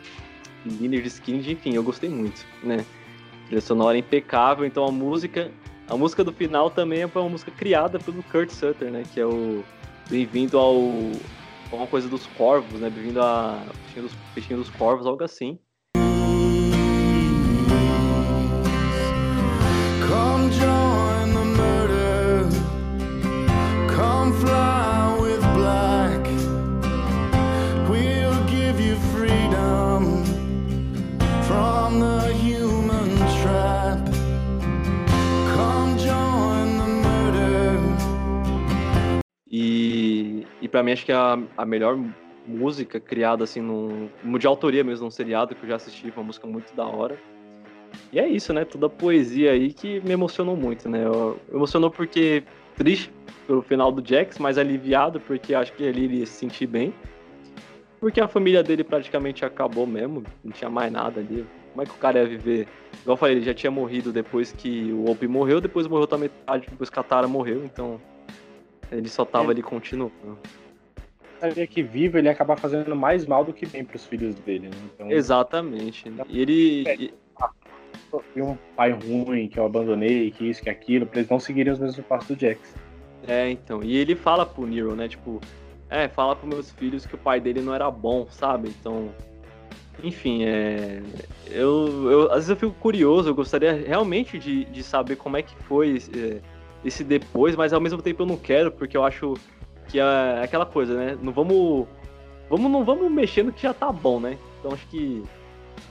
Lynyrd Skynyrd, enfim, eu gostei muito, né. A trilha sonora é impecável, então a música do final também é uma música criada pelo Kurt Sutter, né, que é o Bem-vindo ao... uma coisa dos corvos, né? Bem-vindo a Peixinho dos Corvos, algo assim. Come join the murder. Come fly with black. We'll give you freedom from the human trap. Come join the murder. E pra mim acho que é a melhor música criada assim de autoria mesmo, num seriado que eu já assisti, uma música muito da hora. E é isso, né? Toda a poesia aí que me emocionou muito, né? Emocionou porque triste pelo final do Jax, mas aliviado porque acho que ali ele ia se sentir bem. Porque a família dele praticamente acabou mesmo, não tinha mais nada ali. Como é que o cara ia viver? Igual eu falei, ele já tinha morrido depois que o Opie morreu, depois morreu outra metade, depois que a Tara morreu, então... Ele só tava ali continuando. Sabia que vivo ele ia acabar fazendo mais mal do que bem pros filhos dele, né? Então, exatamente. E ele... E um pai ruim, que eu abandonei, que isso, que aquilo, pra eles não seguirem os mesmos passos do Jax. Então. E ele fala pro Nero, né? Tipo, fala pros meus filhos que o pai dele não era bom, sabe? Então... Enfim, eu às vezes eu fico curioso, eu gostaria realmente de saber como é que foi... esse depois, mas ao mesmo tempo eu não quero, porque eu acho que é aquela coisa, né? Não vamos mexer no que já tá bom, né? Então acho que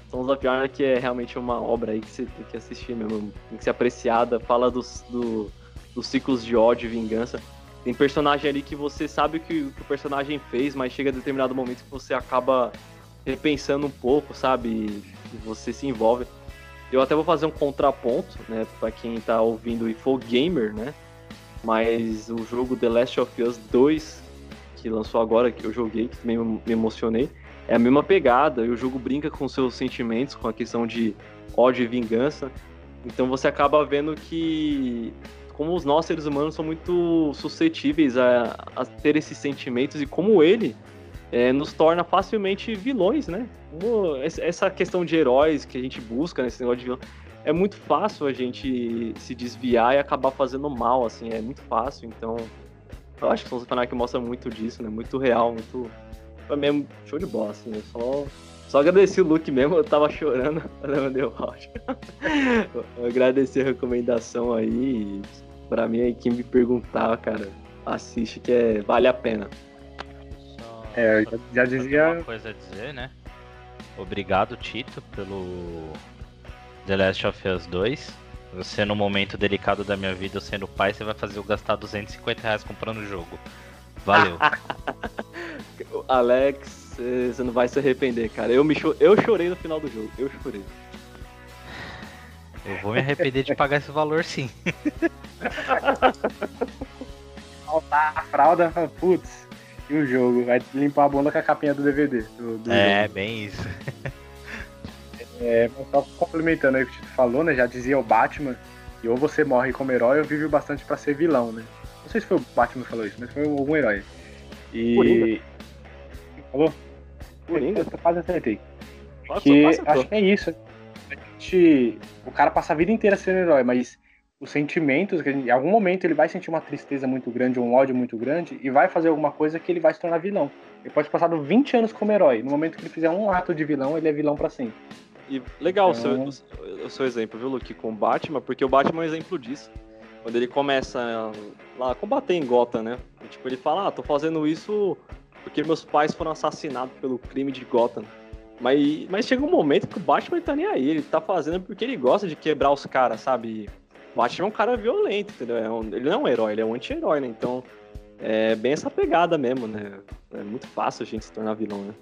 Sons of Anarchy é realmente uma obra aí que você tem que assistir mesmo, tem que ser apreciada, fala dos ciclos de ódio e vingança. Tem personagem ali que você sabe o que o personagem fez, mas chega a determinado momento que você acaba repensando um pouco, sabe? E você se envolve. Eu até vou fazer um contraponto, né, pra quem tá ouvindo e for gamer, né? Mas o jogo The Last of Us 2, que lançou agora, que eu joguei, que também me emocionei, é a mesma pegada, e o jogo brinca com seus sentimentos, com a questão de ódio e vingança. Então você acaba vendo que, como nós seres humanos são muito suscetíveis a ter esses sentimentos, e como ele nos torna facilmente vilões, né? Como essa questão de heróis que a gente busca nesse negócio de vilão, é muito fácil a gente se desviar e acabar fazendo mal, assim, é muito fácil. Então, eu acho que Sons of Anarchy mostra muito disso, né? Muito real, muito... Foi mesmo show de bola, assim, eu só agradeci o Luke mesmo, eu tava chorando quando eu mandei o áudio. Eu agradeci a recomendação aí, pra mim, aí, quem me perguntar, cara, assiste que vale a pena. Eu já dizia... Uma coisa a dizer, né? Obrigado, Tito, pelo The Last of Us 2. Você, no momento delicado da minha vida, eu sendo pai, você vai fazer eu gastar R$250 comprando o jogo. Valeu. Alex, você não vai se arrepender, cara. Eu chorei no final do jogo. Eu chorei. Eu vou me arrepender de pagar esse valor, sim. Faltar a fralda, putz, e o jogo? Vai limpar a bunda com a capinha do DVD. Do jogo. Bem isso. Mas só complementando aí o que o Tito falou, né? Já dizia o Batman, que ou você morre como herói ou vive bastante pra ser vilão, né? Não sei se foi o Batman que falou isso, mas foi algum herói. E... Falou? Coringa? Eu quase acertei. Que acho que é isso. O cara passa a vida inteira sendo herói, mas os sentimentos, que em algum momento ele vai sentir uma tristeza muito grande, um ódio muito grande, e vai fazer alguma coisa que ele vai se tornar vilão. Ele pode passar 20 anos como herói. No momento que ele fizer um ato de vilão, ele é vilão pra sempre. E legal o seu exemplo, viu, Luke, com o Batman, porque o Batman é um exemplo disso. Quando ele começa lá a combater em Gotham, né? E, tipo, ele fala, tô fazendo isso porque meus pais foram assassinados pelo crime de Gotham. Mas chega um momento que o Batman tá nem aí, ele tá fazendo porque ele gosta de quebrar os caras, sabe? O Batman é um cara violento, entendeu? Ele não é um herói, ele é um anti-herói, né? Então, é bem essa pegada mesmo, né? É muito fácil a gente se tornar vilão, né?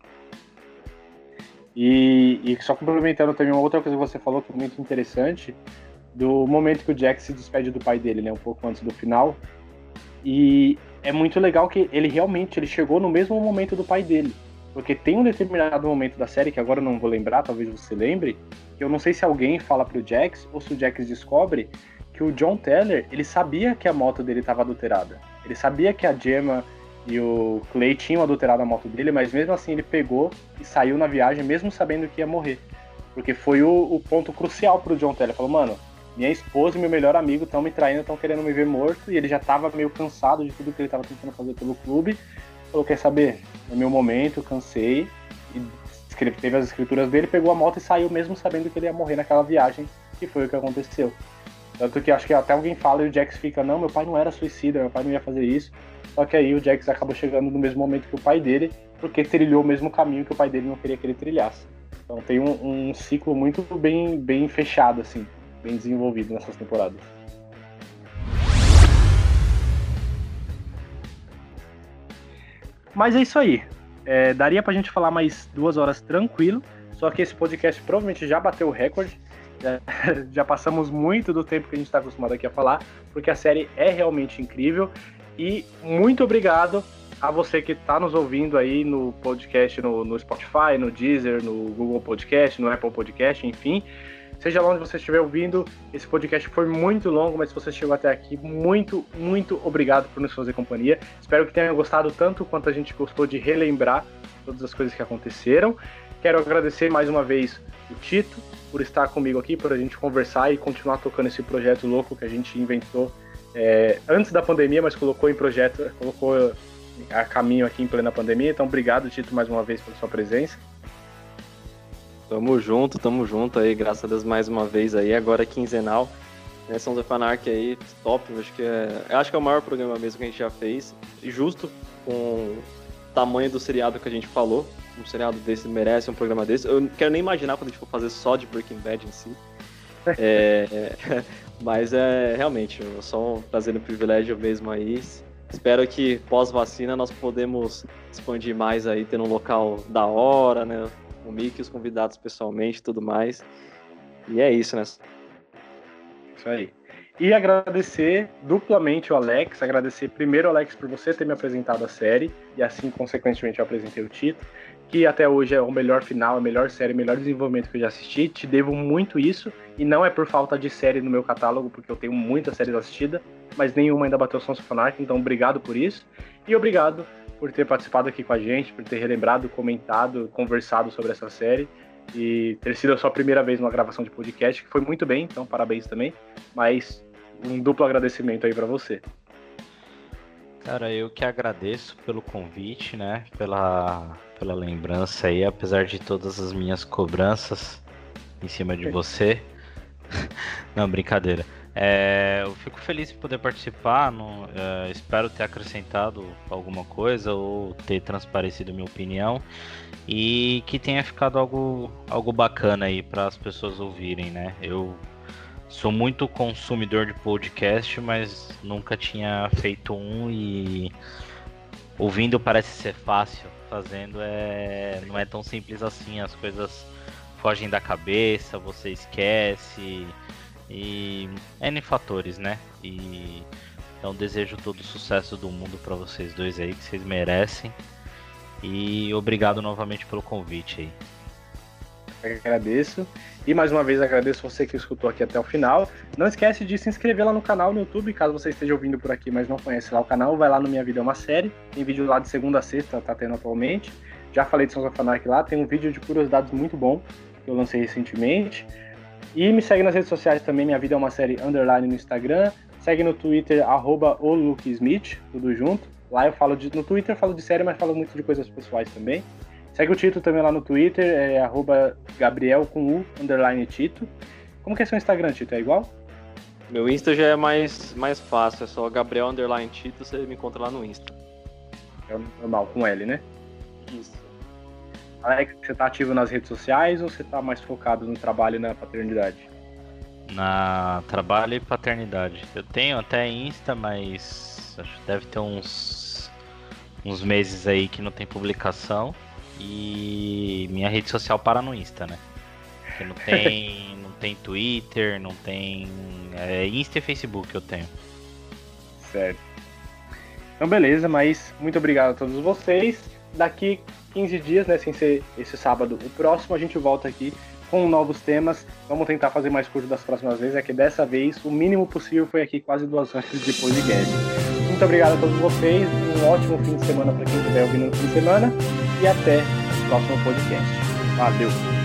E só complementando também uma outra coisa que você falou que é muito interessante, do momento que o Jack se despede do pai dele, né? Um pouco antes do final. E é muito legal que ele realmente chegou no mesmo momento do pai dele. Porque tem um determinado momento da série, que agora eu não vou lembrar, talvez você lembre, que eu não sei se alguém fala pro Jax, ou se o Jax descobre, que o John Teller, ele sabia que a moto dele estava adulterada. Ele sabia que a Gemma e o Clay tinham adulterado a moto dele, mas mesmo assim ele pegou e saiu na viagem, mesmo sabendo que ia morrer. Porque foi o ponto crucial pro John Teller. Ele falou, mano, minha esposa e meu melhor amigo estão me traindo, estão querendo me ver morto, e ele já estava meio cansado de tudo que ele estava tentando fazer pelo clube. Falou, quer saber? É meu momento, cansei. E teve as escrituras dele, pegou a moto e saiu mesmo sabendo que ele ia morrer naquela viagem, que foi o que aconteceu. Tanto que acho que até alguém fala e o Jax fica, não, meu pai não era suicida, meu pai não ia fazer isso. Só que aí o Jax acabou chegando no mesmo momento que o pai dele, porque trilhou o mesmo caminho que o pai dele não queria que ele trilhasse. Então tem um ciclo muito bem fechado, assim, bem desenvolvido nessas temporadas. Mas é isso aí. Daria pra gente falar mais 2 horas tranquilo, só que esse podcast provavelmente já bateu o recorde. Já passamos muito do tempo que a gente está acostumado aqui a falar, porque a série é realmente incrível. E muito obrigado a você que está nos ouvindo aí no podcast, no Spotify, no Deezer, no Google Podcast, no Apple Podcast, enfim. Seja lá onde você estiver ouvindo, esse podcast foi muito longo, mas se você chegou até aqui, muito, muito obrigado por nos fazer companhia. Espero que tenha gostado tanto quanto a gente gostou de relembrar todas as coisas que aconteceram. Quero agradecer mais uma vez o Tito por estar comigo aqui, por a gente conversar e continuar tocando esse projeto louco que a gente inventou antes da pandemia, mas colocou a caminho aqui em plena pandemia. Então, obrigado, Tito, mais uma vez pela sua presença. Tamo junto aí, graças a Deus mais uma vez aí, agora quinzenal, né, Sons of Anarchy aí, top, acho que é o maior programa mesmo que a gente já fez, justo com o tamanho do seriado que a gente falou, um seriado desse merece um programa desse. Eu não quero nem imaginar quando a gente for fazer só de Breaking Bad em si. Mas realmente só um prazer e um privilégio mesmo aí. Espero que pós-vacina nós podemos expandir mais aí, tendo um local da hora, né? O Mickey, os convidados pessoalmente e tudo mais. E é isso, né? Isso aí. E agradecer duplamente o Alex, agradecer primeiro, Alex, por você ter me apresentado a série, e assim, consequentemente, eu apresentei o Tito, que até hoje é o melhor final, a melhor série, o melhor desenvolvimento que eu já assisti. Te devo muito isso, e não é por falta de série no meu catálogo, porque eu tenho muitas séries assistidas, mas nenhuma ainda bateu Sons of Anarchy, então obrigado por isso. E obrigado por ter participado aqui com a gente, por ter relembrado, comentado, conversado sobre essa série, e ter sido a sua primeira vez numa gravação de podcast, que foi muito bem, então parabéns também, mas um duplo agradecimento aí pra você. Cara, eu que agradeço pelo convite, né, pela lembrança aí, apesar de todas as minhas cobranças em cima de você. Não, brincadeira. Eu fico feliz em poder participar, espero ter acrescentado alguma coisa ou ter transparecido minha opinião e que tenha ficado algo bacana aí para as pessoas ouvirem, né? Eu sou muito consumidor de podcast, mas nunca tinha feito um e ouvindo parece ser fácil, fazendo não é tão simples assim, as coisas fogem da cabeça, você esquece e N fatores, né? E então desejo todo o sucesso do mundo para vocês dois aí, que vocês merecem. E obrigado novamente pelo convite aí. Eu agradeço. E mais uma vez agradeço você que escutou aqui até o final. Não esquece de se inscrever lá no canal no YouTube, caso você esteja ouvindo por aqui, mas não conhece lá o canal, vai lá no Minha Vida é uma Série. Tem vídeo lá de segunda a sexta, tá tendo atualmente. Já falei de Sons of Anarchy lá, tem um vídeo de curiosidades muito bom, que eu lancei recentemente. E me segue nas redes sociais também, Minha Vida é uma Série _ no Instagram. Segue no Twitter, @olukesmith, tudo junto. Lá eu falo no Twitter eu falo de série, mas falo muito de coisas pessoais também. Segue o Tito também lá no Twitter, @Gabriel com U, _Tito. Como que é seu Instagram, Tito? É igual? Meu Insta já é mais fácil, é só Gabriel _Tito, você me encontra lá no Insta. É normal, com L, né? Isso. Alex, você tá ativo nas redes sociais ou você tá mais focado no trabalho e na paternidade? Na trabalho e paternidade. Eu tenho até Insta, mas acho que deve ter uns meses aí que não tem publicação. E minha rede social para no Insta, né? Porque não tem Twitter, não tem... Insta e Facebook eu tenho. Certo. Então beleza, mas muito obrigado a todos vocês. Daqui 15 dias, né, sem ser esse sábado, o próximo, a gente volta aqui com novos temas. Vamos tentar fazer mais curto das próximas vezes, é que dessa vez o mínimo possível foi aqui quase 2 horas de podcast. Muito obrigado a todos vocês, um ótimo fim de semana para quem estiver ouvindo no fim de semana e até o próximo podcast. Valeu!